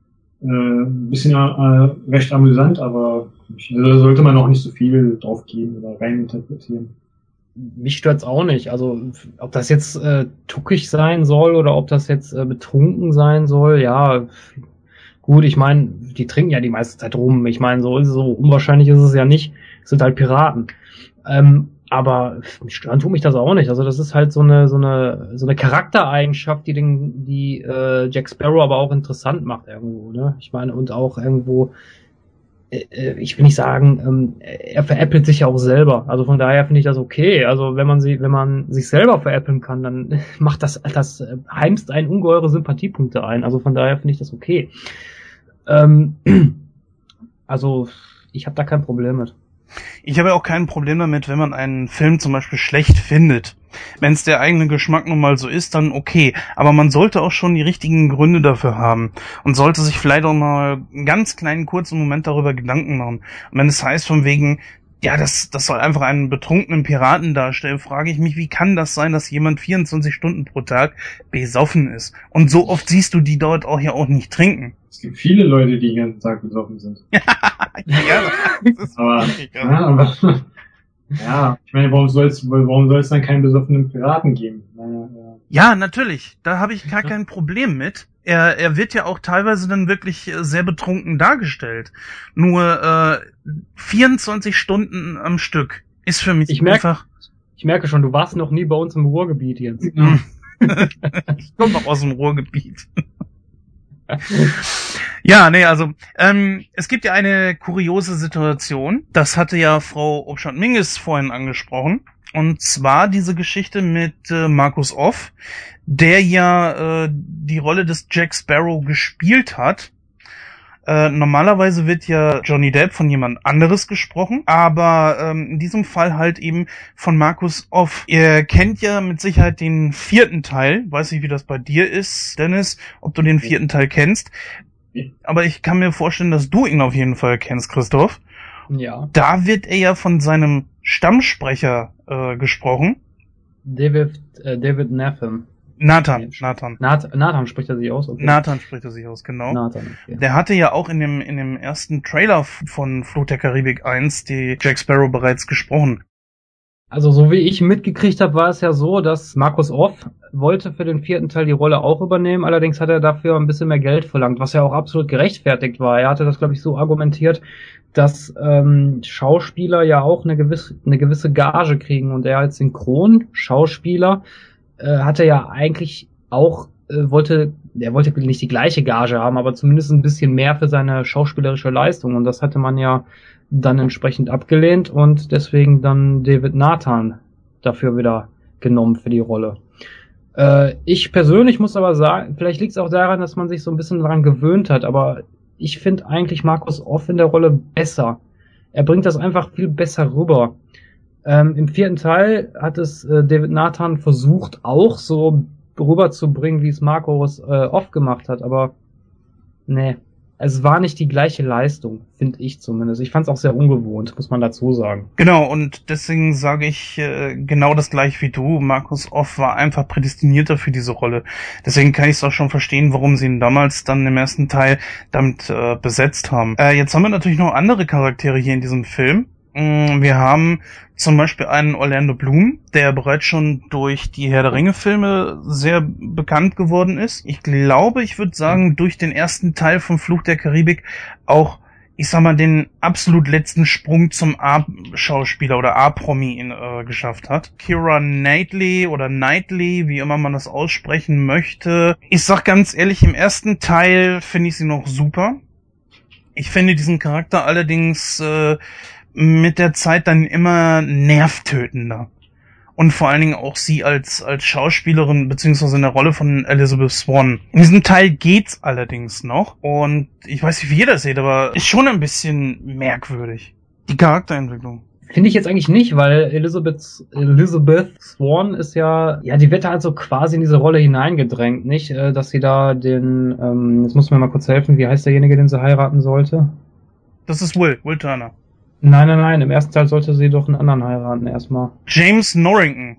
ein bisschen recht amüsant, aber da sollte man auch nicht so viel drauf geben oder reininterpretieren. Mich stört's auch nicht. Also ob das jetzt tuckig sein soll oder ob das jetzt betrunken sein soll, ja gut, ich meine, die trinken ja die meiste Zeit rum. Ich meine, so unwahrscheinlich ist es ja nicht. Es sind halt Piraten. Aber stören tut mich das auch nicht. Also das ist halt so eine Charaktereigenschaft, die Jack Sparrow aber auch interessant macht irgendwo, ne? Ich meine, und auch irgendwo, ich will nicht sagen, er veräppelt sich ja auch selber. Also von daher finde ich das okay. Also wenn man sich selber veräppeln kann, dann macht das heimst einen ungeheure Sympathiepunkte ein. Also von daher finde ich das okay. Also ich habe da kein Problem mit. Ich habe ja auch kein Problem damit, wenn man einen Film zum Beispiel schlecht findet. Wenn es der eigene Geschmack nun mal so ist, dann okay. Aber man sollte auch schon die richtigen Gründe dafür haben und sollte sich vielleicht auch mal einen ganz kleinen, kurzen Moment darüber Gedanken machen. Und wenn es heißt von wegen, ja, das soll einfach einen betrunkenen Piraten darstellen, frage ich mich, wie kann das sein, dass jemand 24 Stunden pro Tag besoffen ist? Und so oft siehst du die dort auch ja auch nicht trinken. Es gibt viele Leute, die den ganzen Tag besoffen sind. Ja, das ist ja, ich meine, warum soll es dann keinen besoffenen Piraten geben? Ja, natürlich. Da habe ich gar kein Problem mit. Er wird ja auch teilweise dann wirklich sehr betrunken dargestellt. Nur 24 Stunden am Stück ist für mich einfach... Ich merke schon, du warst noch nie bei uns im Ruhrgebiet jetzt. Ich komme auch aus dem Ruhrgebiet. Ja, nee, also es gibt ja eine kuriose Situation. Das hatte ja Frau Obschat-Minges vorhin angesprochen. Und zwar diese Geschichte mit Markus Off, der ja die Rolle des Jack Sparrow gespielt hat. Normalerweise wird ja Johnny Depp von jemand anderes gesprochen, aber in diesem Fall halt eben von Markus Off. Ihr kennt ja mit Sicherheit den 4. Teil. Weiß nicht, wie das bei dir ist, Dennis, ob du den 4. Teil kennst. Aber ich kann mir vorstellen, dass du ihn auf jeden Fall kennst, Christoph. Ja. Da wird er ja von seinem Stammsprecher gesprochen. David Nathan. Nathan spricht er sich aus. Okay. Nathan spricht er sich aus, genau. Nathan, okay. Der hatte ja auch in dem ersten Trailer von Fluch der Karibik 1 die Jack Sparrow bereits gesprochen. Also so wie ich mitgekriegt habe, war es ja so, dass Markus Off wollte für den 4. Teil die Rolle auch übernehmen. Allerdings hat er dafür ein bisschen mehr Geld verlangt, was ja auch absolut gerechtfertigt war. Er hatte das, glaube ich, so argumentiert, dass Schauspieler ja auch eine gewisse Gage kriegen. Und er als Synchronschauspieler hatte ja eigentlich auch wollte nicht die gleiche Gage haben, aber zumindest ein bisschen mehr für seine schauspielerische Leistung. Und das hatte man ja dann entsprechend abgelehnt und deswegen dann David Nathan dafür wieder genommen für die Rolle. Ich persönlich muss aber sagen, vielleicht liegt es auch daran, dass man sich so ein bisschen daran gewöhnt hat, aber ich finde eigentlich Markus Off in der Rolle besser. Er bringt das einfach viel besser rüber. Im 4. Teil hat es David Nathan versucht, auch so rüberzubringen, wie es Markus Off gemacht hat, aber nee, es war nicht die gleiche Leistung, finde ich zumindest. Ich fand es auch sehr ungewohnt, muss man dazu sagen. Genau, und deswegen sage ich genau das gleiche wie du. Markus Off war einfach prädestinierter für diese Rolle. Deswegen kann ich es auch schon verstehen, warum sie ihn damals dann im ersten Teil damit besetzt haben. Jetzt haben wir natürlich noch andere Charaktere hier in diesem Film. Wir haben zum Beispiel einen Orlando Bloom, der bereits schon durch die Herr der Ringe-Filme sehr bekannt geworden ist. Ich glaube, ich würde sagen, durch den ersten Teil vom Fluch der Karibik auch, ich sag mal, den absolut letzten Sprung zum A-Schauspieler oder A-Promi geschafft hat. Keira Knightley oder Knightley, wie immer man das aussprechen möchte. Ich sag ganz ehrlich, im ersten Teil finde ich sie noch super. Ich finde diesen Charakter allerdings mit der Zeit dann immer nervtötender. Und vor allen Dingen auch sie als Schauspielerin, beziehungsweise in der Rolle von Elizabeth Swann. In diesem Teil geht's allerdings noch. Und ich weiß nicht, wie ihr das seht, aber ist schon ein bisschen merkwürdig. Die Charakterentwicklung. Finde ich jetzt eigentlich nicht, weil Elizabeth Swann ist ja, die wird halt so quasi in diese Rolle hineingedrängt, nicht? Dass sie da jetzt muss mir mal kurz helfen, wie heißt derjenige, den sie heiraten sollte? Das ist Will Turner. Nein, im ersten Teil sollte sie doch einen anderen heiraten erstmal. James Norrington,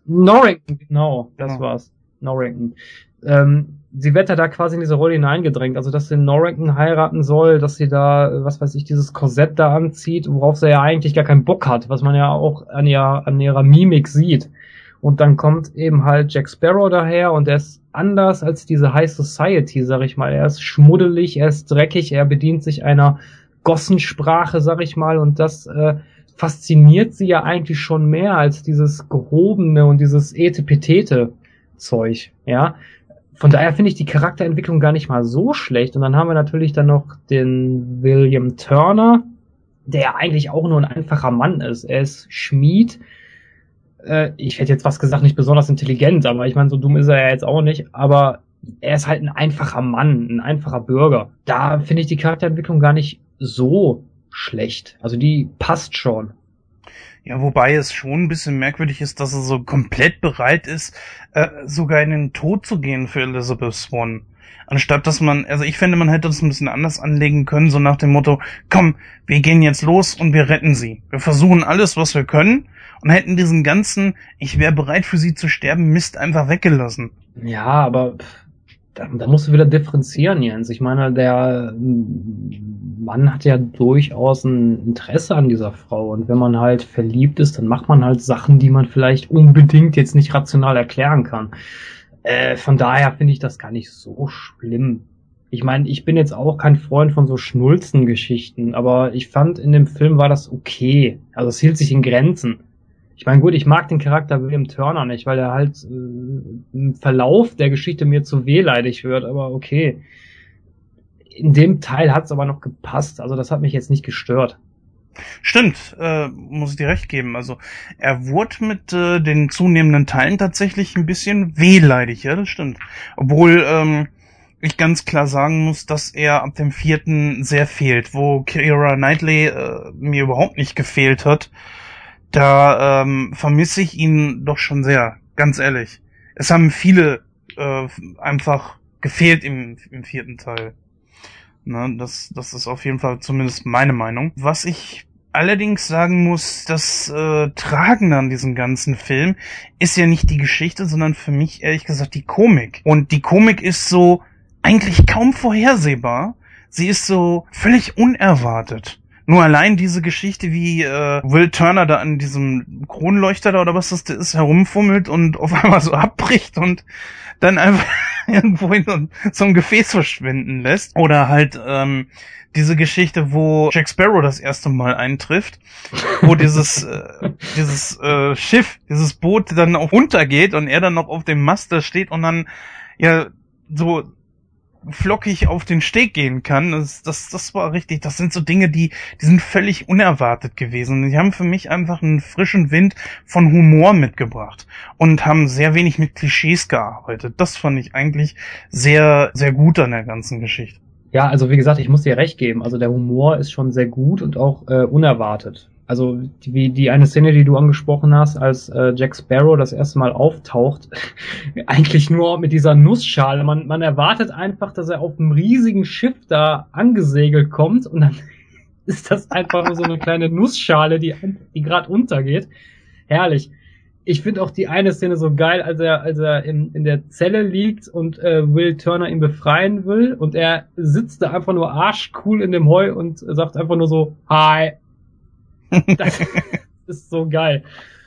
genau, das war's. Norrington. Sie wird da quasi in diese Rolle hineingedrängt, also dass sie Norrington heiraten soll, dass sie da, was weiß ich, dieses Korsett da anzieht, worauf sie ja eigentlich gar keinen Bock hat, was man ja auch an ihrer Mimik sieht. Und dann kommt eben halt Jack Sparrow daher und er ist anders als diese High Society, sag ich mal. Er ist schmuddelig, er ist dreckig, er bedient sich einer Gossensprache, sag ich mal, und das fasziniert sie ja eigentlich schon mehr als dieses gehobene und dieses Etepetete-Zeug, ja. Von daher finde ich die Charakterentwicklung gar nicht mal so schlecht. Und dann haben wir natürlich dann noch den William Turner, der eigentlich auch nur ein einfacher Mann ist. Er ist Schmied. Ich hätte jetzt was gesagt, nicht besonders intelligent, aber ich meine, so dumm ist er ja jetzt auch nicht. Aber er ist halt ein einfacher Mann, ein einfacher Bürger. Da finde ich die Charakterentwicklung gar nicht so schlecht. Also die passt schon. Ja, wobei es schon ein bisschen merkwürdig ist, dass er so komplett bereit ist, sogar in den Tod zu gehen für Elizabeth Swann. Anstatt dass ich finde, man hätte das ein bisschen anders anlegen können, so nach dem Motto, komm, wir gehen jetzt los und wir retten sie. Wir versuchen alles, was wir können und hätten diesen ganzen, ich wäre bereit für sie zu sterben, Mist einfach weggelassen. Ja, aber da musst du wieder differenzieren, Jens. Ich meine, der Mann hat ja durchaus ein Interesse an dieser Frau. Und wenn man halt verliebt ist, dann macht man halt Sachen, die man vielleicht unbedingt jetzt nicht rational erklären kann. Von daher finde ich das gar nicht so schlimm. Ich meine, ich bin jetzt auch kein Freund von so Schnulzengeschichten, aber ich fand, in dem Film war das okay. Also es hielt sich in Grenzen. Ich meine, gut, ich mag den Charakter William Turner nicht, weil er halt im Verlauf der Geschichte mir zu wehleidig wird, aber okay. In dem Teil hat's aber noch gepasst, also das hat mich jetzt nicht gestört. Stimmt, muss ich dir recht geben. Also er wurde mit den zunehmenden Teilen tatsächlich ein bisschen wehleidig, ja, das stimmt. Obwohl ich ganz klar sagen muss, dass er ab dem 4. sehr fehlt, wo Keira Knightley mir überhaupt nicht gefehlt hat. Da vermisse ich ihn doch schon sehr, ganz ehrlich. Es haben viele einfach gefehlt im 4. Teil. Na, das ist auf jeden Fall zumindest meine Meinung. Was ich allerdings sagen muss, das Tragende an diesem ganzen Film ist ja nicht die Geschichte, sondern für mich ehrlich gesagt die Komik. Und die Komik ist so eigentlich kaum vorhersehbar. Sie ist so völlig unerwartet. Nur allein diese Geschichte, wie Will Turner da an diesem Kronleuchter da oder was das ist, herumfummelt und auf einmal so abbricht und dann einfach irgendwo in so ein Gefäß verschwinden lässt. Oder halt diese Geschichte, wo Jack Sparrow das erste Mal eintrifft, wo dieses Schiff, dieses Boot dann auch untergeht und er dann noch auf dem Mast da steht und dann ja so flockig auf den Steg gehen kann. Das war richtig, das sind so Dinge, die sind völlig unerwartet gewesen. Die haben für mich einfach einen frischen Wind von Humor mitgebracht und haben sehr wenig mit Klischees gearbeitet. Das fand ich eigentlich sehr, sehr gut an der ganzen Geschichte. Ja, also wie gesagt, ich muss dir recht geben. Also der Humor ist schon sehr gut und auch unerwartet. Also wie die eine Szene, die du angesprochen hast, als Jack Sparrow das erste Mal auftaucht, eigentlich nur mit dieser Nussschale. Man erwartet einfach, dass er auf einem riesigen Schiff da angesegelt kommt und dann ist das einfach nur so eine kleine Nussschale, die gerade untergeht. Herrlich. Ich finde auch die eine Szene so geil, als er in der Zelle liegt und Will Turner ihn befreien will und er sitzt da einfach nur arschcool in dem Heu und sagt einfach nur so, hi. Das ist so geil.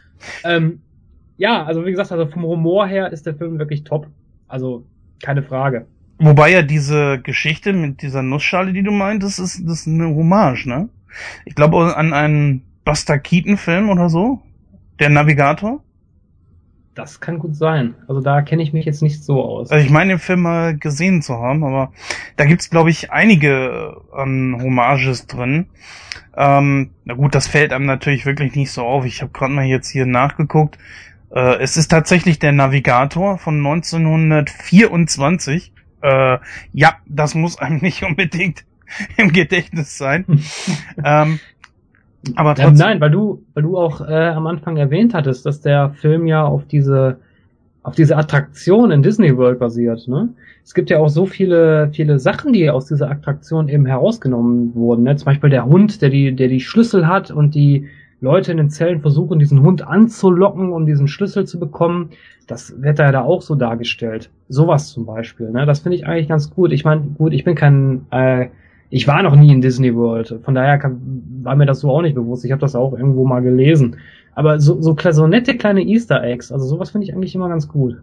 Ja, also wie gesagt, also vom Humor her ist der Film wirklich top. Also keine Frage. Wobei ja diese Geschichte mit dieser Nussschale, die du meintest, das ist eine Hommage, ne? Ich glaube an einen Buster Keaton-Film oder so. Der Navigator. Das kann gut sein. Also da kenne ich mich jetzt nicht so aus. Also ich meine, den Film mal gesehen zu haben, aber da gibt's, glaube ich, einige Hommages drin. Na gut, das fällt einem natürlich wirklich nicht so auf. Ich habe gerade mal jetzt hier nachgeguckt. Es ist tatsächlich der Navigator von 1924. Ja, das muss einem nicht unbedingt im Gedächtnis sein. Aber trotzdem. Nein, weil du auch am Anfang erwähnt hattest, dass der Film ja auf diese Attraktion in Disney World basiert, ne? Es gibt ja auch so viele Sachen, die aus dieser Attraktion eben herausgenommen wurden, ne? Zum Beispiel der Hund, der die Schlüssel hat und die Leute in den Zellen versuchen, diesen Hund anzulocken, um diesen Schlüssel zu bekommen. Das wird da auch so dargestellt. Sowas zum Beispiel, ne? Das finde ich eigentlich ganz gut. Ich meine, gut, ich war noch nie in Disney World, von daher war mir das so auch nicht bewusst. Ich habe das auch irgendwo mal gelesen. Aber so nette kleine Easter Eggs, also sowas finde ich eigentlich immer ganz gut.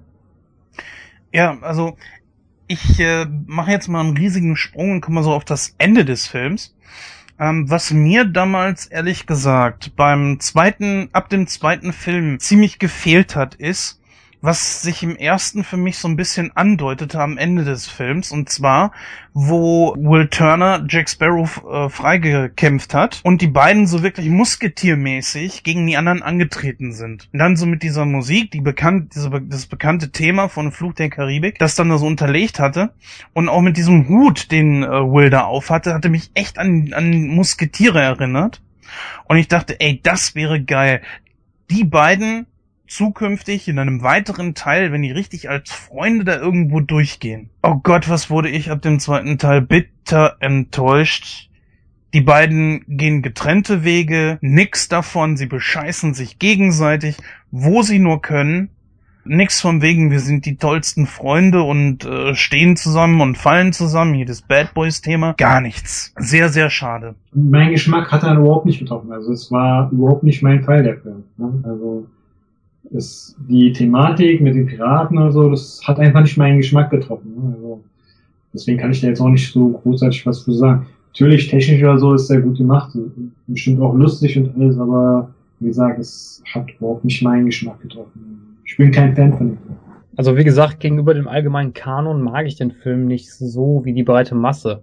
Ja, also ich mache jetzt mal einen riesigen Sprung und komme mal so auf das Ende des Films. Was mir damals, ehrlich gesagt, ab dem zweiten Film ziemlich gefehlt hat, ist, was sich im ersten für mich so ein bisschen andeutete am Ende des Films, und zwar, wo Will Turner Jack Sparrow freigekämpft hat und die beiden so wirklich musketiermäßig gegen die anderen angetreten sind. Und dann so mit dieser Musik, das bekannte Thema von Fluch der Karibik, das dann da so unterlegt hatte, und auch mit diesem Hut, den Will da aufhatte, hatte mich echt an Musketiere erinnert. Und ich dachte, ey, das wäre geil. Die beiden zukünftig in einem weiteren Teil, wenn die richtig als Freunde da irgendwo durchgehen. Oh Gott, was wurde ich ab dem zweiten Teil bitter enttäuscht. Die beiden gehen getrennte Wege, nix davon, sie bescheißen sich gegenseitig, wo sie nur können. Nix von wegen, wir sind die tollsten Freunde und stehen zusammen und fallen zusammen, hier das Bad Boys Thema, gar nichts. Sehr, sehr schade. Mein Geschmack hat dann überhaupt nicht getroffen, also es war überhaupt nicht mein Fall, der Film, ne? Also die Thematik mit den Piraten oder so, das hat einfach nicht meinen Geschmack getroffen. Ne? Also, deswegen kann ich da jetzt auch nicht so großartig was zu sagen. Natürlich, technisch oder so ist sehr gut gemacht, bestimmt auch lustig und alles, aber wie gesagt, es hat überhaupt nicht meinen Geschmack getroffen. Ich bin kein Fan von dem Film. Also wie gesagt, gegenüber dem allgemeinen Kanon mag ich den Film nicht so wie die breite Masse.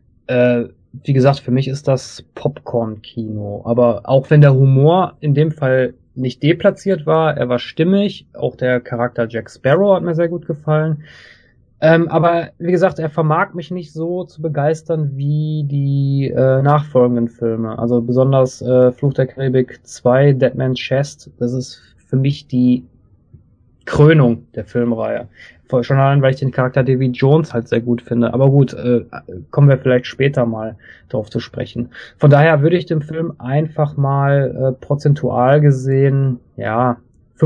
Wie gesagt, für mich ist das Popcorn-Kino. Aber auch wenn der Humor in dem Fall nicht deplatziert war, er war stimmig, auch der Charakter Jack Sparrow hat mir sehr gut gefallen. Aber wie gesagt, er vermag mich nicht so zu begeistern wie die nachfolgenden Filme. Also besonders Fluch der Karibik 2, Dead Man's Chest, das ist für mich die Krönung der Filmreihe. Schon allein, weil ich den Charakter Davy Jones halt sehr gut finde. Aber gut, kommen wir vielleicht später mal darauf zu sprechen. Von daher würde ich dem Film einfach mal prozentual gesehen, ja,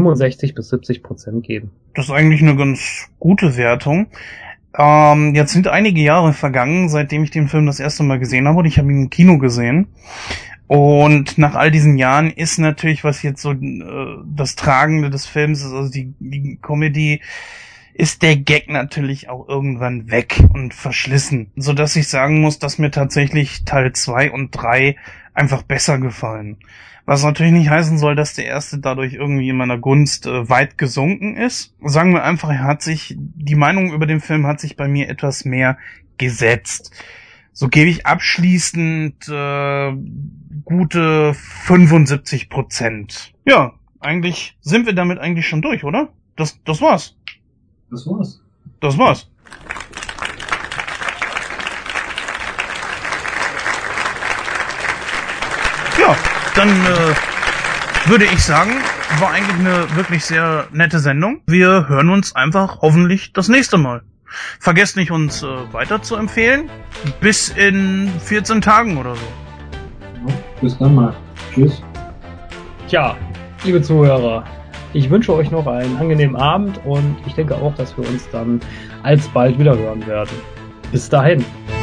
65-70% geben. Das ist eigentlich eine ganz gute Wertung. Jetzt sind einige Jahre vergangen, seitdem ich den Film das erste Mal gesehen habe, und ich habe ihn im Kino gesehen. Und nach all diesen Jahren ist natürlich, was jetzt so das Tragende des Films ist, also die Comedy, ist der Gag natürlich auch irgendwann weg und verschlissen, sodass ich sagen muss, dass mir tatsächlich Teil 2 und 3 einfach besser gefallen. Was natürlich nicht heißen soll, dass der erste dadurch irgendwie in meiner Gunst weit gesunken ist. Sagen wir einfach, die Meinung über den Film hat sich bei mir etwas mehr gesetzt. So gebe ich abschließend gute 75%. Ja, eigentlich sind wir damit eigentlich schon durch, oder? Das war's. Das war's. Das war's. Ja, dann würde ich sagen, war eigentlich eine wirklich sehr nette Sendung. Wir hören uns einfach hoffentlich das nächste Mal. Vergesst nicht, uns weiter zu empfehlen. Bis in 14 Tagen oder so. Ja, bis dann mal. Tschüss. Tja, liebe Zuhörer, ich wünsche euch noch einen angenehmen Abend und ich denke auch, dass wir uns dann alsbald wieder hören werden. Bis dahin.